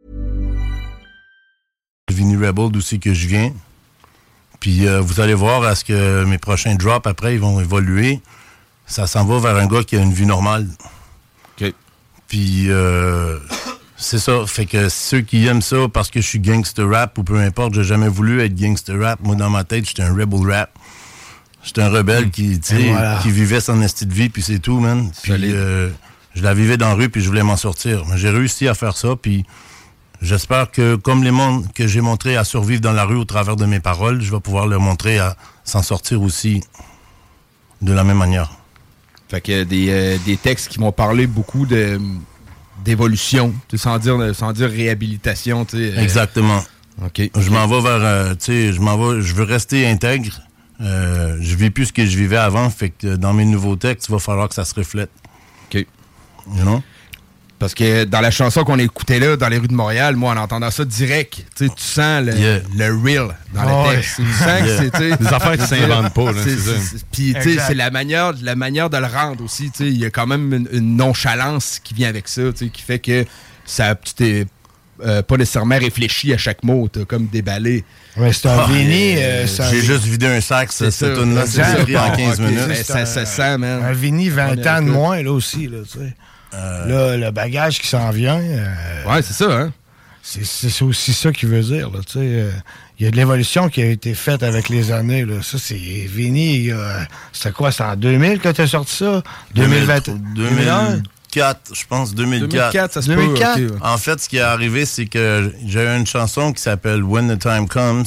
Vinny Rebel, d'où c'est que je viens. Puis euh, vous allez voir à ce que mes prochains drops, après, ils vont évoluer. Ça s'en va vers un gars qui a une vie normale. OK. Puis euh, c'est ça. Fait que ceux qui aiment ça parce que je suis gangster rap ou peu importe, j'ai jamais voulu être gangster rap. Moi, dans ma tête, j'étais un rebel rap. J'étais un rebelle mmh. qui, tu sais, voilà. qui vivait son esti de vie, puis c'est tout, man. Puis euh, je la vivais dans la rue, puis je voulais m'en sortir. Mais j'ai réussi à faire ça, puis j'espère que, comme les mondes que j'ai montré à survivre dans la rue au travers de mes paroles, je vais pouvoir leur montrer à s'en sortir aussi de la même manière. Fait que des, euh, des textes qui vont parler beaucoup de d'évolution, sans dire, sans dire réhabilitation. Euh, Exactement. OK. Je m'en vais vers, euh, tu sais, je m'en vais, je veux rester intègre. Euh, je vis plus ce que je vivais avant, fait que dans mes nouveaux textes, il va falloir que ça se reflète. OK. You know? Parce que dans la chanson qu'on écoutait là, dans les rues de Montréal, moi, en entendant ça direct, tu sens le, yeah. le real dans oh le texte. Ouais. Tu sens yeah. que c'est... Des affaires qui s'inventent pas. Là, c'est, c'est, c'est, puis, tu sais, c'est la manière, la manière de le rendre aussi. Tu sais, il y a quand même une, une nonchalance qui vient avec ça, tu sais, qui fait que ça, tu t'es euh, pas nécessairement réfléchi à chaque mot. T'as comme déballé. Ouais, c'est un oh, Vinny. Euh, j'ai un... juste vidé un sac, ça, cette tune-là, c'est pris en quinze okay, minutes. Mais ça se sent, man. Un Vinny, vingt ans de moins, là aussi, là, tu sais. Euh... Là, le bagage qui s'en vient. Euh, ouais, c'est ça, hein? C'est, c'est aussi ça qu'il veut dire, là, tu sais. Il euh, y a de l'évolution qui a été faite avec les années, là. Ça, c'est Vinny, euh, c'était quoi? C'est en deux mille que t'as sorti ça? deux mille vingt, deux mille quatre, je pense, deux mille quatre. deux mille quatre, ça se deux mille quatre? peut. Okay, ouais. En fait, ce qui est arrivé, c'est que j'ai eu une chanson qui s'appelle When the Time Comes,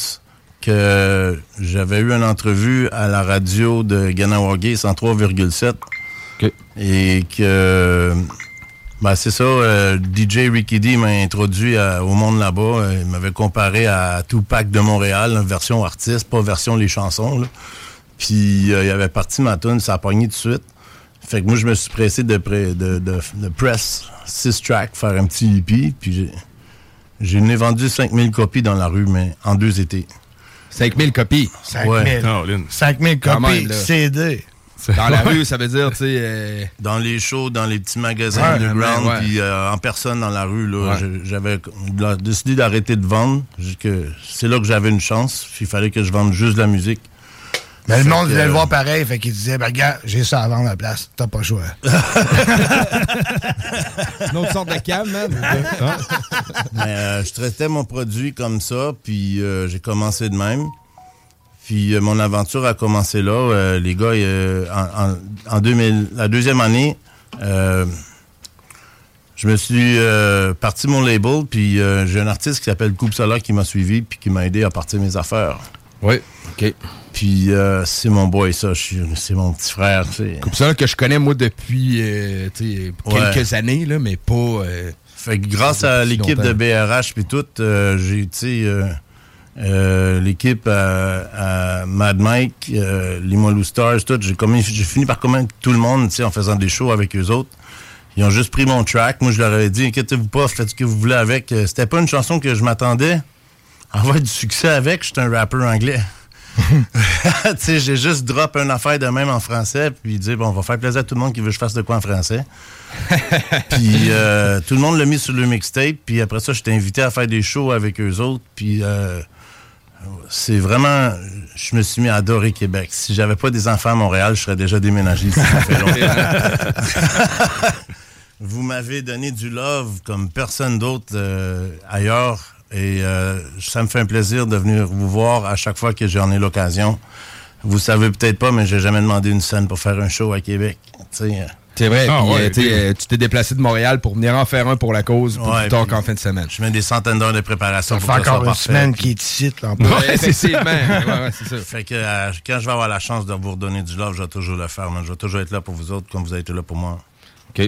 que j'avais eu une entrevue à la radio de Ganawagé cent trois virgule sept. Okay. Et que, ben c'est ça, euh, D J Ricky D m'a introduit à, au monde là-bas. Euh, il m'avait comparé à Tupac de Montréal, version artiste, pas version les chansons. Là. Puis euh, il avait parti ma tune, ça a pogné tout de suite. Fait que moi, je me suis pressé de, de, de, de, de press six tracks, faire un petit hippie. Puis j'ai, j'ai né vendu cinq mille copies dans la rue, mais en deux étés. cinq mille copies? cinq mille. Ouais. cinq mille copies, même, C D. Dans la rue, ça veut dire, tu sais... Euh... Dans les shows, dans les petits magasins ouais, underground, ouais. puis euh, en personne dans la rue, là, ouais. j'avais décidé d'arrêter de vendre. Que c'est là que j'avais une chance. Il fallait que je vende juste de la musique. Mais le monde que, voulait le voir pareil, fait qu'il disait, ben gars, j'ai ça à vendre à la place, t'as pas le choix. Une autre sorte de cam, man. Mais euh, je traitais mon produit comme ça, puis euh, j'ai commencé de même. Puis euh, mon aventure a commencé là. Euh, les gars, euh, en, en, en deux mille, la deuxième année, euh, je me suis euh, parti mon label, puis euh, j'ai un artiste qui s'appelle Coupe Solar qui m'a suivi, puis qui m'a aidé à partir mes affaires. Oui, OK. Puis euh, c'est mon boy, ça. Je suis, c'est mon petit frère, tu sais. Coupe Solar que je connais, moi, depuis euh, quelques ouais. années, là, mais pas... Euh, fait que grâce à l'équipe longtemps. de B R H puis tout, euh, j'ai, tu sais... Euh, Euh, l'équipe à, à Mad Mike, euh, les Molou Stars, tout, j'ai, commis, j'ai fini par convaincre tout le monde, tu sais, en faisant des shows avec eux autres. Ils ont juste pris mon track. Moi, je leur avais dit, inquiétez-vous pas, faites ce que vous voulez avec. C'était pas une chanson que je m'attendais à avoir du succès avec. J'étais un rappeur anglais. Tu sais, j'ai juste drop une affaire de même en français, puis dit, bon, on va faire plaisir à tout le monde qui veut que je fasse de quoi en français. Puis euh, tout le monde l'a mis sur le mixtape, puis après ça, j'étais invité à faire des shows avec eux autres, puis euh, c'est vraiment... Je me suis mis à adorer Québec. Si j'avais pas des enfants à Montréal, je serais déjà déménagé ici. Ça fait longtemps. Vous m'avez donné du love comme personne d'autre euh, ailleurs, et euh, ça me fait un plaisir de venir vous voir à chaque fois que j'en ai l'occasion. Vous savez peut-être pas, mais j'ai jamais demandé une scène pour faire un show à Québec. T'sais. C'est vrai, ah, puis ouais, euh, euh, tu t'es déplacé de Montréal pour venir en faire un pour la cause, pour ouais, plus tard qu'en fin de semaine. Je mets des centaines d'heures de préparation pour que ça soit parfait. Ça fait encore une semaine qui est ici, là, en plus. Ouais, effectivement. ouais, ouais, c'est ça. Fait que euh, quand je vais avoir la chance de vous redonner du love, je vais toujours le faire. Man. Je vais toujours être là pour vous autres comme vous avez été là pour moi. OK.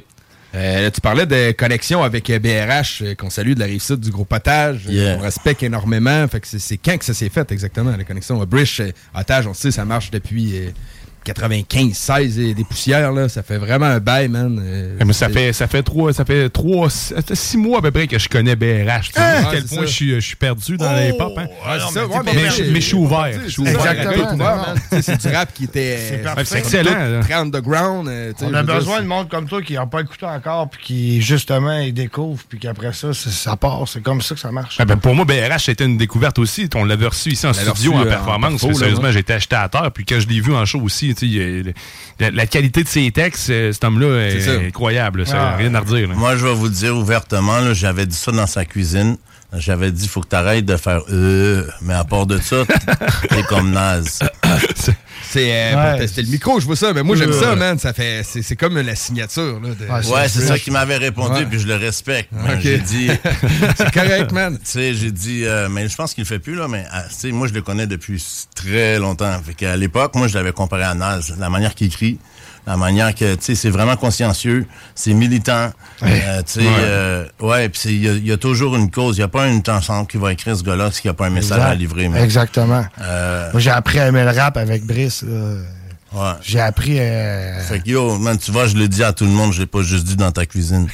Euh, là, tu parlais de connexion avec B R H, euh, qu'on salue de la Rive-Sud du Gros Potage. Yeah. Euh, on respecte énormément. Fait que c'est, c'est quand que ça s'est fait exactement, la connexion? Euh, Brish, euh, Otage, on sait, ça marche depuis euh, quatre-vingt-quinze seize et des poussières. Là, ça fait vraiment un bail, man. Euh, mais ça fait, ça fait trois, ça fait trois, ça fait six mois à peu près que je connais B R H. Tu sais à quel point je suis, je suis perdu dans oh, les pop. Hein? Ah, c'est ça, ouais, mais, mais, mais, mais je suis ouvert. Je suis ouvert. Exactement. C'est du rap qui était c'est, c'est excellent. Très underground. Euh, on a besoin de monde comme toi qui n'a pas écouté encore puis qui, justement, ils découvrent puis qu'après ça, ça part. C'est comme ça que ça marche. Ah ben pour moi, B R H, c'était une découverte aussi. On l'avait reçu ici en studio, en performance. Sérieusement, j'étais acheté à terre. Puis quand je l'ai vu en show aussi, tu sais, La, la qualité de ses textes, cet homme-là est, est incroyable. Ça n'a ah, rien à redire. Là. Moi, je vais vous le dire ouvertement. Là, j'avais dit ça dans sa cuisine. J'avais dit, il faut que tu arrêtes de faire euh, mais à part de ça, t'es comme naze. C'est euh, ouais. pour tester le micro, je vois ça. Mais moi, j'aime euh. ça, man. Ça fait, c'est, c'est comme la signature. Là, de... Ouais, c'est ça qu'il m'avait répondu, ouais. Puis je le respecte. Okay. J'ai dit... c'est correct, man. Tu sais, j'ai dit... Euh, mais je pense qu'il le fait plus, là. Mais tu sais, moi, je le connais depuis très longtemps. Fait qu'à l'époque, moi, je l'avais comparé à Naz. La manière qu'il écrit, la manière que, tu sais, c'est vraiment consciencieux, c'est militant. Ouais. Euh, tu sais, ouais, euh, ouais puis il y, y a toujours une cause. Il n'y a pas une chanson qui va écrire ce gars-là s'il n'y a pas un message exact. À livrer. Mais, exactement. Euh, Moi, j'ai appris à aimer le rap avec Brice. Là. Ouais. J'ai appris à... Fait que yo, man, tu vois, je le dis à tout le monde, je l'ai pas juste dit dans ta cuisine.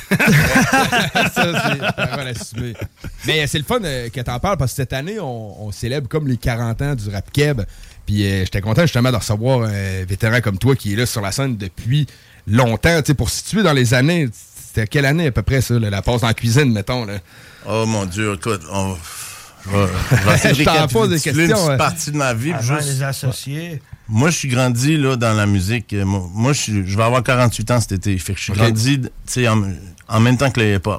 Ça, c'est vraiment l'assumé. Mais c'est le fun euh, que t'en parles, parce que cette année, on, on célèbre comme les quarante ans du rap keb. Puis euh, j'étais content justement de recevoir un vétéran comme toi qui est là sur la scène depuis longtemps. Tu sais, pour situer dans les années, c'était quelle année à peu près ça, là, la passe dans la cuisine, mettons? Là? Oh mon Dieu, écoute, on... je vais, je vais essayer de récapituler des questions, une petite ouais. partie de ma vie. Avant juste... les associés. Moi, je suis grandi là, dans la musique. Moi, moi je, je vais avoir quarante-huit ans cet été. Fait que je suis okay. grandi en, en même temps que le hip-hop.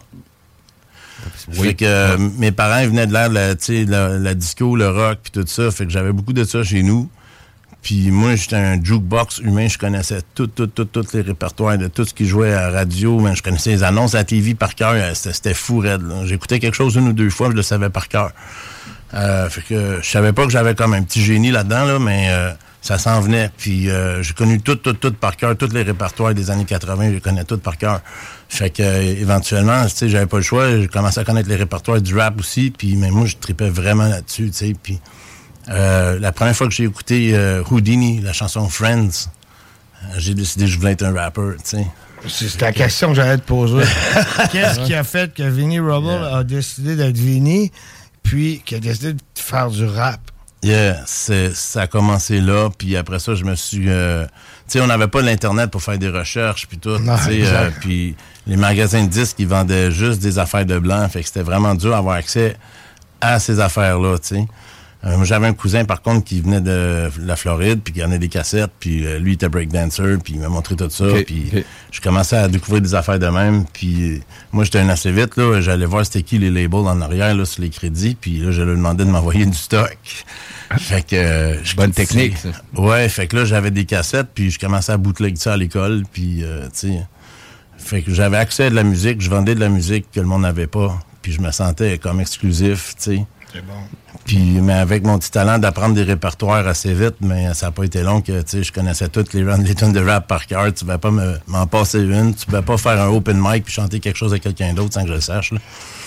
Oui. Fait que euh, ouais. mes parents venaient de l'ère de la, la, la disco, le rock, puis tout ça. Fait que j'avais beaucoup de ça chez nous. Puis moi, j'étais un jukebox humain. Je connaissais tout, tout, tout, tous les répertoires de tout ce qui jouait à la radio. Ben, je connaissais les annonces à la T V par cœur. C'était, c'était fou raide. Là. J'écoutais quelque chose une ou deux fois, je le savais par cœur. Euh, fait que je savais pas que j'avais comme un petit génie là-dedans, là, mais euh, ça s'en venait. Puis euh, j'ai connu tout, tout, tout par cœur. Tous les répertoires des années quatre-vingts, je les connais tout par cœur. Fait que euh, éventuellement, tu sais, j'avais pas le choix. J'ai commencé à connaître les répertoires du rap aussi. Puis mais moi, je tripais vraiment là-dessus, tu sais. Puis euh, la première fois que j'ai écouté euh, Houdini, la chanson Friends, euh, j'ai décidé que je voulais être un rappeur, tu sais. C'est la question que j'allais te poser. Qu'est-ce qui a fait que Vinnie Rubble yeah. a décidé d'être Vinnie, puis qu'il a décidé de faire du rap? Yeah, c'est, ça a commencé là, puis après ça, je me suis... Euh, tu sais, on n'avait pas l'Internet pour faire des recherches, puis tout, tu sais, euh, puis les magasins de disques, ils vendaient juste des affaires de blanc, fait que c'était vraiment dur d'avoir accès à ces affaires-là, tu sais. Euh, j'avais un cousin, par contre, qui venait de la Floride, puis qui en a des cassettes, puis euh, lui, il était breakdancer, puis il m'a montré tout ça, okay, puis okay. je commençais à découvrir des affaires de même, puis moi, j'étais un assez vite, là, j'allais voir c'était qui les labels en arrière, là, sur les crédits, puis là, je lui demandais de m'envoyer du stock. Fait que... Euh, Bonne technique, ça. Ouais, fait que là, j'avais des cassettes, puis je commençais à bootleg ça à l'école, puis, euh, tu sais... Fait que j'avais accès à de la musique, je vendais de la musique que le monde n'avait pas, puis je me sentais comme exclusif, tu sais. C'est bon. Puis, mais avec mon petit talent d'apprendre des répertoires assez vite, mais ça n'a pas été long que, tu sais, je connaissais toutes les, les tunes de rap par cœur. Tu ne vas pas me, m'en passer une. Tu ne vas pas faire un open mic puis chanter quelque chose à quelqu'un d'autre sans que je le sache, là.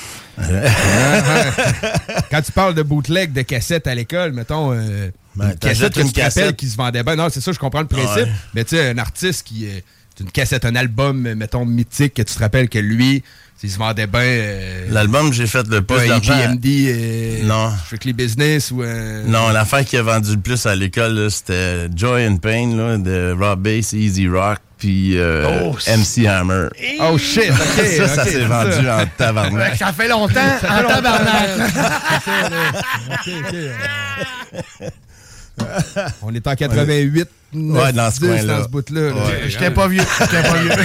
Quand tu parles de bootleg de cassettes à l'école, mettons, euh, ben, une cassette que tu te rappelles qui se vendait bien. Non, c'est ça, je comprends le principe. Ouais. Mais tu sais, un artiste qui... Euh, une cassette, un album, mettons, mythique, que tu te rappelles que lui... Il se vendait bien. Euh, L'album, j'ai fait le plus d'argent. P M D, euh, non. Strictly Business ou. Euh, non, l'affaire qui a vendu le plus à l'école, là, c'était Joy and Pain là, de Rob Bass, Easy Rock, puis euh, oh, M C Hammer. Oh shit! Okay, ça, okay, ça s'est ça. vendu en tabarnak. Ça fait longtemps, en tabarnak. On est en quatre-vingt-huit. neuf, ouais, dans ce dix, coin-là. Dans ce bout-là. Là. Ouais, j'étais pas vieux. J'étais pas vieux.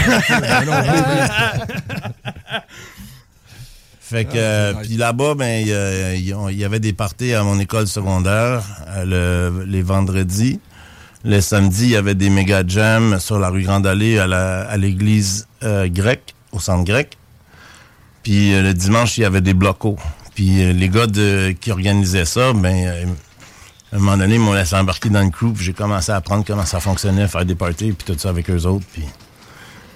Fait que, euh, puis là-bas, ben, il y, y, y avait des parties à mon école secondaire le, les vendredis. Le samedi, il y avait des méga jams sur la rue Grande Allée à, la, à l'église euh, grecque, au centre grec. Puis euh, le dimanche, il y avait des blocos. Puis euh, les gars de, qui organisaient ça, ben... Euh, à un moment donné, ils m'ont laissé embarquer dans le crew, puis j'ai commencé à apprendre comment ça fonctionnait, faire des parties, puis tout ça avec eux autres. Puis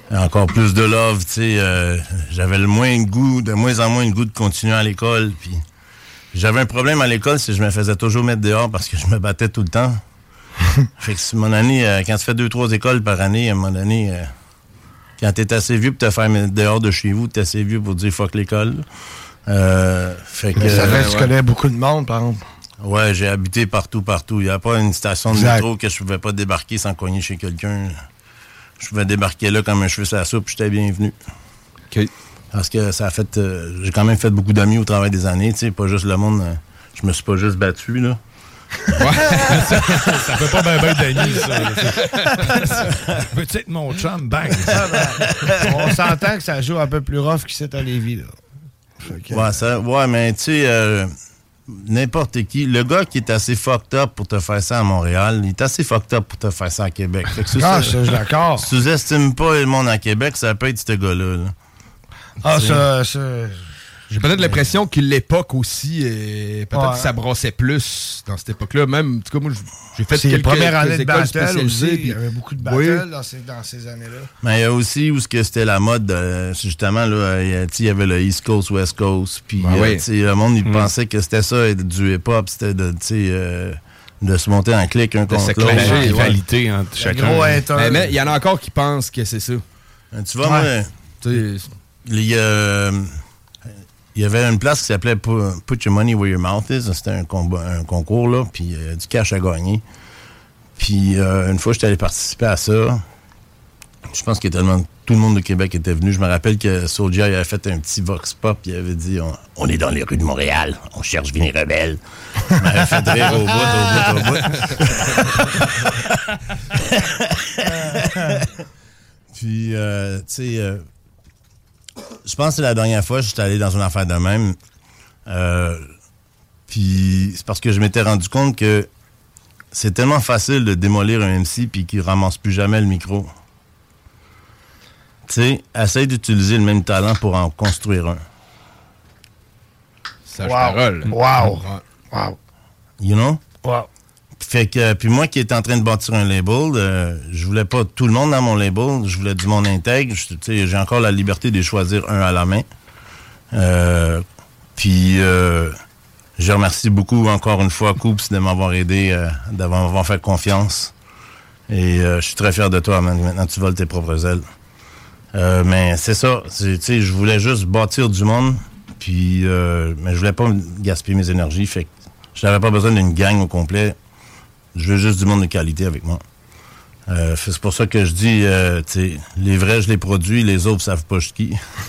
encore plus de love, tu sais. Euh, j'avais le moins de goût, de moins en moins le goût de continuer à l'école. Puis j'avais un problème à l'école, c'est que je me faisais toujours mettre dehors parce que je me battais tout le temps. Fait que c'est mon année, euh, quand tu fais deux, trois écoles par année, à un moment donné, euh, quand t'es assez vieux pour te faire mettre dehors de chez vous, t'es assez vieux pour dire fuck l'école. Euh, fait que, ça fait que tu ouais. connais beaucoup de monde, par exemple. Ouais, j'ai habité partout, partout. Il n'y a pas une station de Exact. métro que je pouvais pas débarquer sans cogner chez quelqu'un. Je pouvais débarquer là comme un cheveu sur la soupe, j'étais bienvenu. OK. Parce que ça a fait... Euh, j'ai quand même fait beaucoup d'amis au travers des années, tu sais, pas juste le monde... Euh, je me suis pas juste battu, là. Ouais. ça, ça fait pas bien ben d'amis, ça. Peut-être être mon chum, bang. On s'entend que ça joue un peu plus rough qu'ici à Lévis, là. Que... Ouais, ça, ouais, mais tu sais, euh, n'importe qui, le gars qui est assez fucked up pour te faire ça à Montréal, il est assez fucked up pour te faire ça à Québec. Fait que c'est ah, ça, ça, je suis d'accord. Si tu sous-estimes pas le monde à Québec, ça peut être ce gars-là. Là. Ah, ça, ça... J'ai peut-être l'impression que l'époque aussi, euh, peut-être ouais. que ça brassait plus dans cette époque-là. Même, en tout cas, moi, j'ai fait c'est quelques, première année quelques de écoles battle spécialisées. aussi. Puis... Il y avait beaucoup de battles oui. dans, ces, dans ces années-là. Mais il y a aussi où que c'était la mode, euh, justement, là, il y avait le East Coast, West Coast. Puis ben euh, oui. le monde, il mm. pensait que c'était ça, du hip-hop, c'était de, euh, de se monter en clic un de contre se l'autre. clasher, La rivalité ouais. entre chacun. Gros mais, mais il y en a encore qui pensent que c'est ça. Tu vois, ouais. moi, il y a... Il y avait une place qui s'appelait Put Your Money Where Your Mouth Is. C'était un, combat, un concours, là, puis euh, du cash à gagner. Puis euh, une fois, j'étais allé participer à ça. Je pense que tellement tout le monde de Québec était venu. Je me rappelle que Soulja avait fait un petit vox pop. Il avait dit on, on est dans les rues de Montréal. On cherche Vinny Rebelle. Il m'avait fait rire au bout, au bout, au bout. Puis, euh, tu sais... Euh, je pense que c'est la dernière fois que j'étais allé dans une affaire de même. Euh, puis c'est parce que je m'étais rendu compte que c'est tellement facile de démolir un M C puis qu'il ramasse plus jamais le micro. Tu sais, essaye d'utiliser le même talent pour en construire un. Sage parole. Wow. Wow. You know? Wow. Fait que, puis moi qui étais en train de bâtir un label, euh, je voulais pas tout le monde dans mon label, je voulais du monde intègre. Tu sais, j'ai encore la liberté de choisir un à la main. Euh, puis, euh, je remercie beaucoup encore une fois Coops de m'avoir aidé, euh, d'avoir fait confiance. Et euh, je suis très fier de toi, man. Maintenant tu voles tes propres ailes. Euh, mais c'est ça, tu sais, je voulais juste bâtir du monde, puis, euh, mais je voulais pas gaspiller mes énergies. Fait que j'avais pas besoin d'une gang au complet. Je veux juste du monde de qualité avec moi. Euh, c'est pour ça que je dis, euh, tu sais, les vrais, je les produis, les autres savent pas je qui.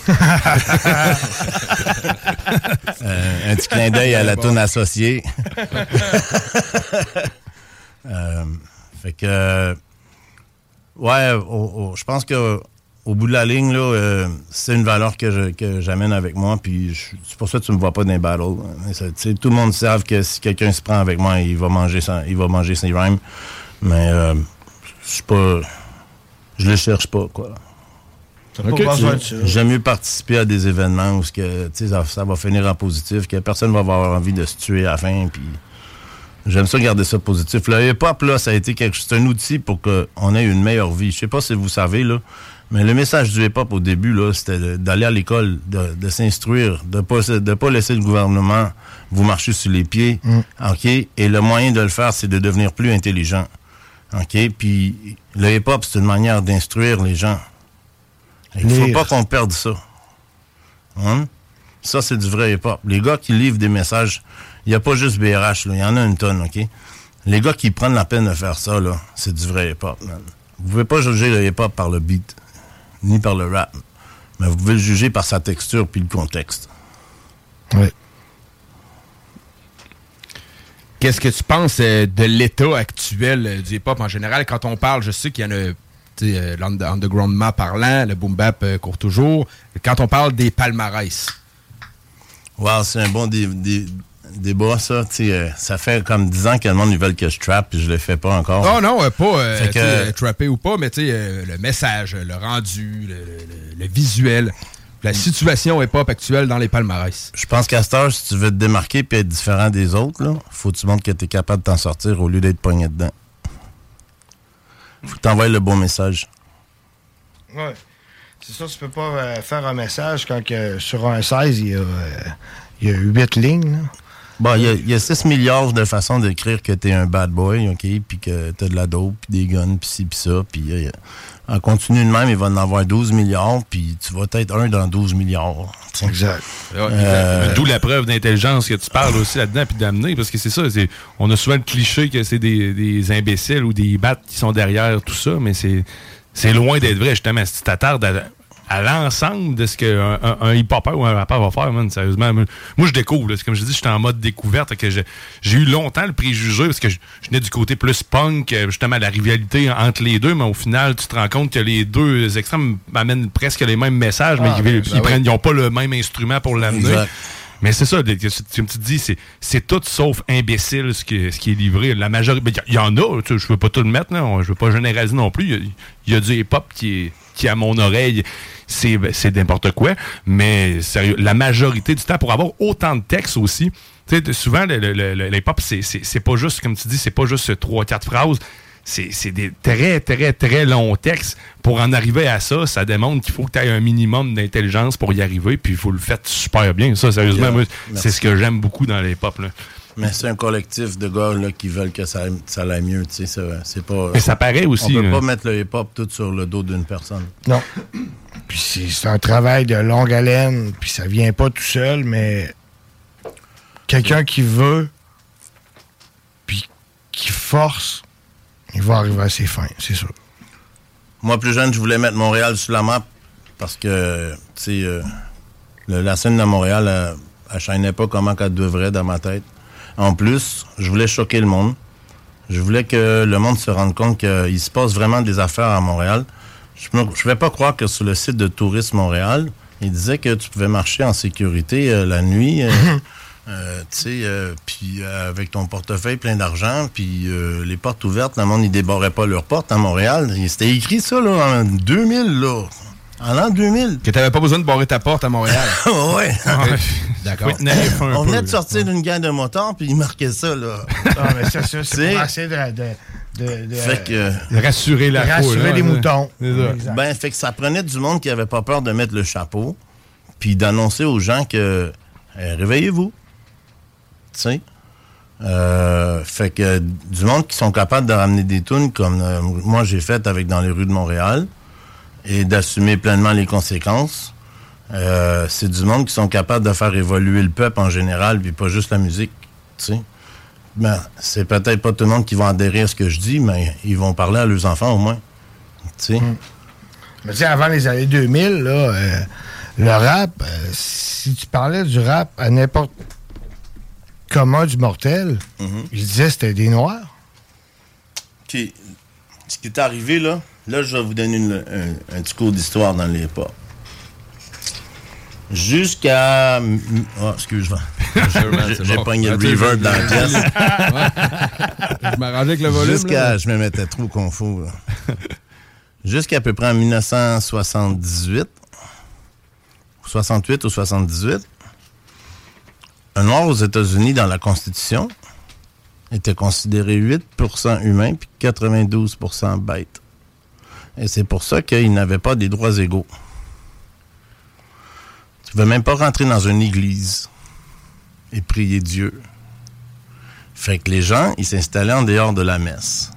euh, un petit clin d'œil à la toune associée. euh, fait que, euh, ouais, oh, oh, je pense que au bout de la ligne, là, euh, c'est une valeur que, je, que j'amène avec moi, puis je, c'est pour ça que tu me vois pas dans les battles. Ça, tout le monde sait que si quelqu'un se prend avec moi, il va manger, son, il va manger ses rhymes. Mais euh, je suis pas... Je les cherche pas, quoi. Okay, j'aime mieux participer à des événements où que, ça, ça va finir en positif, que personne va avoir envie de se tuer à la fin, puis... J'aime ça garder ça positif. Le hip-hop, là, ça a été quelque chose, c'est un outil pour qu'on ait une meilleure vie. Je sais pas si vous savez, là, mais le message du hip-hop au début, là, c'était d'aller à l'école, de, de s'instruire, de pas, de pas laisser le gouvernement vous marcher sur les pieds, mm. OK? Et le moyen de le faire, c'est de devenir plus intelligent, OK? Puis le hip-hop, c'est une manière d'instruire les gens. Il faut pas qu'on perde ça. Hein? Ça, c'est du vrai hip-hop. Les gars qui livrent des messages, il n'y a pas juste B R H, il y en a une tonne, OK? Les gars qui prennent la peine de faire ça, là, c'est du vrai hip-hop, man. Vous pouvez pas juger le hip-hop par le beat, ni par le rap, mais vous pouvez le juger par sa texture puis le contexte. Oui. Qu'est-ce que tu penses euh, de l'état actuel euh, du hip-hop en général? Quand on parle, je sais qu'il y en a, euh, l'underground parlant, le boom bap euh, court toujours. Quand on parle des palmarès. Wow, c'est un bon dé- dé- débat, ça. Euh, ça fait comme dix ans que le monde ils veulent que je trappe, puis je le fais pas encore. Non, non, euh, pas euh, que... euh, trapper ou pas, mais euh, le message, le rendu, le, le, le visuel, la situation hip-hop actuelle dans les palmarès. Je pense qu'à cette heure, si tu veux te démarquer et être différent des autres, là, faut que tu montres que tu es capable de t'en sortir au lieu d'être pogné dedans. Faut que tu envoies le bon message. Ouais. C'est ça, tu peux pas euh, faire un message quand que, sur un seize, il y a, euh, il y a huit lignes. Là. Bon, il y a, il y a six milliards de façons d'écrire que t'es un bad boy, OK, puis que t'as de la dope, puis des guns, puis ci, puis ça, puis euh, en continu de même, il va en avoir douze milliards, puis tu vas être un dans douze milliards. T'sais. Exact. Euh, D'où la preuve d'intelligence que tu parles aussi là-dedans, puis d'amener, parce que c'est ça, c'est, on a souvent le cliché que c'est des, des imbéciles ou des battes qui sont derrière tout ça, mais c'est, c'est loin d'être vrai, justement. Si tu t'attardes à, à l'ensemble de ce qu'un un, un hip-hopper ou un rappeur va faire, man, sérieusement. Moi, moi je découvre. Là. C'est comme je dis, j'étais en mode découverte. Que j'ai, j'ai eu longtemps le préjugé parce que je, je venais du côté plus punk, justement, la rivalité entre les deux, mais au final, tu te rends compte que les deux extrêmes amènent presque les mêmes messages, mais ah, ils, ben, ils, ben n'ont oui. pas le même instrument pour l'amener. Exact. Mais c'est ça, comme tu te dis, c'est, c'est tout sauf imbécile ce qui, ce qui est livré. La majorité, il y, y en a, je ne veux pas tout le mettre, là, je ne veux pas généraliser non plus. Il y, y a du hip-hop qui est, qui, à mon oreille, c'est, c'est n'importe quoi. Mais sérieux, la majorité du temps, pour avoir autant de textes aussi, tu sais, souvent, le, le, le, le hip-hop, c'est, c'est, c'est pas juste, comme tu dis, c'est pas juste trois quatre phrases. C'est, c'est des très, très, très longs textes. Pour en arriver à ça, ça démontre qu'il faut que tu aies un minimum d'intelligence pour y arriver, puis il faut le faire super bien. Ça, sérieusement, yeah, moi, c'est ce que j'aime beaucoup dans les pop. Là. Mais c'est un collectif de gars là, qui veulent que ça, ça aille mieux. Tu sais, c'est pas, Mais ça paraît aussi. On peut là. pas mettre le hip-hop tout sur le dos d'une personne. Non. Puis c'est, c'est un travail de longue haleine, puis ça vient pas tout seul, mais quelqu'un qui veut, puis qui force, il va arriver à ses fins, c'est sûr. Moi, plus jeune, je voulais mettre Montréal sur la map parce que, tu sais, euh, la scène de Montréal, elle, elle chaînait pas comment qu'elle devrait dans ma tête. En plus, je voulais choquer le monde. Je voulais que le monde se rende compte qu'il se passe vraiment des affaires à Montréal. Je ne vais pas croire que sur le site de Tourisme Montréal, il disait que tu pouvais marcher en sécurité euh, la nuit... Euh, Euh, tu sais, euh, puis euh, avec ton portefeuille plein d'argent, puis euh, les portes ouvertes, le monde, ils débarraient pas leurs portes à Montréal. C'était écrit ça, là, en deux mille, là. En l'an deux mille. Que t'avais pas besoin de barrer ta porte à Montréal. Ouais. D'accord. On venait de sortir d'une gang de motards, puis ils marquaient ça, là. Non, mais ça, ça c'est pour essayer de... de... De, de, fait que, de rassurer la foule. Rassurer les moutons. Ben, fait que ça prenait du monde qui avait pas peur de mettre le chapeau, puis d'annoncer aux gens que eh, réveillez-vous. Tu sais. Euh, fait que du monde qui sont capables de ramener des tunes comme euh, moi j'ai fait avec Dans les rues de Montréal et d'assumer pleinement les conséquences. Euh, c'est du monde qui sont capables de faire évoluer le peuple en général, puis pas juste la musique. Tu sais. Ben, c'est peut-être pas tout le monde qui va adhérer à ce que je dis, mais ils vont parler à leurs enfants au moins. Tu sais. Mmh. Mais tu sais, avant les années deux mille, là, euh, le rap, euh, si tu parlais du rap à n'importe commun du mortel, mm-hmm. il disait que c'était des Noirs. OK. Ce qui est arrivé, là, là, je vais vous donner une, un, un petit cours d'histoire dans les hip-hop. Jusqu'à... Oh, excuse-moi. J'ai, j'ai bon. pogné le reverb dans la pièce. Ouais. Je m'arrangeais avec le volume. Jusqu'à... Là. Je me mettais trop confus. Là. Jusqu'à à peu près en dix-neuf cent soixante-dix-huit, soixante-huit ou soixante-dix-huit, un Noir aux États-Unis, dans la Constitution, était considéré huit pour cent humain puis quatre-vingt-douze pour cent bête. Et c'est pour ça qu'il n'avait pas des droits égaux. Tu ne veux même pas rentrer dans une église et prier Dieu. Fait que les gens, ils s'installaient en dehors de la messe.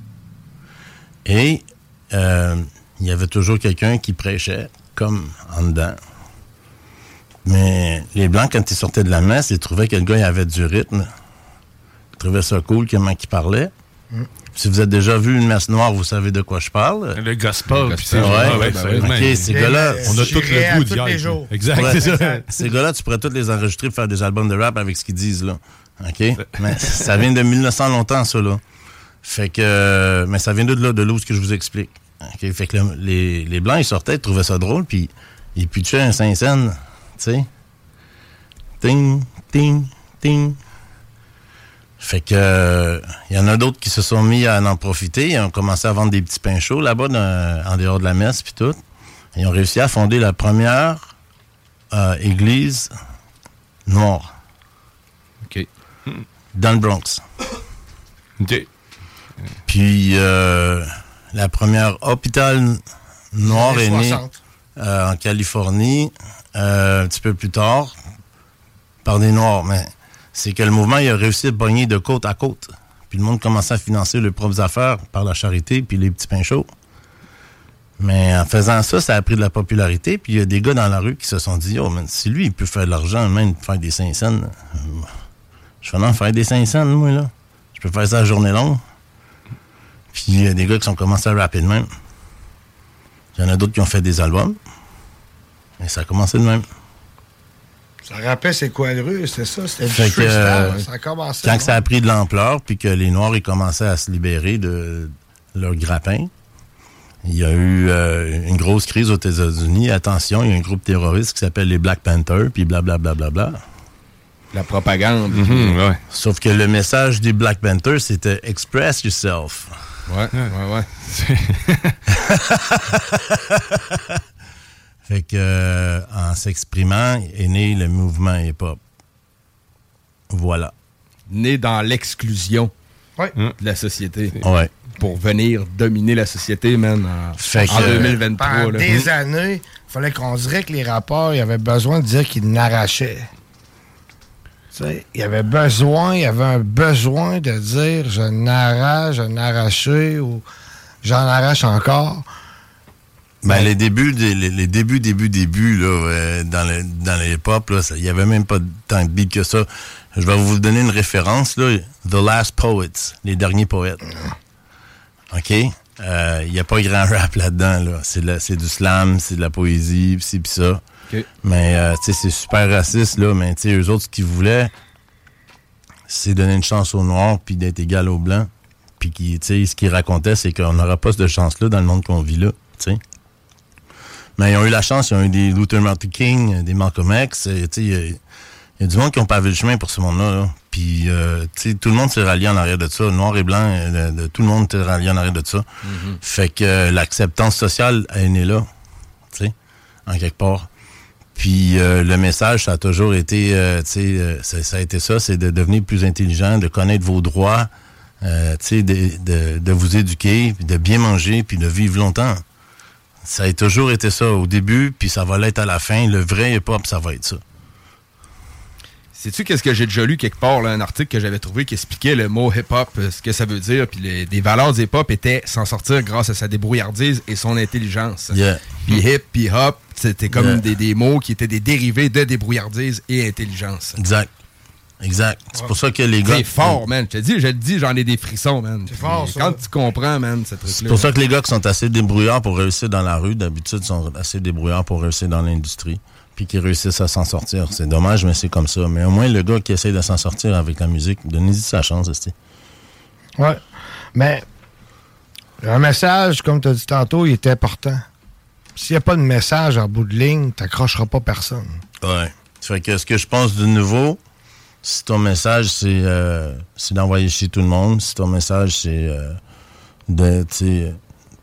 Et euh, il y avait toujours quelqu'un qui prêchait, comme en dedans. Mais les Blancs, quand ils sortaient de la messe, ils trouvaient que le gars il avait du rythme. Ils trouvaient ça cool, comment il parlait. Mm. Si vous avez déjà vu une messe noire, vous savez de quoi je parle. Le gospel. Le gospel. Ouais, ouais, ouais, ben ouais, OK, ouais. Ces gars-là... On a tout le goût d'hier. Exact, ouais, c'est ça. Ces gars-là, tu pourrais tous les enregistrer pour faire des albums de rap avec ce qu'ils disent, là. OK? Mais ça vient de mille neuf cents longtemps, ça, là. Fait que... Mais ça vient de là, de l'eau, ce que je vous explique. OK? Fait que le, les, les Blancs, ils sortaient, ils trouvaient ça drôle, puis ils pitchaient un Saint-Saëns. Tu sais, ting, ting, ting. Fait que il euh, y en a d'autres qui se sont mis à en profiter. Ils ont commencé à vendre des petits pains chauds là-bas, dans, en dehors de la messe, puis tout. Et ils ont réussi à fonder la première euh, église noire. OK. Dans le Bronx. OK. Puis euh, la première hôpital noir est né. euh, en Californie, euh, un petit peu plus tard, par des Noirs. Mais c'est que le mouvement, il a réussi à pogner de côte à côte. Puis le monde commençait à financer leurs propres affaires par la charité puis les petits pains chauds. Mais en faisant ça, ça a pris de la popularité. Puis il y a des gars dans la rue qui se sont dit « Oh, man, si lui, il peut faire de l'argent, même faire des cinq cents, je vais en faire des cinq cents, moi, là. Je peux faire ça la journée longue. » Puis il y a des gars qui ont commencé à rapper de même. Il y en a d'autres qui ont fait des albums. Et ça a commencé de même. Ça rappelle c'est quoi le rue, c'est ça? C'était du Fait que, freestyle. euh, Ça a commencé. Quand ouais. que ça a pris de l'ampleur, puis que les Noirs ils commençaient à se libérer de leur grappin, il y a eu euh, une grosse crise aux États-Unis. Attention, il y a un groupe terroriste qui s'appelle les Black Panthers, puis blablabla. Bla, bla, bla. La propagande. Mm-hmm, ouais. Sauf que le message des Black Panthers, c'était « Express yourself ». Ouais, ouais, ouais. Fait que, euh, en s'exprimant, est né le mouvement hip-hop. Voilà. Né dans l'exclusion ouais. de la société. Ouais. Pour venir dominer la société, man, en, fait en que, deux mille vingt-trois. Pendant là. des années, il fallait qu'on dirait que les rappeurs, il y avait besoin de dire qu'ils n'arrachaient. Tu sais, il y avait besoin, il y avait un besoin de dire je n'arrache, je n'arraché ou j'en arrache encore. Ben, les débuts, les, les débuts, débuts, débuts, là, euh, dans le, dans le hip-hop, là, il y avait même pas tant de beats que ça. Je vais vous donner une référence, là. The Last Poets, les derniers poètes. OK? Il euh, n'y a pas grand rap là-dedans, là. C'est, de la, c'est du slam, c'est de la poésie, pis ci, pis ça. Okay. Mais, euh, tu sais, c'est super raciste, là. Mais, tu sais, eux autres, ce qu'ils voulaient, c'est donner une chance aux Noirs, puis d'être égal aux Blancs. Puis, tu sais, ce qu'ils racontaient, c'est qu'on n'aura pas de chance-là dans le monde qu'on vit là, tu sais. Mais ils ont eu la chance, ils ont eu des Luther Martin King, des Malcolm X. Il y, y a du monde qui ont pavé le chemin pour ce monde-là. Là. Puis, euh, tout le monde s'est rallié en arrière de ça. Noir et blanc, euh, de, tout le monde s'est rallié en arrière de ça. Mm-hmm. Fait que euh, l'acceptance sociale est née là, tu sais, en quelque part. Puis, euh, le message, ça a toujours été, euh, tu sais, euh, ça, ça a été ça, c'est de devenir plus intelligent, de connaître vos droits, euh, tu sais, de, de, de vous éduquer, de bien manger, puis de vivre longtemps. Ça a toujours été ça au début, puis ça va l'être à la fin. Le vrai hip-hop, ça va être ça. Sais-tu qu'est-ce que j'ai déjà lu quelque part, là, un article que j'avais trouvé qui expliquait le mot hip-hop, ce que ça veut dire, puis les, des valeurs du hip-hop étaient s'en sortir grâce à sa débrouillardise et son intelligence. Yeah. Puis hip, puis hop, c'était comme yeah. des, des mots qui étaient des dérivés de débrouillardise et intelligence. Exact. Exact. C'est ouais. pour ça que les gars... C'est fort, man. Je te dis, je te dis, j'en ai des frissons, man. C'est fort, ça. Quand tu comprends, man, cette truc-là. C'est pour ça que les gars qui sont assez débrouillards pour réussir dans la rue, d'habitude, sont assez débrouillards pour réussir dans l'industrie, puis qui réussissent à s'en sortir. C'est dommage, mais c'est comme ça. Mais au moins, le gars qui essaie de s'en sortir avec la musique, donnez-y sa chance, c'est. Ouais. Mais un message, comme tu as dit tantôt, il est important. S'il n'y a pas de message en bout de ligne, tu n'accrocheras pas personne. Ouais. Fait que ce que je pense de nouveau... Si ton message, c'est, euh, c'est d'envoyer chez tout le monde, si ton message, c'est euh, de, tu sais,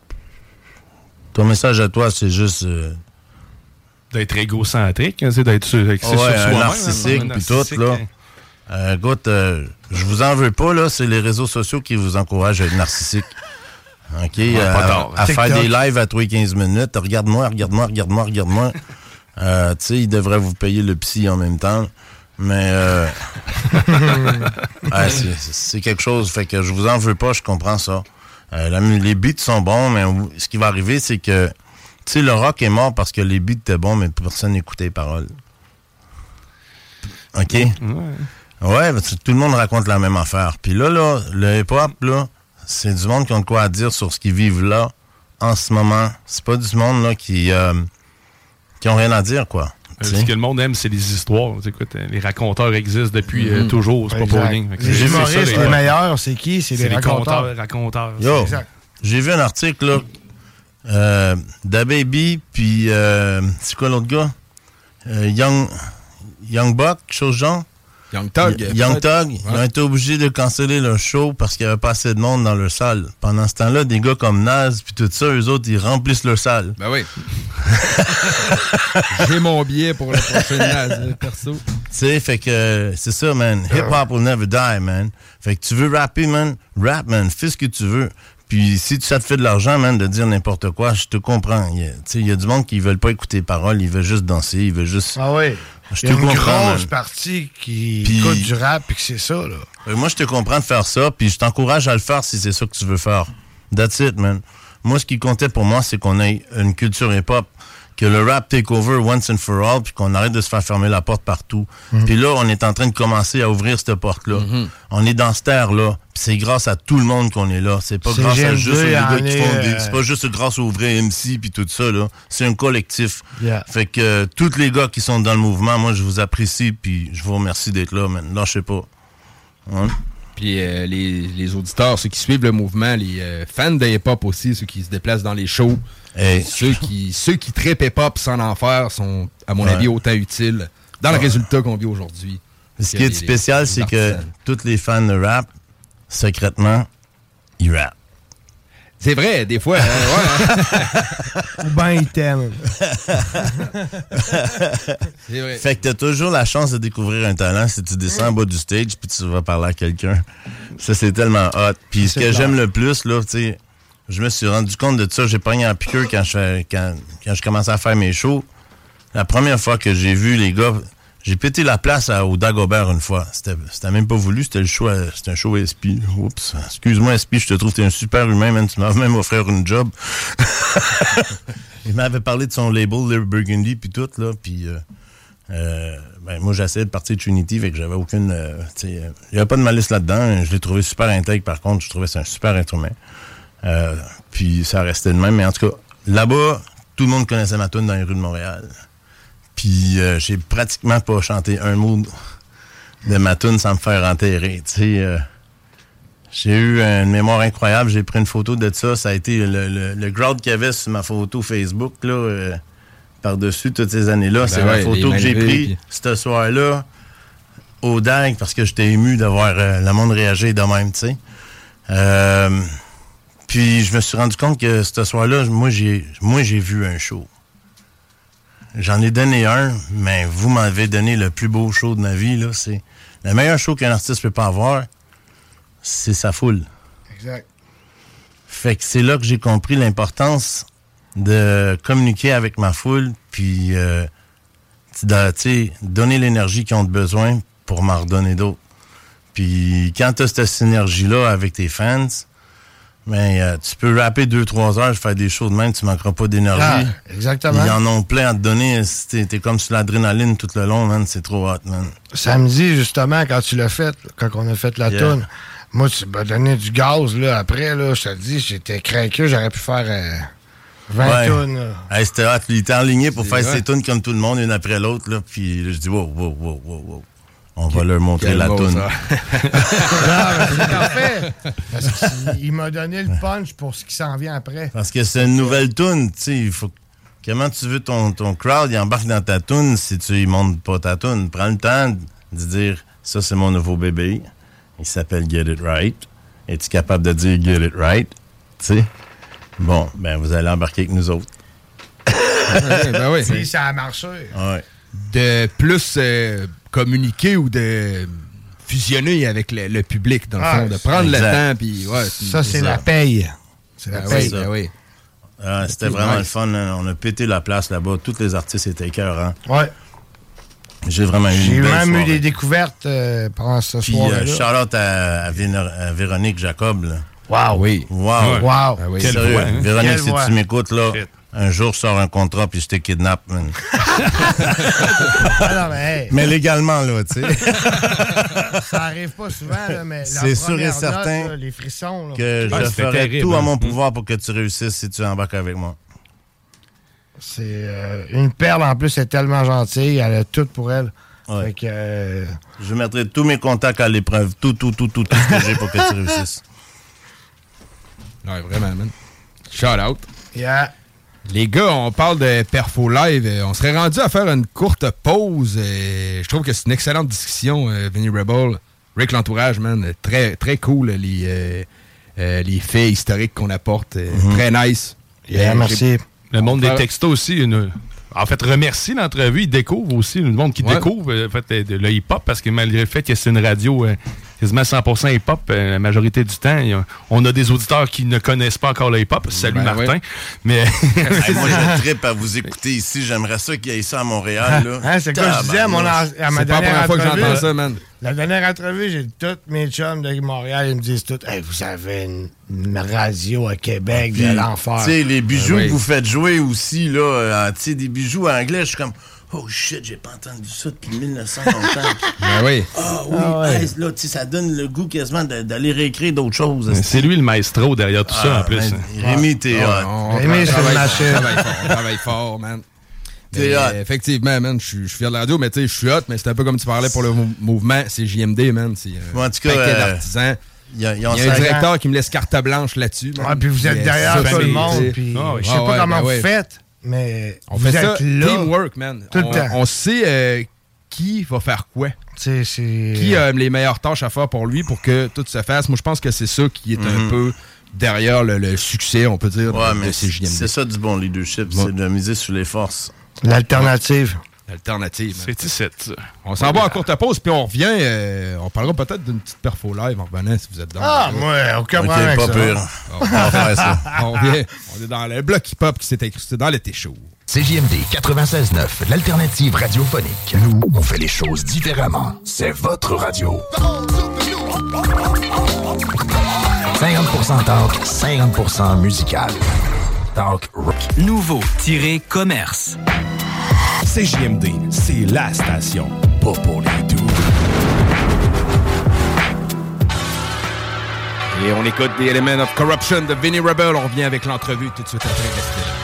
ton message à toi, c'est juste... Euh, d'être égocentrique, hein, c'est d'être sur, ouais, sur un narcissique, puis tout, là. Hein. Euh, écoute, euh, je vous en veux pas, là, c'est les réseaux sociaux qui vous encouragent à être narcissique. OK? Ouais, à tard, à faire des lives à tous les quinze minutes. Regarde-moi, regarde-moi, regarde-moi, regarde-moi. euh, tu sais, ils devraient vous payer le psy en même temps. Mais euh, ouais, c'est, c'est quelque chose, fait que je vous en veux pas, je comprends ça. Euh, la, les beats sont bons, mais ce qui va arriver, c'est que, tu sais, le rock est mort parce que les beats étaient bons, mais personne n'écoutait les paroles. OK? Ouais. Ouais, tout le monde raconte la même affaire. Puis là, là, le hip-hop, là, c'est du monde qui ont de quoi à dire sur ce qu'ils vivent là, en ce moment. C'est pas du monde, là, qui, euh, qui ont rien à dire, quoi. Euh, ce que le monde aime, c'est les histoires. Écoute, les raconteurs existent depuis mm-hmm. euh, toujours. C'est exact. Pas pour rien. Les humoristes, les meilleurs, c'est qui? C'est, c'est les raconteurs. Les raconteurs. Yo, j'ai vu un article, là, euh, DaBaby, puis euh, c'est quoi l'autre gars? Euh, Young, Young Buck, chose genre? Young Thug. Y- Young Thug, ouais. Ils ont été obligés de canceller leur show parce qu'il n'y avait pas assez de monde dans leur salle. Pendant ce temps-là, des gars comme Nas puis tout ça, eux autres, ils remplissent leur salle. Ben oui. J'ai mon billet pour le prochain Nas, perso. Tu sais, fait que c'est ça, man. Hip-hop will never die, man. Fait que tu veux rapper, man, rap, man. Fais ce que tu veux. Puis si ça te fait de l'argent, man, de dire n'importe quoi, je te comprends. Tu sais, il y a du monde qui veulent pas écouter les paroles, ils veulent juste danser, ils veulent juste... Ah oui. Je Il y te a une comprends, grosse man. partie qui Puis- écoute du rap et que c'est ça, là. Euh, Moi, je te comprends de faire ça, puis je t'encourage à le faire si c'est ça que tu veux faire. That's it, man. Moi, ce qui comptait pour moi, c'est qu'on ait une culture hip-hop, que le rap take over once and for all, puis qu'on arrête de se faire fermer la porte partout. Mhm. Puis là, on est en train de commencer à ouvrir cette porte-là. On est dans cette ère-là, puis c'est grâce à tout le monde qu'on est là. C'est pas C'est grâce à G M D, juste aux gars en qui est, font des... euh, C'est pas juste grâce aux vrais M C puis tout ça, là. C'est un collectif. Yeah. Fait que euh, tous les gars qui sont dans le mouvement, moi, je vous apprécie, puis je vous remercie d'être là, man. Lâchez pas. Hein? Puis euh, les, les auditeurs, ceux qui suivent le mouvement, les euh, fans de hip-hop aussi, ceux qui se déplacent dans les shows, hey. ceux qui ceux qui trippent hip-hop sans en faire sont, à mon Ouais. avis, autant utiles dans le Ouais. résultat qu'on vit aujourd'hui. Ce qui est Les- spécial, les c'est que artisans. tous les fans de rap, secrètement, ils rappent. C'est vrai, des fois. euh, ouais, hein. Ou ben ils t'aiment. C'est vrai. Fait que t'as toujours la chance de découvrir un talent si tu descends en bas du stage puis tu vas parler à quelqu'un. Ça, c'est tellement hot. Puis ce C'est que clair. j'aime le plus, là, tu sais, je me suis rendu compte de ça. J'ai pogné en piqûre quand je, fais, quand, quand je commençais à faire mes shows. La première fois que j'ai vu les gars, j'ai pété la place à, au Dagobert une fois. C'était, c'était même pas voulu, c'était le show, à- c'était un show S P. Oups, excuse-moi S P, je te trouve que t'es un super humain, man. Tu m'as même offert une job. Il m'avait parlé de son label, Le Burgundy, puis tout, là, puis... Euh, euh, ben, moi, j'essayais de partir de Trinity, fait que j'avais aucune... Euh, tu sais, euh, il n'y avait pas de malice là-dedans. Je l'ai trouvé super intègre, par contre. Je trouvais que c'est un super être humain. Euh, puis ça restait de même. Mais en tout cas, là-bas, tout le monde connaissait ma tune dans les rues de Montréal. Puis euh, j'ai pratiquement pas chanté un mot de ma tune sans me faire enterrer. Tu sais, euh, j'ai eu une mémoire incroyable. J'ai pris une photo de ça. Ça a été le, le, le crowd qu'il y avait sur ma photo Facebook, là, euh, par-dessus toutes ces années-là. Ben c'est ouais, la photo les que j'ai mains levées, prise puis- ce soir-là au D A G parce que j'étais ému de voir euh, le monde réagir de même, tu sais. Euh, puis je me suis rendu compte que ce soir-là, moi, j'ai moi j'ai vu un show. J'en ai donné un, mais vous m'avez donné le plus beau show de ma vie, là. C'est le meilleur show qu'un artiste peut pas avoir, c'est sa foule. Exact. Fait que c'est là que j'ai compris l'importance de communiquer avec ma foule, puis euh, de, tu sais, donner l'énergie qu'ils ont besoin pour m'en redonner d'autres. Puis quand tu as cette synergie-là avec tes fans, ben, euh, tu peux rapper deux trois heures, faire des shows de même, tu manqueras pas d'énergie. Ah, exactement. Ils en ont plein à te donner. T'es, t'es comme sur l'adrénaline tout le long, man. C'est trop hot, man. Samedi, justement, quand tu l'as fait, quand on a fait la Yeah. toune, moi, tu m'as donné du gaz, là. Après, là, je te dis, j'étais craqueux, j'aurais pu faire euh, vingt Ouais. tounes, là. Hey, c'était hot. Il était enligné pour C'est faire vrai. ses tunes comme tout le monde, une après l'autre. Là, puis là, je dis, wow, wow, wow, wow, wow. On va leur montrer quel la mot, toune. ça. Non, mais c'est parfait. Parce qu'il il m'a donné le punch pour ce qui s'en vient après. Parce que c'est une nouvelle toune. Tu sais, il faut. Comment tu veux ton, ton crowd, il embarque dans ta toune si tu ne montes pas ta toune. Prends le temps de dire, ça, c'est mon nouveau bébé. Il s'appelle Get It Right. Es-tu capable de dire Get It Right? Tu sais? Bon, ben, vous allez embarquer avec nous autres. Ouais, ben oui. Si ça a marché. Ouais. De plus euh, communiquer ou de fusionner avec le, le public, dans le Ah, fond, de prendre exact. le temps. Puis, ouais, Ça, c'est la paye. C'est la Ben paye. oui, ben oui. Ah, c'était C'est vraiment nice. le fun. Hein. On a pété la place là-bas. Tous les artistes étaient écœurants. Ouais. J'ai vraiment eu J'ai une belle même eu soirée. des découvertes euh, pendant ce Puis, soir-là. euh, shout-out à, à, Véné- à Véronique Jacob. Là. Wow. Oui. Wow. Wow. Ah oui. Quelle Sérieux, voix, hein? Véronique, Quelle si voix. tu m'écoutes, là, Shit. un jour, je sors un contrat puis je te kidnappe, man. Ah non, mais hey, Mais légalement, là, tu sais. ça arrive pas souvent, là, mais la C'est sûr et première certain note, là, les frissons. Là. que Ah, je c'était ferai terrible, tout à hein. mon pouvoir pour que tu réussisses si tu embarques avec moi. C'est euh, une perle, en plus, elle est tellement gentille, elle a tout pour elle. Ouais. Fait que, euh, Je mettrai tous mes contacts à l'épreuve. Tout, tout, tout, tout, tout ce que j'ai pour que tu réussisses. Ouais, vraiment, man. Shout out. yeah. Les gars, on parle de Perfo Live. Euh, On serait rendu à faire une courte pause. Euh, Je trouve que c'est une excellente discussion, euh, Vinny Rebel. Rick l'entourage, man. euh, Très, très cool, les, euh, euh, les faits historiques qu'on apporte. euh, Très nice. Yeah, Euh, merci. j'ai- Le monde On des va- textos aussi. Une... En fait, remercie l'entrevue. Il découvre aussi. Le monde qui Ouais. découvre euh, en fait, euh, le hip-hop parce que malgré le fait que c'est une radio euh, quasiment cent pour cent hip-hop. Euh, la majorité du temps, a, on a des auditeurs qui ne connaissent pas encore le hip-hop. Salut ben Martin. Ouais. Mais hey, moi, je trippe à vous écouter ici. J'aimerais ça qu'il y ait ça à Montréal. Là. Hein, c'est quoi je disais à, mon, à ma dernière entrevue. Fois que j'entends ça, man. La dernière entrevue, j'ai tous mes chums de Montréal, ils me disent tout, hey, vous avez une, une radio à Québec de l'enfer. Tu sais, les bijoux oui. que vous faites jouer aussi, là, euh, tu sais, des bijoux anglais, je suis comme, oh shit, j'ai pas entendu ça depuis mille neuf cents longtemps. Ben oui. Ah oui, ah ouais. Hey, là, tu sais, ça donne le goût quasiment d'aller réécrire d'autres choses. C'est lui le maestro derrière tout ah, ça, en plus. Ben, Rémi, t'es ah, on, on Rémi, c'est une machine. On travaille fort, on travaille fort, man. Mais, euh, effectivement, man, je suis fier de la radio, mais tu sais, je suis hot, mais c'est un peu comme tu parlais pour le mou- mouvement, c'est J M D, man. C'est un en tout cas, paquet euh, d'artisans. Il y a, y a un directeur qui me laisse carte blanche là-dessus. Ouais, puis vous êtes mais derrière tout le monde, puis oh, je sais ah, pas ouais, comment ben vous ouais. faites, mais on vous fait êtes ça, là. Teamwork, man. Tout on, le temps. On sait euh, qui va faire quoi. C'est, c'est... Qui a les meilleures tâches à faire pour lui pour que tout se fasse. Moi, je pense que c'est ça qui est mm-hmm. un peu derrière le, le succès, on peut dire, ouais, de, mais de C J M D. C'est ça du bon leadership, ouais. c'est de miser sur les forces. L'alternative. L'alternative. C'est dix-sept. On s'en va en courte pause, puis on revient. Euh, on parlera peut-être d'une petite perfo live en revenant, si vous êtes dans. Ah, ouais, aucun problème. Okay, pas pire. On va faire ça. On revient. On est dans le bloc hip-hop qui s'est incrusté dans l'été chaud. C J M D quatre-vingt-seize neuf, l'alternative radiophonique. Nous, on fait les choses différemment. C'est votre radio. cinquante pour cent talk, cinquante pour cent musical. Talk rock. Nouveau-commerce. C J M D, c'est la station. Pas pour les doux. Et on écoute The Element of Corruption de Vinnie Rebel. On revient avec l'entrevue tout de suite après. Restez là.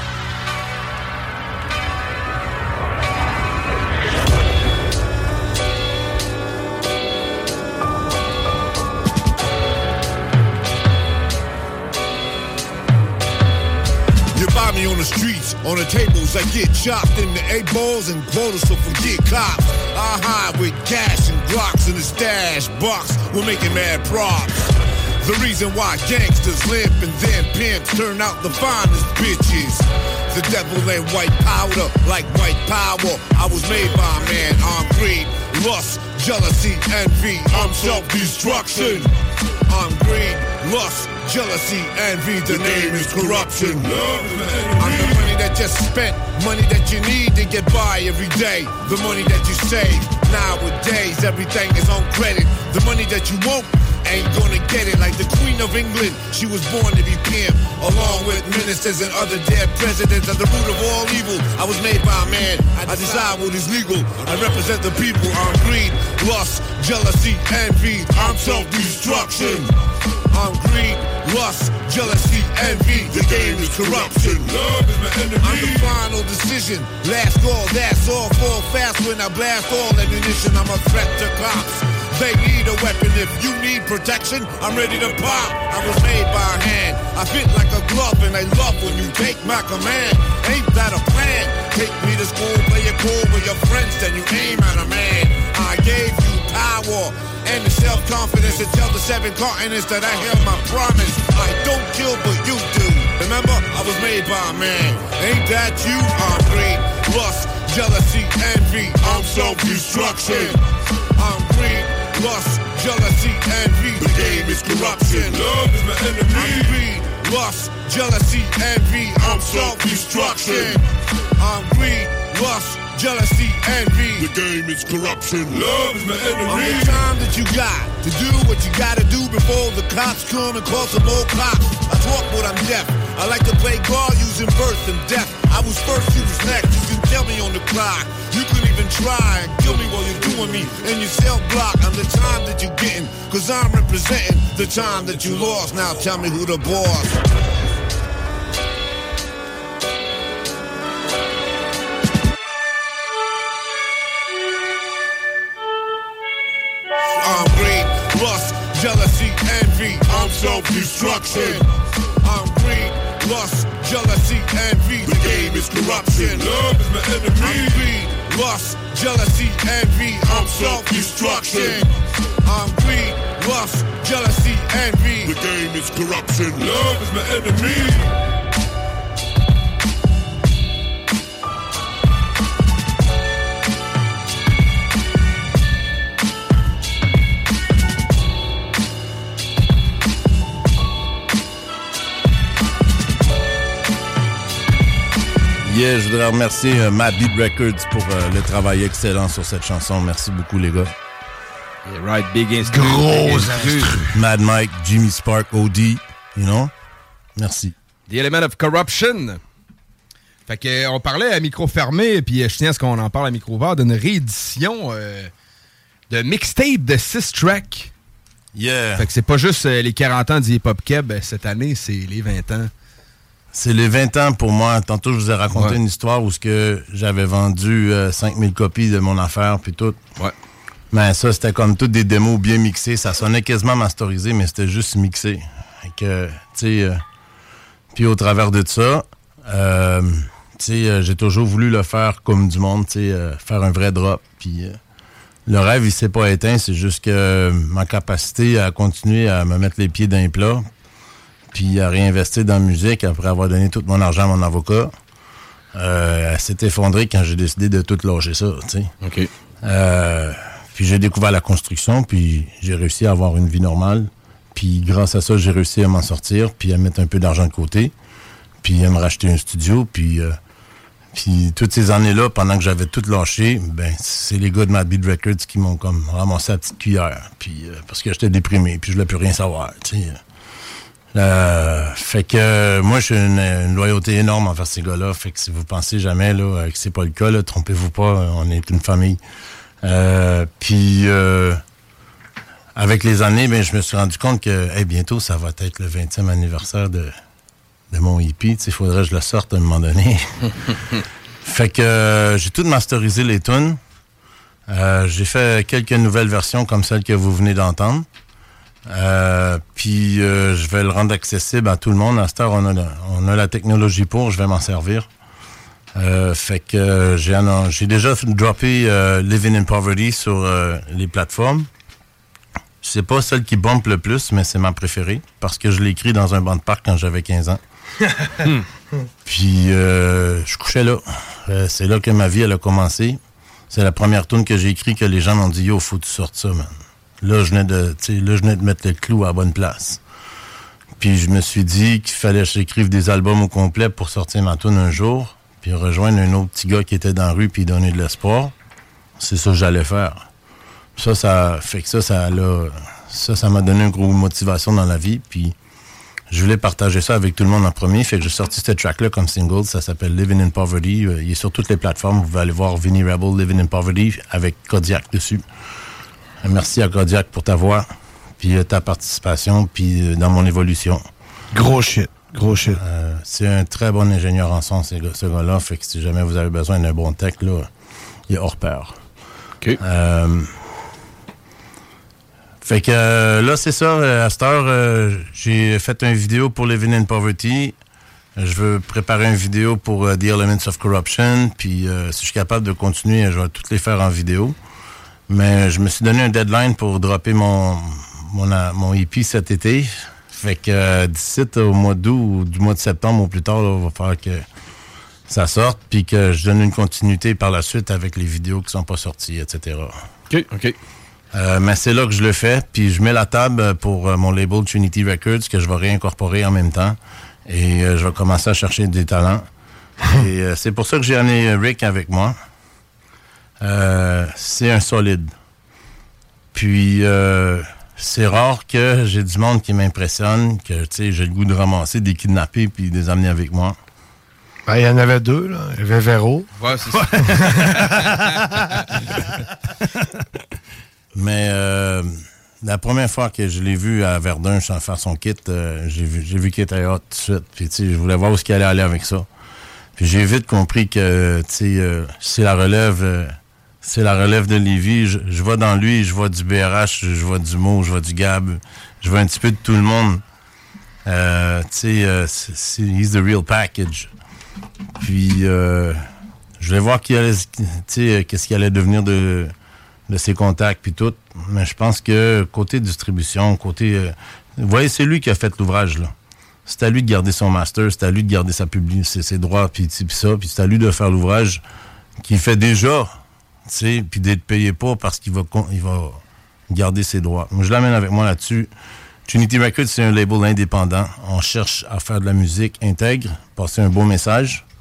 Me on the streets, on the tables, I get chopped into eight balls and quotas, so forget cops. I hide with cash and blocks in the stash box. We're making mad props. The reason why gangsters limp and then pimps turn out the finest bitches. The devil ain't white powder, like white power. I was made by a man, I'm greed, lust, jealousy, envy. I'm self-destruction. I'm greed, lust, jealousy, envy. The name is corruption. I'm the money that you spent, money that you need to get by every day. The money that you save. Nowadays, everything is on credit. The money that you won't ain't gonna get it. Like the Queen of England, she was born to be pimp, along with ministers and other dead presidents. At the root of all evil, I was made by a man. I decide what is legal. I represent the people. I'm greed, lust, jealousy, envy. I'm self-destruction. I'm greed, lust, jealousy, envy. The game is corruption. Love is my enemy. I'm the final decision. Last call, that's all. Fall fast when I blast all ammunition. I'm a threat to cops. They need a weapon. If you need protection, I'm ready to pop. I was made by a hand. I fit like a glove, and they love when you take my command. Ain't that a plan? Take me to school, play it cool with your friends, then you aim at a man. I gave you power and the self-confidence to tell the seven continents that I held my promise. I don't kill, but you do. Remember, I was made by a man. Ain't that you? I'm greed, lust, jealousy, envy. I'm self-destruction. I'm greed, lust, jealousy, envy. The game is corruption. Love is my enemy. I'm greed, lust, jealousy, envy. I'm self-destruction. I'm greed, lust, jealousy, envy. The game is corruption. Love is my enemy. I'm the time that you got to do what you gotta do before the cops come and call some more cops. I talk, but I'm deaf. I like to play God using birth and death. I was first, you was next. You can tell me on the clock. You could even try and kill me while you're doing me in your cell block. I'm the time that you're getting, cause I'm representing the time that you lost. Now tell me who the boss. I'm greed, lust, jealousy, envy. I'm self-destruction. I'm greed, lust, jealousy, envy. The game is corruption. Love is my enemy. I'm greed, lust, jealousy, envy. I'm self-destruction. I'm greed, lust, jealousy, envy. The game is corruption. Love is my enemy. Yeah, je voudrais remercier euh, Mad Beat Records pour euh, le travail excellent sur cette chanson. Merci beaucoup, les gars. Yeah, right, big instru. Gros instru. Mad Mike, Jimmy Spark, O D, you know? Merci. The Element of Corruption. Fait que, euh, on parlait à micro fermé, puis euh, je tiens à ce qu'on en parle à micro ouvert, d'une réédition euh, de mixtape de six tracks. Yeah. Fait que c'est pas juste euh, les quarante ans du hip-hop keb cette année, c'est les vingt ans. C'est les vingt ans pour moi. Tantôt, je vous ai raconté ouais. une histoire où ce que j'avais vendu euh, cinq mille copies de mon affaire, puis tout. Ouais. Mais ça, c'était comme toutes des démos bien mixées. Ça sonnait quasiment masterisé, mais c'était juste mixé. Fait que, tu sais... Euh, puis au travers de ça, euh, tu sais, euh, j'ai toujours voulu le faire comme du monde, tu sais, euh, faire un vrai drop. Puis euh, le rêve, il s'est pas éteint. C'est juste que euh, ma capacité à continuer à me mettre les pieds dans les plats, puis à réinvestir dans la musique après avoir donné tout mon argent à mon avocat, euh, elle s'est effondrée quand j'ai décidé de tout lâcher ça, tu sais. OK. Euh, puis j'ai découvert la construction, puis j'ai réussi à avoir une vie normale. Puis grâce à ça, j'ai réussi à m'en sortir, puis à mettre un peu d'argent de côté, puis à me racheter un studio, puis... Euh, puis toutes ces années-là, pendant que j'avais tout lâché, ben c'est les gars de Mad Beat Records qui m'ont comme ramassé la petite cuillère, puis euh, parce que j'étais déprimé, puis je voulais plus rien savoir, tu sais. Euh, fait que euh, moi, j'ai une, une loyauté énorme envers ces gars-là. Fait que si vous pensez jamais là, que c'est pas le cas, là, trompez-vous pas, on est une famille. Euh, puis euh, avec les années, ben je me suis rendu compte que hey, bientôt, ça va être le vingtième anniversaire de, de mon hippie. Il faudrait que je le sorte à un moment donné. Fait que euh, j'ai tout masterisé les tunes. Euh, j'ai fait quelques nouvelles versions comme celle que vous venez d'entendre. Euh, puis euh, je vais le rendre accessible à tout le monde. À cette heure, on a, la, on a la technologie pour, je vais m'en servir. Euh, fait que euh, j'ai, j'ai déjà droppé euh, Living in Poverty sur euh, les plateformes. C'est pas celle qui bump le plus, mais c'est ma préférée parce que je l'ai écrit dans un banc de parc quand j'avais quinze ans. Puis euh, je couchais là. Euh, c'est là que ma vie elle a commencé. C'est la première tune que j'ai écrite que les gens m'ont dit « Yo, faut que tu sortes ça, man. » Là, je venais de, tu sais, là, je venais de mettre le clou à la bonne place. Puis je me suis dit qu'il fallait que j'écrive des albums au complet pour sortir ma tune un jour, puis rejoindre un autre petit gars qui était dans la rue puis donner de l'espoir. C'est ça que j'allais faire. Ça, ça fait que ça, ça l'a, ça, ça m'a donné une grosse motivation dans la vie. Puis je voulais partager ça avec tout le monde en premier. Fait que j'ai sorti cette track-là comme single. Ça s'appelle Living in Poverty. Il est sur toutes les plateformes. Vous pouvez aller voir Vinny Rebel, Living in Poverty, avec Kodiak dessus. Merci à Kodiak pour ta voix, puis ta participation, puis dans mon évolution. Gros shit, gros shit. Euh, c'est un très bon ingénieur en son, ce gars-là. Fait que si jamais vous avez besoin d'un bon tech, là, il est hors pair. OK. Euh, fait que euh, là, c'est ça. À cette heure, euh, j'ai fait une vidéo pour Living in Poverty. Je veux préparer une vidéo pour uh, The Elements of Corruption. Puis euh, si je suis capable de continuer, je vais toutes les faire en vidéo. Mais je me suis donné un deadline pour dropper mon mon, mon E P cet été. Fait que euh, d'ici au mois d'août ou du mois de septembre au plus tard, il va falloir que ça sorte, puis que je donne une continuité par la suite avec les vidéos qui sont pas sorties, et cetera. OK, OK. Euh, mais c'est là que je le fais, puis je mets la table pour euh, mon label Trinity Records, que je vais réincorporer en même temps. Et euh, je vais commencer à chercher des talents. Et euh, c'est pour ça que j'ai amené Rick avec moi. Euh, c'est un solide. Puis, euh, c'est rare que j'ai du monde qui m'impressionne, que, tu sais, j'ai le goût de ramasser des kidnappés puis de les amener avec moi. Ben, il y en avait deux, là. Il y avait Véro. Ouais, c'est ça. Mais, euh, la première fois que je l'ai vu à Verdun sans faire son kit, euh, j'ai vu, j'ai vu qu'il était hot tout de suite. Puis, tu sais, je voulais voir où est-ce qu'il allait aller avec ça. Puis, j'ai vite compris que, tu sais, euh, c'est la relève... Euh, C'est la relève de Lévis. Je, je vois dans lui, je vois du B R H, je vois du Mo, je vois du Gab, je vois un petit peu de tout le monde. Euh, tu sais, euh, c'est, c'est, he's the real package. Puis, euh, je voulais voir qui allait, tu sais, qu'est-ce qui allait devenir de, de ses contacts puis tout. Mais je pense que côté distribution, côté, euh, vous voyez, c'est lui qui a fait l'ouvrage là. C'est à lui de garder son master, c'est à lui de garder sa publi, ses, ses droits puis, puis ça, puis c'est à lui de faire l'ouvrage qu'il fait déjà. Tu sais, puis d'être payé pas parce qu'il va, il va garder ses droits. Moi, je l'amène avec moi là-dessus. Trinity Records, c'est un label indépendant. On cherche à faire de la musique intègre, passer un beau message,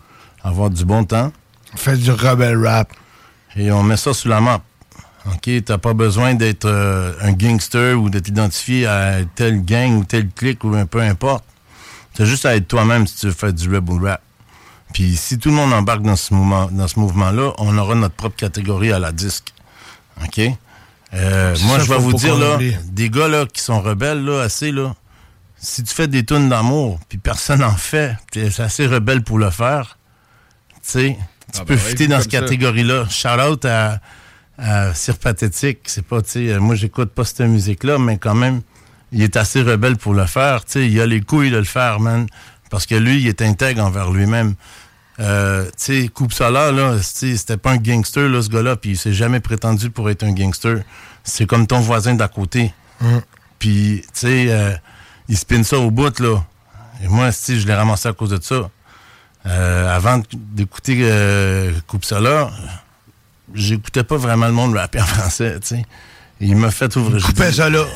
avoir du bon temps. On fait du rebel rap. Et on met ça sous la map. OK? T'as pas besoin d'être euh, un gangster ou de t'identifier à telle gang ou telle clique ou un peu importe. T'as juste à être toi-même si tu veux faire du rebel rap. Puis si tout le monde embarque dans ce mouvement, dans ce mouvement-là, on aura notre propre catégorie à la disque. OK? Euh, moi, ça, je vais vous dire, là, oublie. des gars là qui sont rebelles, là, assez, là, si tu fais des tunes d'amour, puis personne n'en fait, t'es assez rebelle pour le faire, tu sais, tu Ah peux ben fitter ouais, dans comme cette ça. catégorie-là. Shout-out à, à Sir Pathétique. C'est pas, tu sais, euh, moi, j'écoute pas cette musique-là, mais quand même, il est assez rebelle pour le faire. Tu sais, il a les couilles de le faire, man. Parce que lui, il est intègre envers lui-même. Euh, tu sais, Coupe Solaire, là, c'était pas un gangster, là, ce gars-là, puis il s'est jamais prétendu pour être un gangster. C'est comme ton voisin d'à côté. Mm. Puis, tu sais, euh, il spin ça au bout, là. Et moi, si je l'ai ramassé à cause de ça. Euh, avant d'écouter euh, Coupe Solaire, j'écoutais pas vraiment le monde rapper en français, tu sais. Et il m'a fait ouvrir. Coupez ça là.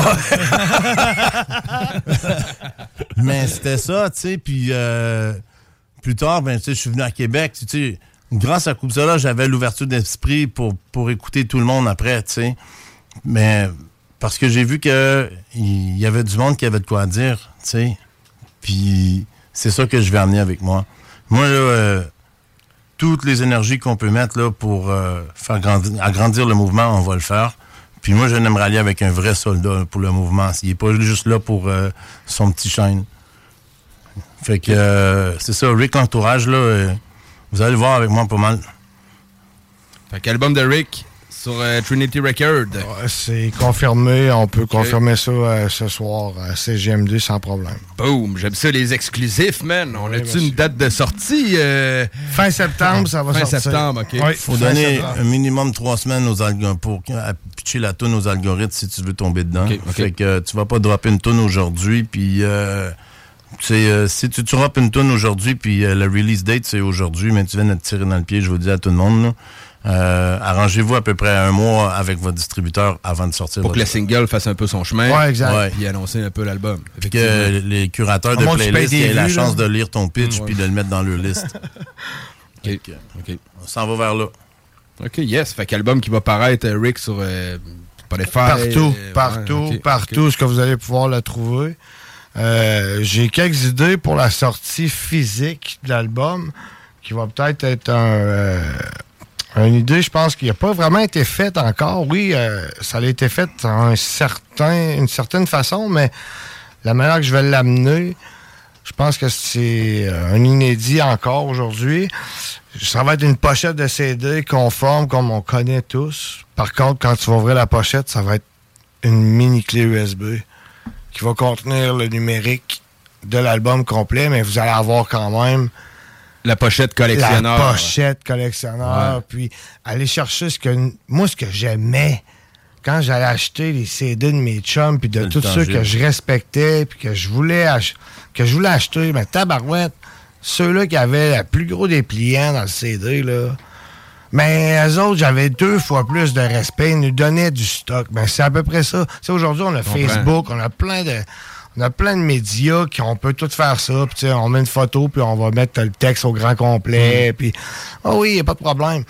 Mais c'était ça, tu sais, puis euh, plus tard, ben, tu sais, je suis venu à Québec, tu sais, grâce à Coupe Solaire, j'avais l'ouverture d'esprit pour, pour écouter tout le monde après, tu sais. Mais parce que j'ai vu que il y avait du monde qui avait de quoi dire, tu sais. Puis c'est ça que je vais amener avec moi. Moi, là, euh, toutes les énergies qu'on peut mettre là pour euh, faire grandir, agrandir le mouvement, on va le faire. Puis moi, je viens de me rallier avec un vrai soldat pour le mouvement. Il n'est pas juste là pour euh, son petit chaîne. Fait que euh, c'est ça, Rick L'Entourage, là, euh, vous allez le voir avec moi pas mal. Fait qu'album de Rick sur euh, Trinity Record. Ouais, c'est confirmé, on peut okay. confirmer ça euh, ce soir à C G M D sans problème. Boom, j'aime ça les exclusifs, man. On oui, a-tu une date de sortie? Euh... Fin septembre, ça va fin sortir. Fin septembre, OK. Il faut fin donner septembre. Un minimum trois semaines aux alg- pour pitcher la toune aux algorithmes si tu veux tomber dedans. Okay, okay. Fait que euh, tu vas pas dropper une toune aujourd'hui, puis... Euh, Euh, si tu droppes une toune aujourd'hui, puis euh, le release date, c'est aujourd'hui, mais tu viens de te tirer dans le pied, je vous dis à tout le monde, là. Euh, arrangez-vous à peu près un mois avec votre distributeur avant de sortir. Pour que le single fasse un peu son chemin. Ouais, exact. Ouais. Puis annoncer un peu l'album. Puis que les curateurs de playlist aient la chance de lire ton pitch mmh, ouais. puis de le mettre dans leur liste. OK. OK. On s'en va vers là. OK, yes. Fait qu'album qui va paraître, Rick, sur euh, Spotify. Partout, euh, partout, ouais, okay, partout, okay. ce que vous allez pouvoir le trouver. Euh, j'ai quelques idées pour la sortie physique de l'album qui va peut-être être un, euh, une idée, je pense, qui n'a pas vraiment été faite encore. Oui, euh, ça a été fait d'une certain, une certaine façon, mais la manière que je vais l'amener, je pense que c'est un inédit encore aujourd'hui. Ça va être une pochette de C D conforme comme on connaît tous. Par contre, quand tu vas ouvrir la pochette, ça va être une mini clé U S B qui va contenir le numérique de l'album complet, mais vous allez avoir quand même la pochette collectionneur. La pochette collectionneur. Ouais. Puis aller chercher ce que... Moi, ce que j'aimais quand j'allais acheter les C D de mes chums puis de tous ceux que je respectais puis que je voulais ach... que je voulais acheter, mais tabarouette, ceux-là qui avaient le plus gros dépliant dans le C D, là... Mais eux autres, j'avais deux fois plus de respect. Ils nous donnaient du stock. Ben, c'est à peu près ça. T'sais, aujourd'hui, on a on Facebook, prend. on a plein de on a plein de médias qui on peut tout faire ça. Puis on met une photo, puis on va mettre le texte au grand complet. Puis, oh oui, il n'y a pas de problème.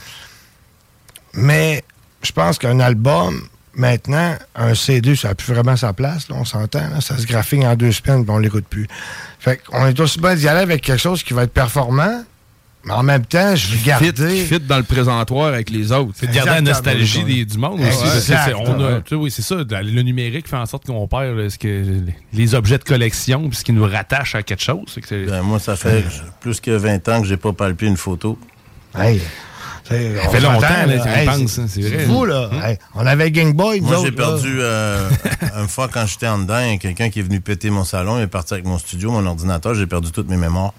Mais je pense qu'un album, maintenant, un C D, ça n'a plus vraiment sa place. Là, on s'entend. Là, ça se graphique en deux semaines, puis on l'écoute plus. Fait qu'on est aussi bien d'y aller avec quelque chose qui va être performant. Mais en même temps, je vais garder... Fit, fit dans le présentoir avec les autres. C'est de garder la nostalgie des, du monde aussi. Exact. On a, tu sais, oui, c'est ça. Le numérique fait en sorte qu'on perd là, ce que, les objets de collection puis ce qui nous rattache à quelque chose. C'est que c'est... Ben, moi, ça fait euh... plus que vingt ans que j'ai pas palpé une photo. Hey, ça fait longtemps, là, là, hey, pense, c'est, c'est, c'est vrai. Fou, là. Hum? Hey, on avait Gang Boy, moi, autres, j'ai perdu euh, une fois quand j'étais en dedans, il y a quelqu'un qui est venu péter mon salon, il est parti avec mon studio, mon ordinateur, j'ai perdu toutes mes mémoires.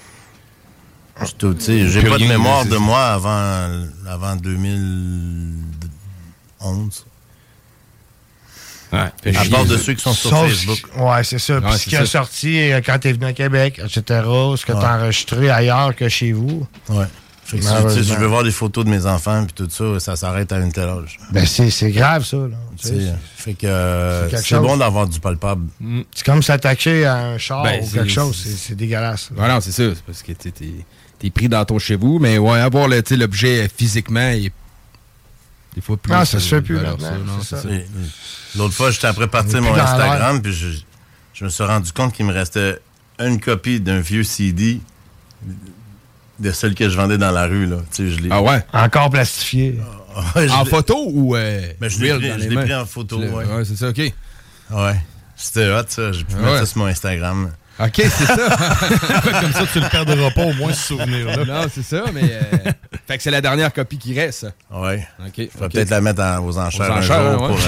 J'ai pas de mémoire de moi avant, avant deux mille onze. Ouais, à part de ceux qui sont sur Sauf Facebook. Ouais, c'est ça. Puis ouais, ce qui a sorti quand t'es venu à Québec, et cetera, ce que ouais. t'as enregistré ailleurs que chez vous. Ouais. Fait que si, si je veux voir des photos de mes enfants puis tout ça, ça s'arrête à une telle âge. Ben c'est, c'est grave ça. Là. C'est, fait que euh, c'est, c'est bon d'avoir du palpable. Mm. C'est comme s'attaquer à un char ben, ou quelque chose. C'est, c'est dégueulasse. Ouais, non, c'est ça. C'est parce que t'es, t'es, t'es pris dans ton chez vous, mais ouais, avoir le, l'objet physiquement est des fois plus... Non, ça se fait plus alors, maintenant, ça, non, c'est c'est ça. ça. L'autre fois, j'étais après partir mon Instagram, puis je, je me suis rendu compte qu'il me restait une copie d'un vieux C D de celle que je vendais dans la rue. Là. Tu sais, je l'ai... Ah ouais? Encore plastifié. Ouais, en l'ai... pris ou... Euh, ben, je l'ai pris, je l'ai pris en photo. Ouais, ouais c'est ça, OK. Ouais. C'était hot, ça. J'ai pu ouais. mettre ça sur mon Instagram. OK, c'est ça. Comme ça, tu le perdras pas, au moins, ce souvenir-là. Non, c'est ça, mais... Euh, fait que c'est la dernière copie qui reste. Ouais. OK. Je vais okay. peut-être la mettre en, aux enchères, aux enchères un jour ouais.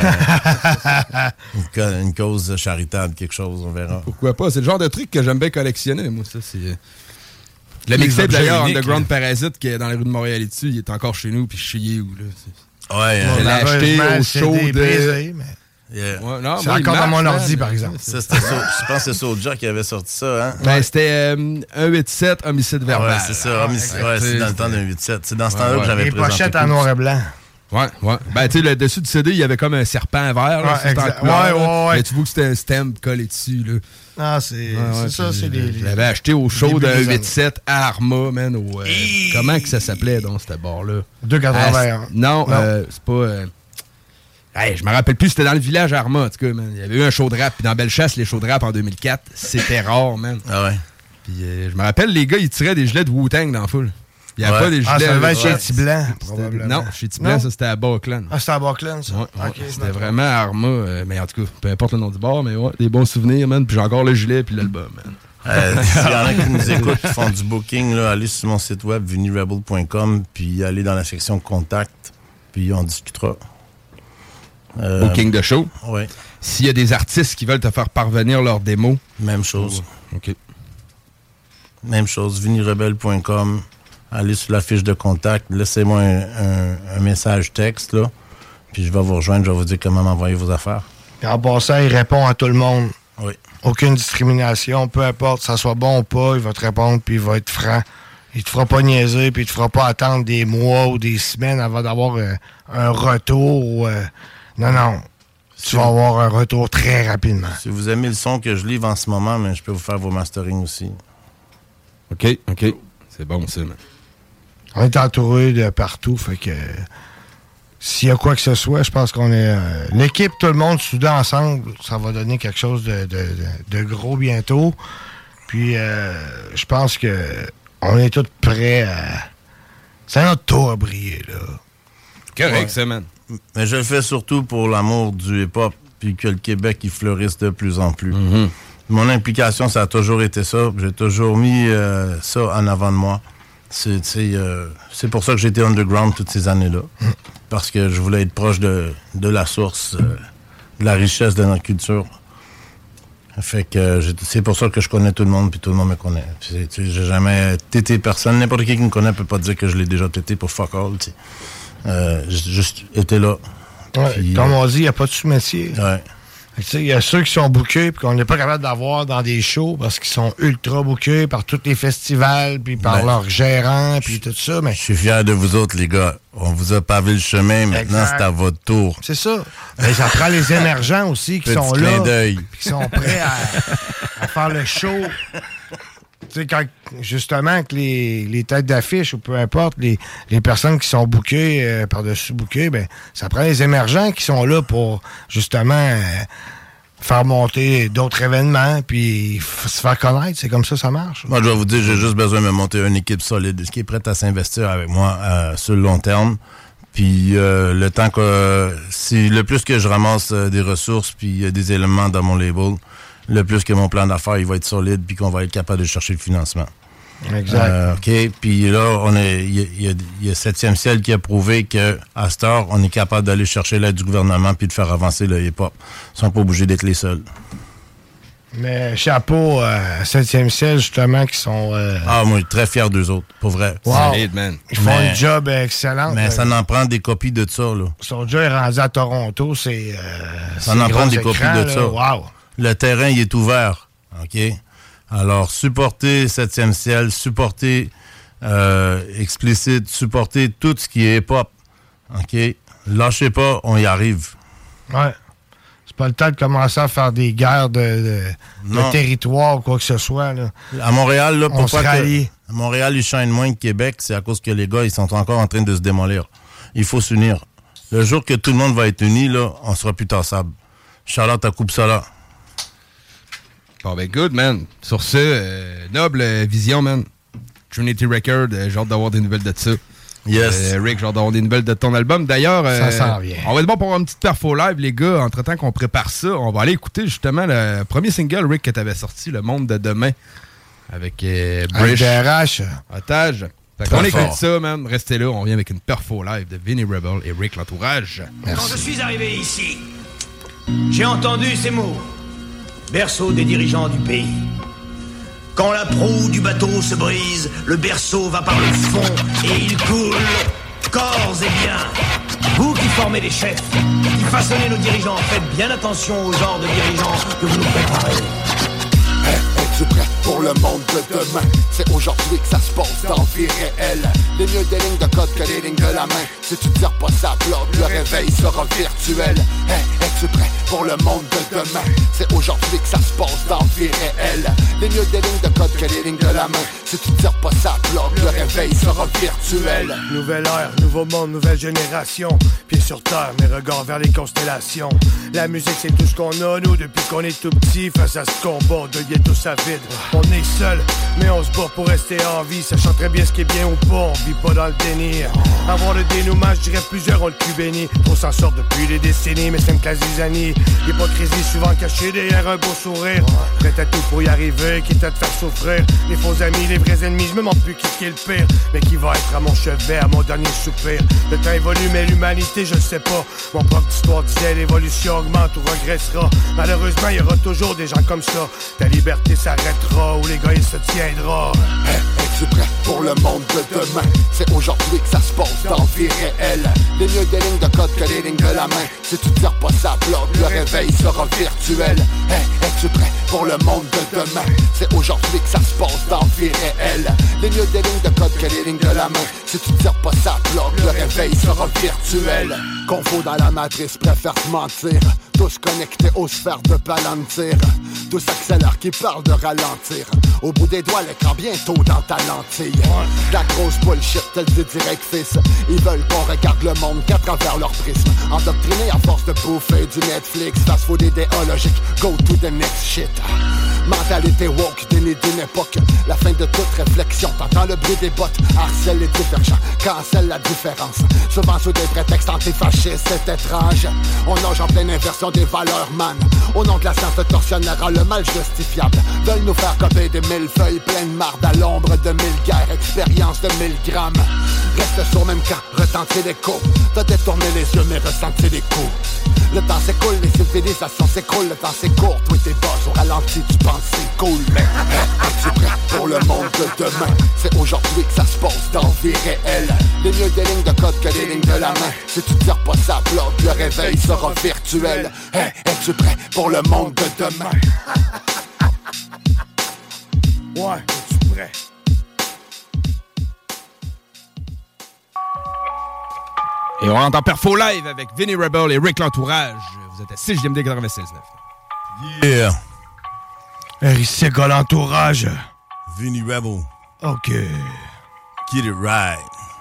pour euh, une, une cause charitable, quelque chose, on verra. Pourquoi pas? C'est le genre de truc que j'aime bien collectionner, moi, ça, c'est... Le mixtape, d'ailleurs, uniques, Underground là. Parasite, qui est dans les rues de Montréal et dessus, il est encore chez nous, puis chier où, là. C'est... Ouais, je l'ai acheté au show de... Brisé, mais... Yeah. Ouais, non, c'est encore dans mon ordi, par exemple. Ça, c'était so- je pense que c'est Soulja qui avait sorti ça, hein? Ben, c'était euh, un huit sept, homicide verbal. Ouais, c'est ça, homicide, ouais, c'est dans le temps d'un huit sept. C'est dans ce ouais, temps-là ouais. que j'avais les présenté. Les pochettes en noir et blanc. Ouais, ouais. Ben, tu sais, le dessus du C D, il y avait comme un serpent vert. Là, ouais, exact. Couleur, ouais, ouais, ouais. Mais tu vois que c'était un stem collé dessus, là. Ah, c'est, ouais, c'est ouais, ça, c'est les... Je l'avais acheté au show d'un huit sept à Arma, man. Au, euh, comment que ça s'appelait, donc, cette bar-là? deux quatre-vingts. Non, non. Euh, c'est pas... Euh, Hey, je me rappelle plus, c'était dans le village Arma, en tout cas, man. Il y avait eu un show de rap, puis dans Bellechasse, les shows de rap en deux mille quatre, c'était rare, man. Ah ouais? Puis euh, je me rappelle, les gars, ils tiraient des gilets de Wu-Tang dans la foule. Il n'y avait ouais. pas des gilets... Ah, ça devait être ouais. chez Tiblan, probablement. Non, chez Tiblan, ça, c'était à Bas-Clan. Ah, c'était à Bas-Clan, ça? Ouais, ouais. Okay, c'était vraiment Arma, euh, mais en tout cas, peu importe le nom du bar, mais ouais, des bons souvenirs, man. Puis j'ai encore le gilet, puis l'album, man. Euh, S'il y en a qui nous écoutent, qui font du booking, là, allez sur mon site web, vinny rebel point com, puis allez dans la section Contact, puis on discutera. Euh, Booking de show. Oui. S'il y a des artistes qui veulent te faire parvenir leurs démos. Même chose. OK. Même chose. vinny rebel point com. Allez sur la fiche de contact. Laissez-moi un, un, un message texte, là. Puis je vais vous rejoindre. Je vais vous dire comment m'envoyer vos affaires. Et en passant, il répond à tout le monde. Oui. Aucune discrimination. Peu importe, ça soit bon ou pas, il va te répondre, puis il va être franc. Il te fera pas niaiser, puis il te fera pas attendre des mois ou des semaines avant d'avoir euh, un retour. Euh, non, non. Si tu vas avoir un retour très rapidement. Si vous aimez le son que je livre en ce moment, mais je peux vous faire vos mastering aussi. OK, OK. C'est bon, ça, man. On est entouré de partout, fait que s'il y a quoi que ce soit, je pense qu'on est... Euh, l'équipe, tout le monde, soudés ensemble, ça va donner quelque chose de, de, de, de gros bientôt. Puis, euh, je pense que on est tous prêts à... C'est notre tour à briller, là. Correct, ouais. ça, man. Mais je le fais surtout pour l'amour du hip-hop, puis que le Québec, il fleurisse de plus en plus. Mm-hmm. Mon implication, ça a toujours été ça. J'ai toujours mis euh, ça en avant de moi. C'est, c'est, euh, c'est pour ça que j'ai été underground toutes ces années-là. Mm. Parce que je voulais être proche de, de la source, euh, de la richesse de notre culture. Fait que euh, c'est pour ça que je connais tout le monde, puis tout le monde me connaît. Puis, j'ai jamais tété personne. N'importe qui qui me connaît peut pas dire que je l'ai déjà tété pour fuck all. Euh, j'ai juste été là. Ouais, puis, comme euh, on dit, il n'y a pas de sous-métier. Ouais. Il y a ceux qui sont bookés et qu'on n'est pas capable d'avoir dans des shows parce qu'ils sont ultra bookés par tous les festivals, puis par ben, leurs gérants, puis tout ça. Mais... Je suis fier de vous autres, les gars. On vous a pavé le chemin. Maintenant, exact. C'est à votre tour. C'est ça. Mais ça prend les émergents aussi qui Petit sont clin là, d'œil. qui sont prêts à, à faire le show. Tu sais, quand, justement, que les, les têtes d'affiche ou peu importe, les, les personnes qui sont bookées euh, par-dessus bookées, ben, ça prend les émergents qui sont là pour, justement, euh, faire monter d'autres événements puis f- se faire connaître. C'est comme ça ça marche. Moi, je vais vous dire, j'ai juste besoin de me monter une équipe solide qui est prête à s'investir avec moi euh, sur le long terme. Puis euh, le temps que... Euh, si le plus que je ramasse euh, des ressources puis euh, des éléments dans mon label, le plus que mon plan d'affaires il va être solide puis qu'on va être capable de chercher le financement. Exact. Euh, OK. Puis là, on est, il y, y, y a Septième Ciel qui a prouvé qu'à cette heure, on est capable d'aller chercher l'aide du gouvernement puis de faire avancer le hip-hop sans pas obligé d'être les seuls. Mais chapeau à Septième Ciel, justement, qui sont... Euh... Ah, moi, je suis très fier d'eux autres, pour vrai. Wow. Solide, man. Ils font mais, un job excellent. Mais ça en prend des copies de ça, là. Son job est rendu à Toronto, c'est... Euh, ça en prend des écrans, copies de là. ça. Wow. Le terrain, il est ouvert, OK? Alors, supportez Septième Ciel, supportez euh, Explicite, supportez tout ce qui est hip-hop, OK? Lâchez pas, on y arrive. Ouais. C'est pas le temps de commencer à faire des guerres de, de, de territoire ou quoi que ce soit, là. À Montréal, là, on se pourquoi, rallie. que, À Montréal, ils shine moins que Québec, c'est à cause que les gars, ils sont encore en train de se démolir. Il faut s'unir. Le jour que tout le monde va être uni, là, on sera plus tassable. Charlotte à Coupe Sola. Bon, ben, good, man. Sur ce, euh, noble euh, vision, man. Trinity Record, euh, j'ai hâte d'avoir des nouvelles de ça. Yes. Euh, Rick, j'ai hâte d'avoir des nouvelles de ton album. D'ailleurs, euh, ça s'en vient. On va être bon pour avoir une petite perfo live, les gars. Entre-temps qu'on prépare ça, on va aller écouter justement le premier single, Rick, que t'avais sorti, Le Monde de demain, avec euh, Brish. Avec Otage. Fait qu'on écoute ça, man. Restez là, on vient avec une perfo live de Vinny Rebel et Rick l'entourage. Quand je suis arrivé ici, j'ai entendu ces mots. Berceau des dirigeants du pays. Quand la proue du bateau se brise, le berceau va par le fond et il coule corps et biens. Vous qui formez les chefs, qui façonnez nos dirigeants, faites bien attention au genre de dirigeants que vous nous préparez. Hey, es-tu prêt pour le monde de demain? C'est aujourd'hui que ça se passe dans vie réelle. Les mieux des lignes de code que les lignes de la main. Si tu tires pas ça bloque, le réveil sera virtuel. Hey, es-tu prêt pour le monde de demain? C'est aujourd'hui que ça se passe dans vie réelle. Les mieux des lignes de code que les lignes de la main. Si tu tires pas ça bloque, le réveil sera virtuel. Nouvelle ère, nouveau monde, nouvelle génération. Pieds sur terre, mes regards vers les constellations. La musique c'est tout ce qu'on a, nous, depuis qu'on est tout petit. Face à ce combat de ghetto à vide. On est seul, mais on se bat pour rester en vie. Sachant très bien ce qui est bien ou pas, on vit pas dans le déni. Avoir le dénouement, je dirais plusieurs ont le cul béni. On s'en sort depuis des décennies, mais c'est une classe zizanie. L'hypocrisie souvent cachée derrière un beau sourire. Prêt à tout pour y arriver, quitte à te faire souffrir. Les faux amis, les vrais ennemis, je me demande plus qui, qui est le pire. Mais qui va être à mon chevet, à mon dernier soupir. Le temps évolue, mais l'humanité, je le sais pas. Mon prof d'histoire disait l'évolution augmente ou regressera. Malheureusement, il y aura toujours des gens comme ça. Ta liberté s'arrêtera ou l'égoïsme se tiendra. Hey, es-tu prêt pour le monde de demain? C'est aujourd'hui que ça se passe dans vie réelle. Les mieux des lignes de code que les lignes de la main. Si tu tires pas ça bloque, le réveil sera virtuel. Hey, es-tu prêt pour le monde de demain? C'est aujourd'hui que ça se passe dans vie réelle. Les mieux des lignes de code que les lignes de la main. Si tu tires pas ça bloque, le réveil sera virtuel. Confo dans la matrice, préfère te mentir. Tous connectés aux sphères de Palantir. Tous accélèrent qui parlent de ralentir. Au bout des doigts, l'écran bientôt dans ta lentille. La grosse bullshit, te le dit direct fils. Ils veulent qu'on regarde le monde qu'à travers leur prisme. Endoctrinés à force de bouffer du Netflix. Fast food idéologique, go to the next shit. Mentalité woke, déni d'une époque. La fin de toute réflexion, t'entends le bruit des bottes. Harcèle les divergents, cancelle la différence. Souvent sous des prétextes antifascistes, c'est étrange. On nage en pleine inversion des valeurs, man. Au nom de la science, le tortionnaire le mal justifiable. Veulent nous faire copier des mille feuilles pleines marde à l'ombre de mille guerres, expérience de mille grammes. Reste sur même camp, retentir l'écho. T'as détourné les yeux, mais ressenti les coups. Le temps s'écoule, les civilisations s'écroulent. Le temps c'est court, toi t'es boss au ralenti, tu penses c'est cool. Mais es-tu prêt pour le monde de demain? C'est aujourd'hui que ça se passe dans vie réelle. Les mieux des lignes de code que les lignes de la main. Si tu tires pas ça bloque, le réveil sera virtuel. Hey, es-tu prêt pour le monde de demain? Ouais, es-tu prêt? Et on entend Perfo Live avec Vinny Rebel et Rick l'entourage. Vous êtes à C J M D quatre-vingt-seize neuf. Yeah. R C G l'entourage. Vinny Rebel. OK. Get it right.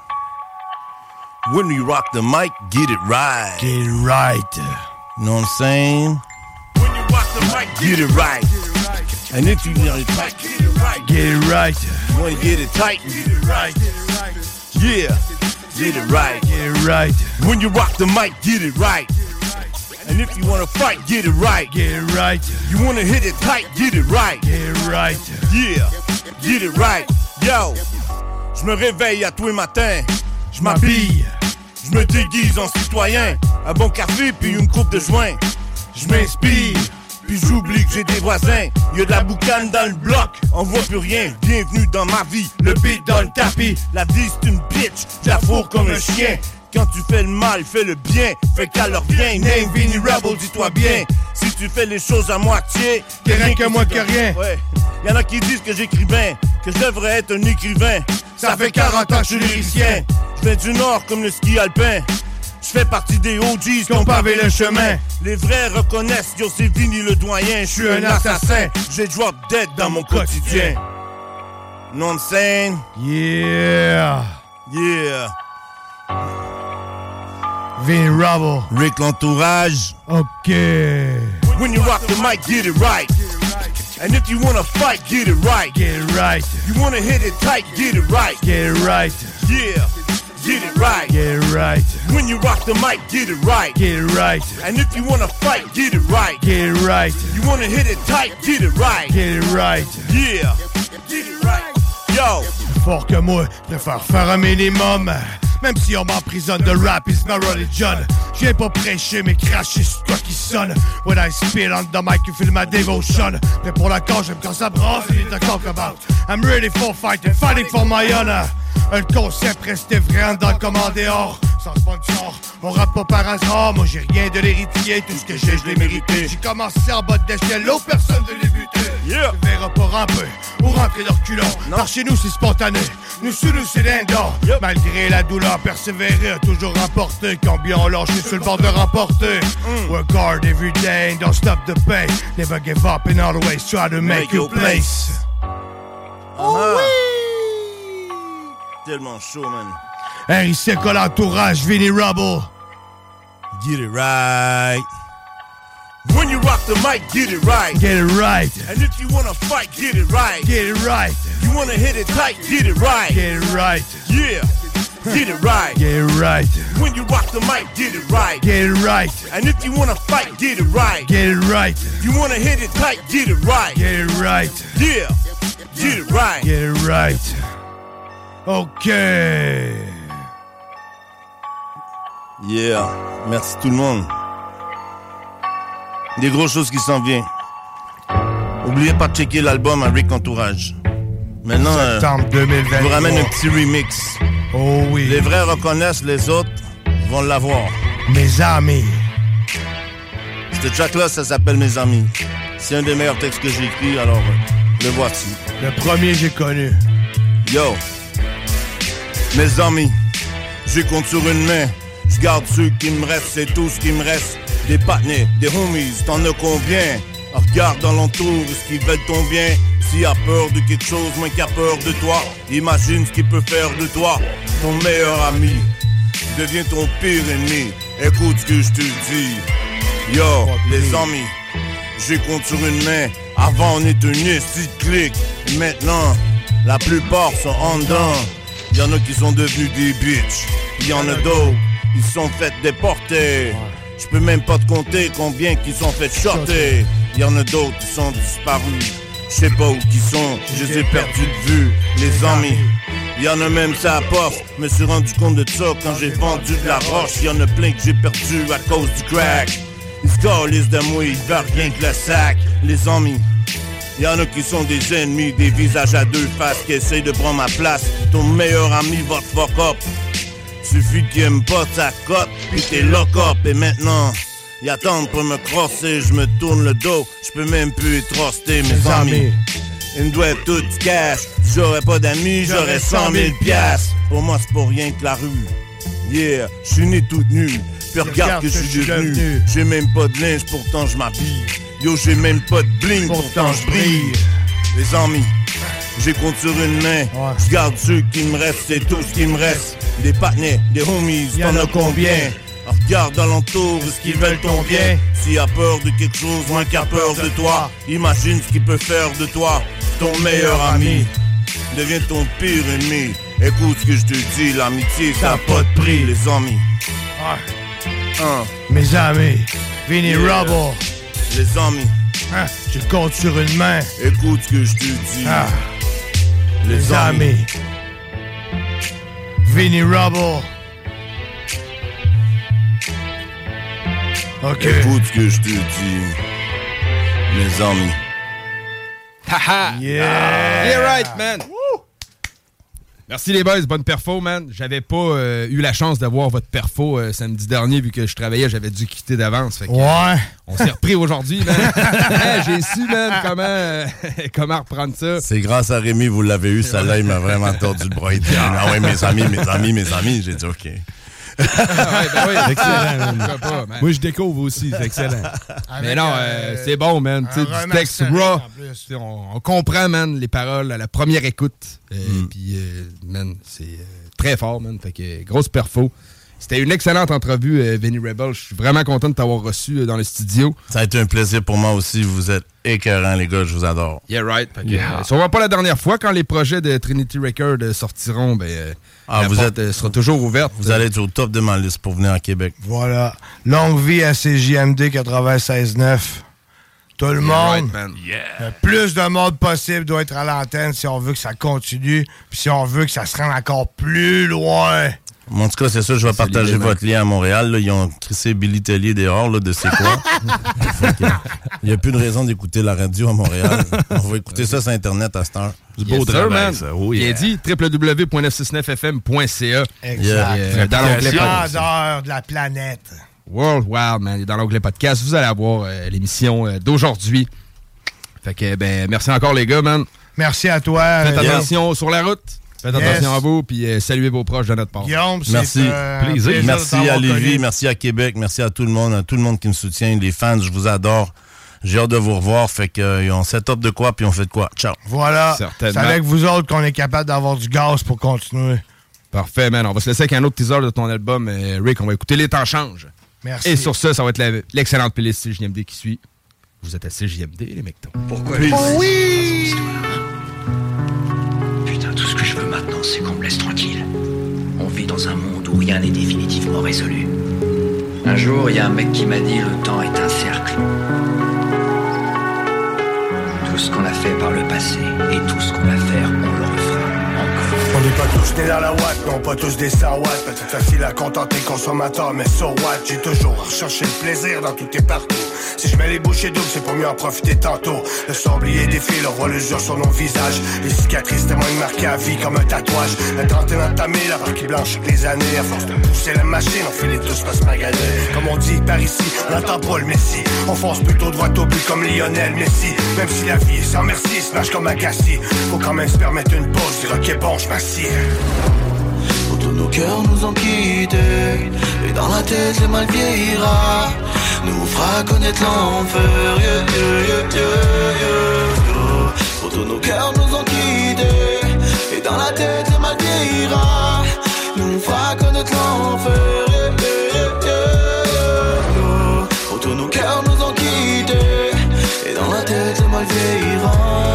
When we rock the mic, get it right. Get it right. You know what I'm saying? When you rock the mic, Get it right. And if you know it right, get it right. Get it right. You wanna get it tight? Get it right. Yeah. Get it right. Get it right. When you rock the mic, get it right. And if you wanna fight, get it right. Get it right. You wanna hit it tight, get it right. Get it right. Yeah. Get it right. Yo. Je me réveille à tous les matins. Je m'habille. Je me déguise en citoyen. Un bon café puis une coupe de joint. Je m'inspire. Puis j'oublie que j'ai des voisins. Y'a de la boucane dans le bloc, on voit plus rien. Bienvenue dans ma vie, le beat dans le tapis. La vie c'est une bitch, je la fourre comme un chien. Quand tu fais le mal, fais le bien. Fait qu'elle revient, name Vinny Rebel, dis-toi bien. Si tu fais les choses à moitié, t'es rien que moi que rien. Ouais. Y'en a qui disent que j'écris bien, que je devrais être un écrivain. Ça fait quarante ans que je suis lyricien. Je viens du nord comme le ski alpin. Je fais partie des O Gs qui ont pavé le chemin. Les vrais reconnaissent, yo c'est Vinny le doyen. Je suis un assassin, j'ai drop dead dans mon quotidien. know what I'm saying? Yeah. Yeah. Vinny Rubble. Rick l'entourage. Okay. When you rock the mic, get it right. And if you wanna fight, get it right. Get it right. You wanna hit it tight, get it right. Get it right. Yeah. Get it right. Get it right. When you rock the mic, get it right. Get it right. And if you wanna fight, get it right. Get it right. You wanna hit it tight, get it right. Get it right. Yeah. Get it right. Yo. Fort que moi, je préfère faire un minimum. Même si on m'emprisonne de rap, it's my religion. Je viens pas prêcher, mais cracher sur toi qui sonne. When I spit on the mic, you feel my devotion. Prêt pour la cause, j'aime quand ça brasse, you need to talk about. I'm ready for fighting, fighting for my honor. Un concept resté vrai dans le commandéor. Sans sponsor, on rappe pas par hasard. Moi j'ai rien de l'héritier, tout ce que j'ai, je l'ai mérité. J'ai commencé en bas d'échelle, l'autre personne de débuter. Yeah. Tu verras pas ramper ou rentrer dans le culon. Par chez nous c'est spontané, nous sous nous c'est dindon. Yep. Malgré la douleur, persévérer a toujours remporté. Combien on lâché sur le bord de remporter. mm. Work hard every day, don't stop the pain. Never give up and always try to make, make your place. Oh uh-huh. oui. Tellement chaud, man. Harry Seco, l'entourage, Vinny Rubble. Get it right. When you rock the mic, get it right. Get it right. And if you wanna fight, get it right. Get it right. You wanna hit it tight, get it right. Get it right. Yeah. Get it right. Get it right. When you rock the mic, get it right. Get it right. And if you wanna fight, get it right. Get it right. You wanna hit it tight, get it right. Get it right. Yeah. Get it right. Get it right. Okay. Yeah. Merci tout le monde. Des grosses choses qui s'en viennent. Oubliez pas de checker l'album avec Entourage. Maintenant, septembre deux mille vingt. Je vous ramène un petit remix. Oh oui. Les vrais reconnaissent, les autres vont l'avoir. Mes amis. Ce track-là, ça s'appelle Mes amis. C'est un des meilleurs textes que j'ai écrit, alors le voici. Le premier j'ai connu. Yo. Mes amis, je compte sur une main. Je garde ceux qui me restent, c'est tout ce qui me reste. Des partenaires, des homies, t'en as combien? Regarde dans l'entour, ce qu'ils veulent ton bien. S'il a peur de quelque chose, moins qu'il a peur de toi. Imagine ce qu'il peut faire de toi. Ton meilleur ami devient ton pire ennemi. Écoute ce que je te dis. Yo, les amis, je compte sur une main. Avant on est un esti de clic. Et maintenant, la plupart sont en dedans. Y'en a qui sont devenus des bitches. Y'en a d'autres, ils sont fait déporter. Je peux même pas te compter combien qui sont fait shotter. Y'en a d'autres qui sont disparus. Je sais pas où qu'ils sont, je les ai perdus de vue. Les amis, y'en a même ça à pof. Me suis rendu compte de ça quand j'ai vendu de la roche. Y'en a plein que j'ai perdu à cause du crack. Ils se calissent de moi, ils veulent rien que le sac. Les amis, y'en a qui sont des ennemis, des visages à deux faces qui essayent de prendre ma place. Ton meilleur ami va te fuck up. Suffit qu'il aime pas ta cote, pis t'es lock up. Et maintenant, ils attendent pour me crosser, je me tourne le dos, je peux même plus être trusté. Mes amis, amis, ils me doivent tout du cash. Si j'aurais pas d'amis, j'aurais cent mille piastres. Pour moi, c'est pas rien que la rue. Yeah, je suis né tout nu. Puis regarde que je suis devenu. J'ai même pas de linge, pourtant je m'habille. Yo, j'ai même pas de bling, pourtant je brille. Les amis, j'ai compte sur une main. Ouais. Je garde ceux qui me restent, c'est tout ce qui me reste. Des partenaires, des homies, t'en as combien? Regarde alentour, est-ce qu'ils veulent ton bien? S'il a peur de quelque chose, moins qu'il a peur de toi. Imagine ce qu'il peut faire de toi. Ton meilleur ami devient ton pire ennemi. Écoute ce que je te dis, l'amitié, ça n'a pas de prix. Les amis. Ouais. Hein. Mes amis, Vinny yeah. Rubble. Les amis. Hein? Je compte sur une main. Écoute ce que je te dis. Ah. Les, Les amis. amis. Vinny Rubble. Ok. Écoute ce que je te dis. Mes amis. Haha. Yeah. Yeah right, man. Woo. Merci les boys, bonne perfo, man. J'avais pas euh, eu la chance de voir votre perfo euh, samedi dernier, vu que je travaillais, j'avais dû quitter d'avance. Fait que, ouais. Euh, on s'est repris aujourd'hui, man. J'ai su, man, comment, euh, comment reprendre ça. C'est grâce à Rémi, vous l'avez eu, ça là, il m'a vraiment tordu le bras. Il dit, ah ouais, mes amis, mes amis, mes amis. J'ai dit, OK. ouais, ben oui. C'est excellent, man. Pas, man. Moi, je découvre aussi, c'est excellent. Mais non, euh, c'est bon, man. Tu sais, du texte raw. On, on comprend, man, les paroles à la première écoute. Euh, mm. Puis, euh, man, c'est euh, très fort, man. Fait que euh, grosse perfo. C'était une excellente entrevue, euh, Vinny Rebel. Je suis vraiment content de t'avoir reçu euh, dans le studio. Ça a été un plaisir pour moi aussi. Vous êtes écœurants, les gars. Je vous adore. Yeah, right. Fait que, yeah. Euh, ça va pas la dernière fois. Quand les projets de Trinity Records euh, sortiront, ben, euh, ah, la vous porte êtes, euh, sera toujours ouverte. Vous allez être au top de ma liste pour venir à Québec. Voilà. Longue vie à C J M D quatre-vingt-seize neuf. Tout le yeah, monde, right, yeah. le plus de monde possible doit être à l'antenne si on veut que ça continue, puis si on veut que ça se rende encore plus loin. En tout cas, c'est ça, je vais c'est partager votre lien à Montréal. Là, ils ont crissé Billy Tellier dehors là, de c'est quoi. Il n'y a plus de raison d'écouter la radio à Montréal. On va écouter ça sur Internet à cette heure. Du beau yes, travail, ça. Oh, yeah. Il a dit w w w point neuf cent soixante-neuf f m point c a. Exact. Yeah. Euh, dans l'onglet grandeur de la planète. World Wild, man. Dans l'onglet podcast, vous allez avoir euh, l'émission euh, d'aujourd'hui. Fait que, ben, merci encore, les gars, man. Merci à toi. Faites euh, attention yeah. sur la route. Faites yes. attention à vous, puis euh, saluez vos proches de notre part. Guillaume, merci. Euh, plaisir. Merci à Lévis, merci à Québec, merci à tout le monde, à tout le monde qui me soutient, les fans, je vous adore. J'ai hâte de vous revoir, fait qu'on euh, set up de quoi, puis on fait de quoi. Ciao. Voilà. C'est avec vous autres qu'on est capable d'avoir du gaz pour continuer. Parfait, man. On va se laisser avec un autre teaser de ton album, euh, Rick. On va écouter Les Temps changent. Merci. Et sur ça, ça va être la, l'excellente playlist C J M D qui suit. Vous êtes à C J M D, les mecs. Pourquoi oui. Oh oui! Putain, tout ce que je veux maintenant, c'est qu'on me laisse tranquille. On vit dans un monde où rien n'est définitivement résolu. Un jour, il y a un mec qui m'a dit « Le temps est un cercle ». Tout ce qu'on a fait par le passé et tout ce qu'on va faire, on le refera. On n'est pas tous nés dans la watt, non pas tous des cent watts. Peut-être facile à contenter consommateur, mais so what? J'ai toujours recherché le plaisir dans tout et partout. Si je mets les bouchées doubles, c'est pour mieux en profiter tantôt. Le sablier défile, on voit l'usure sur nos visages. Les cicatrices témoignent marquées à vie comme un tatouage. La trentaine entamée, la barre qui blanche avec les années. À force de pousser la machine, on finit tous par se maganer. Comme on dit par ici, on n'entend pas le Messi. On fonce plutôt droit au but comme Lionel Messi. Même si la vie est sans merci, se nage comme Agassi. Faut quand même se permettre une pause, dire ok bon, je m'assieds. Où tous nos cœurs nous ont quittés, et dans la tête le mal vieillira, nous fera connaître l'enfer. Yeah, yeah, yeah, yeah, yeah. Où tous nos cœurs nous ont quittés, et dans la tête le mal vieillira, nous fera connaître l'enfer. Yeah, yeah, yeah, yeah. Où tous nos cœurs nous ont quittés, et dans la tête le mal vieillira.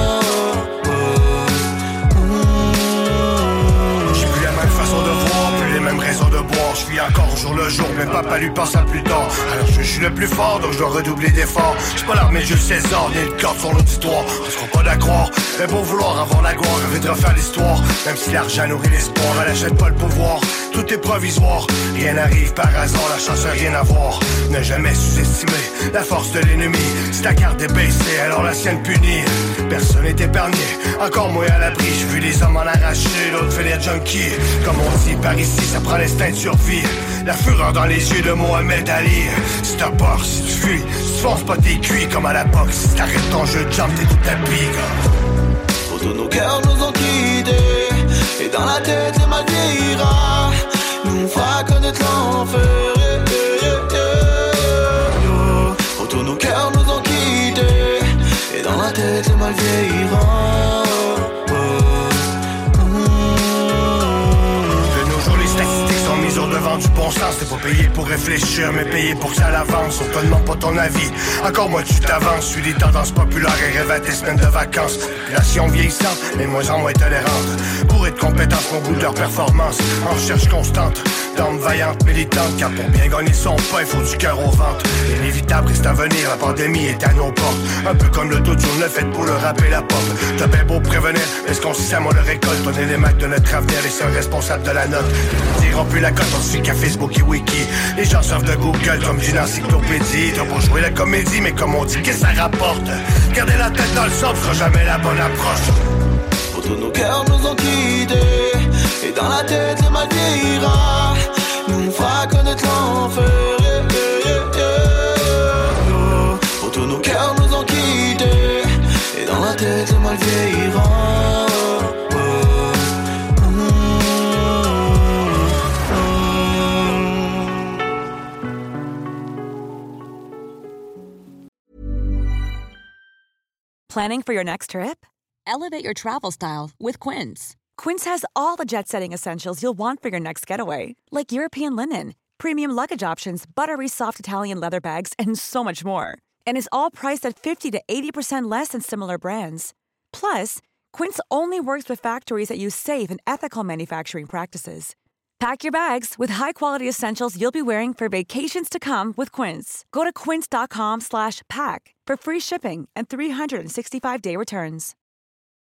Je vis encore au jour le jour, mais papa lui pense à plus tard. Alors je suis le plus fort, donc je dois redoubler d'efforts. J'suis pas l'armée Jules César, ni une corde sur l'auditoire. On se pas d'accroire, mais pour vouloir avoir la gloire, rêver de refaire l'histoire. Même si l'argent nourrit l'espoir, elle achète pas le pouvoir. Tout est provisoire, rien n'arrive par hasard, la chance a rien à voir. Ne jamais sous-estimer la force de l'ennemi. Si ta carte est baissée, alors la sienne punie. Personne n'est épargné, encore moi à l'abri. J'ai vu les hommes en arracher, l'autre fait les junkies. Comme on dit par ici, ça prend l'instinct de survie. La fureur dans les yeux de Mohamed Ali. Si t'as peur, si tu fuis, si tu fonces pas tes cuits comme à la boxe. Si t'arrêtes ton jeu de jump, t'es tout tapis. Où tous nos cœurs nous ont quittés, et dans la tête le mal vieillira, nous fera connaître l'enfer. Yeah, yeah, yeah. Où tous nos cœurs nous ont quittés, et dans la tête le mal vieillira. Devant du bon sens, t'es pas payé pour réfléchir, mais payé pour que ça l'avance. On te demande pas ton avis, encore moi tu t'avances. Suis des tendances populaires et rêve à tes semaines de vacances. Population vieillissante, mais de moins en moins tolérante. Pour être compétente, mon bout de leur performance. En recherche constante, d'âme vaillante, militante. Car pour bien gagner son pain, il faut du cœur au ventre. Inévitable reste à venir, la pandémie est à nos portes. Un peu comme l'autotune, le fait pour le rapper la porte. T'as bien beau prévenir, est-ce qu'on sait moi le récolte? On est les maîtres de notre avenir, les seuls responsables de la note. Ils diront plus la cote, on suit qu'à Facebook et Wiki. Les gens servent de Google comme d'une encyclopédie. T'as beau jouer la comédie, mais comme on dit, qu'est-ce que ça rapporte? Garder la tête dans le sol fera jamais la bonne approche. Où tous nos cœurs nous ont quittés, et dans la tête le mal vieillira, nous fera connaître l'enfer. Yeah, yeah, yeah. Où tous nos cœurs nous ont quittés, et dans la tête le mal vieillira. Planning for your next trip? Elevate your travel style with Quince. Quince has all the jet-setting essentials you'll want for your next getaway, like European linen, premium luggage options, buttery soft Italian leather bags, and so much more. And is all priced at fifty to eighty percent less than similar brands. Plus, Quince only works with factories that use safe and ethical manufacturing practices. Pack your bags with high-quality essentials you'll be wearing for vacations to come with Quince. Go to quince.com slash pack for free shipping and three sixty-five day returns.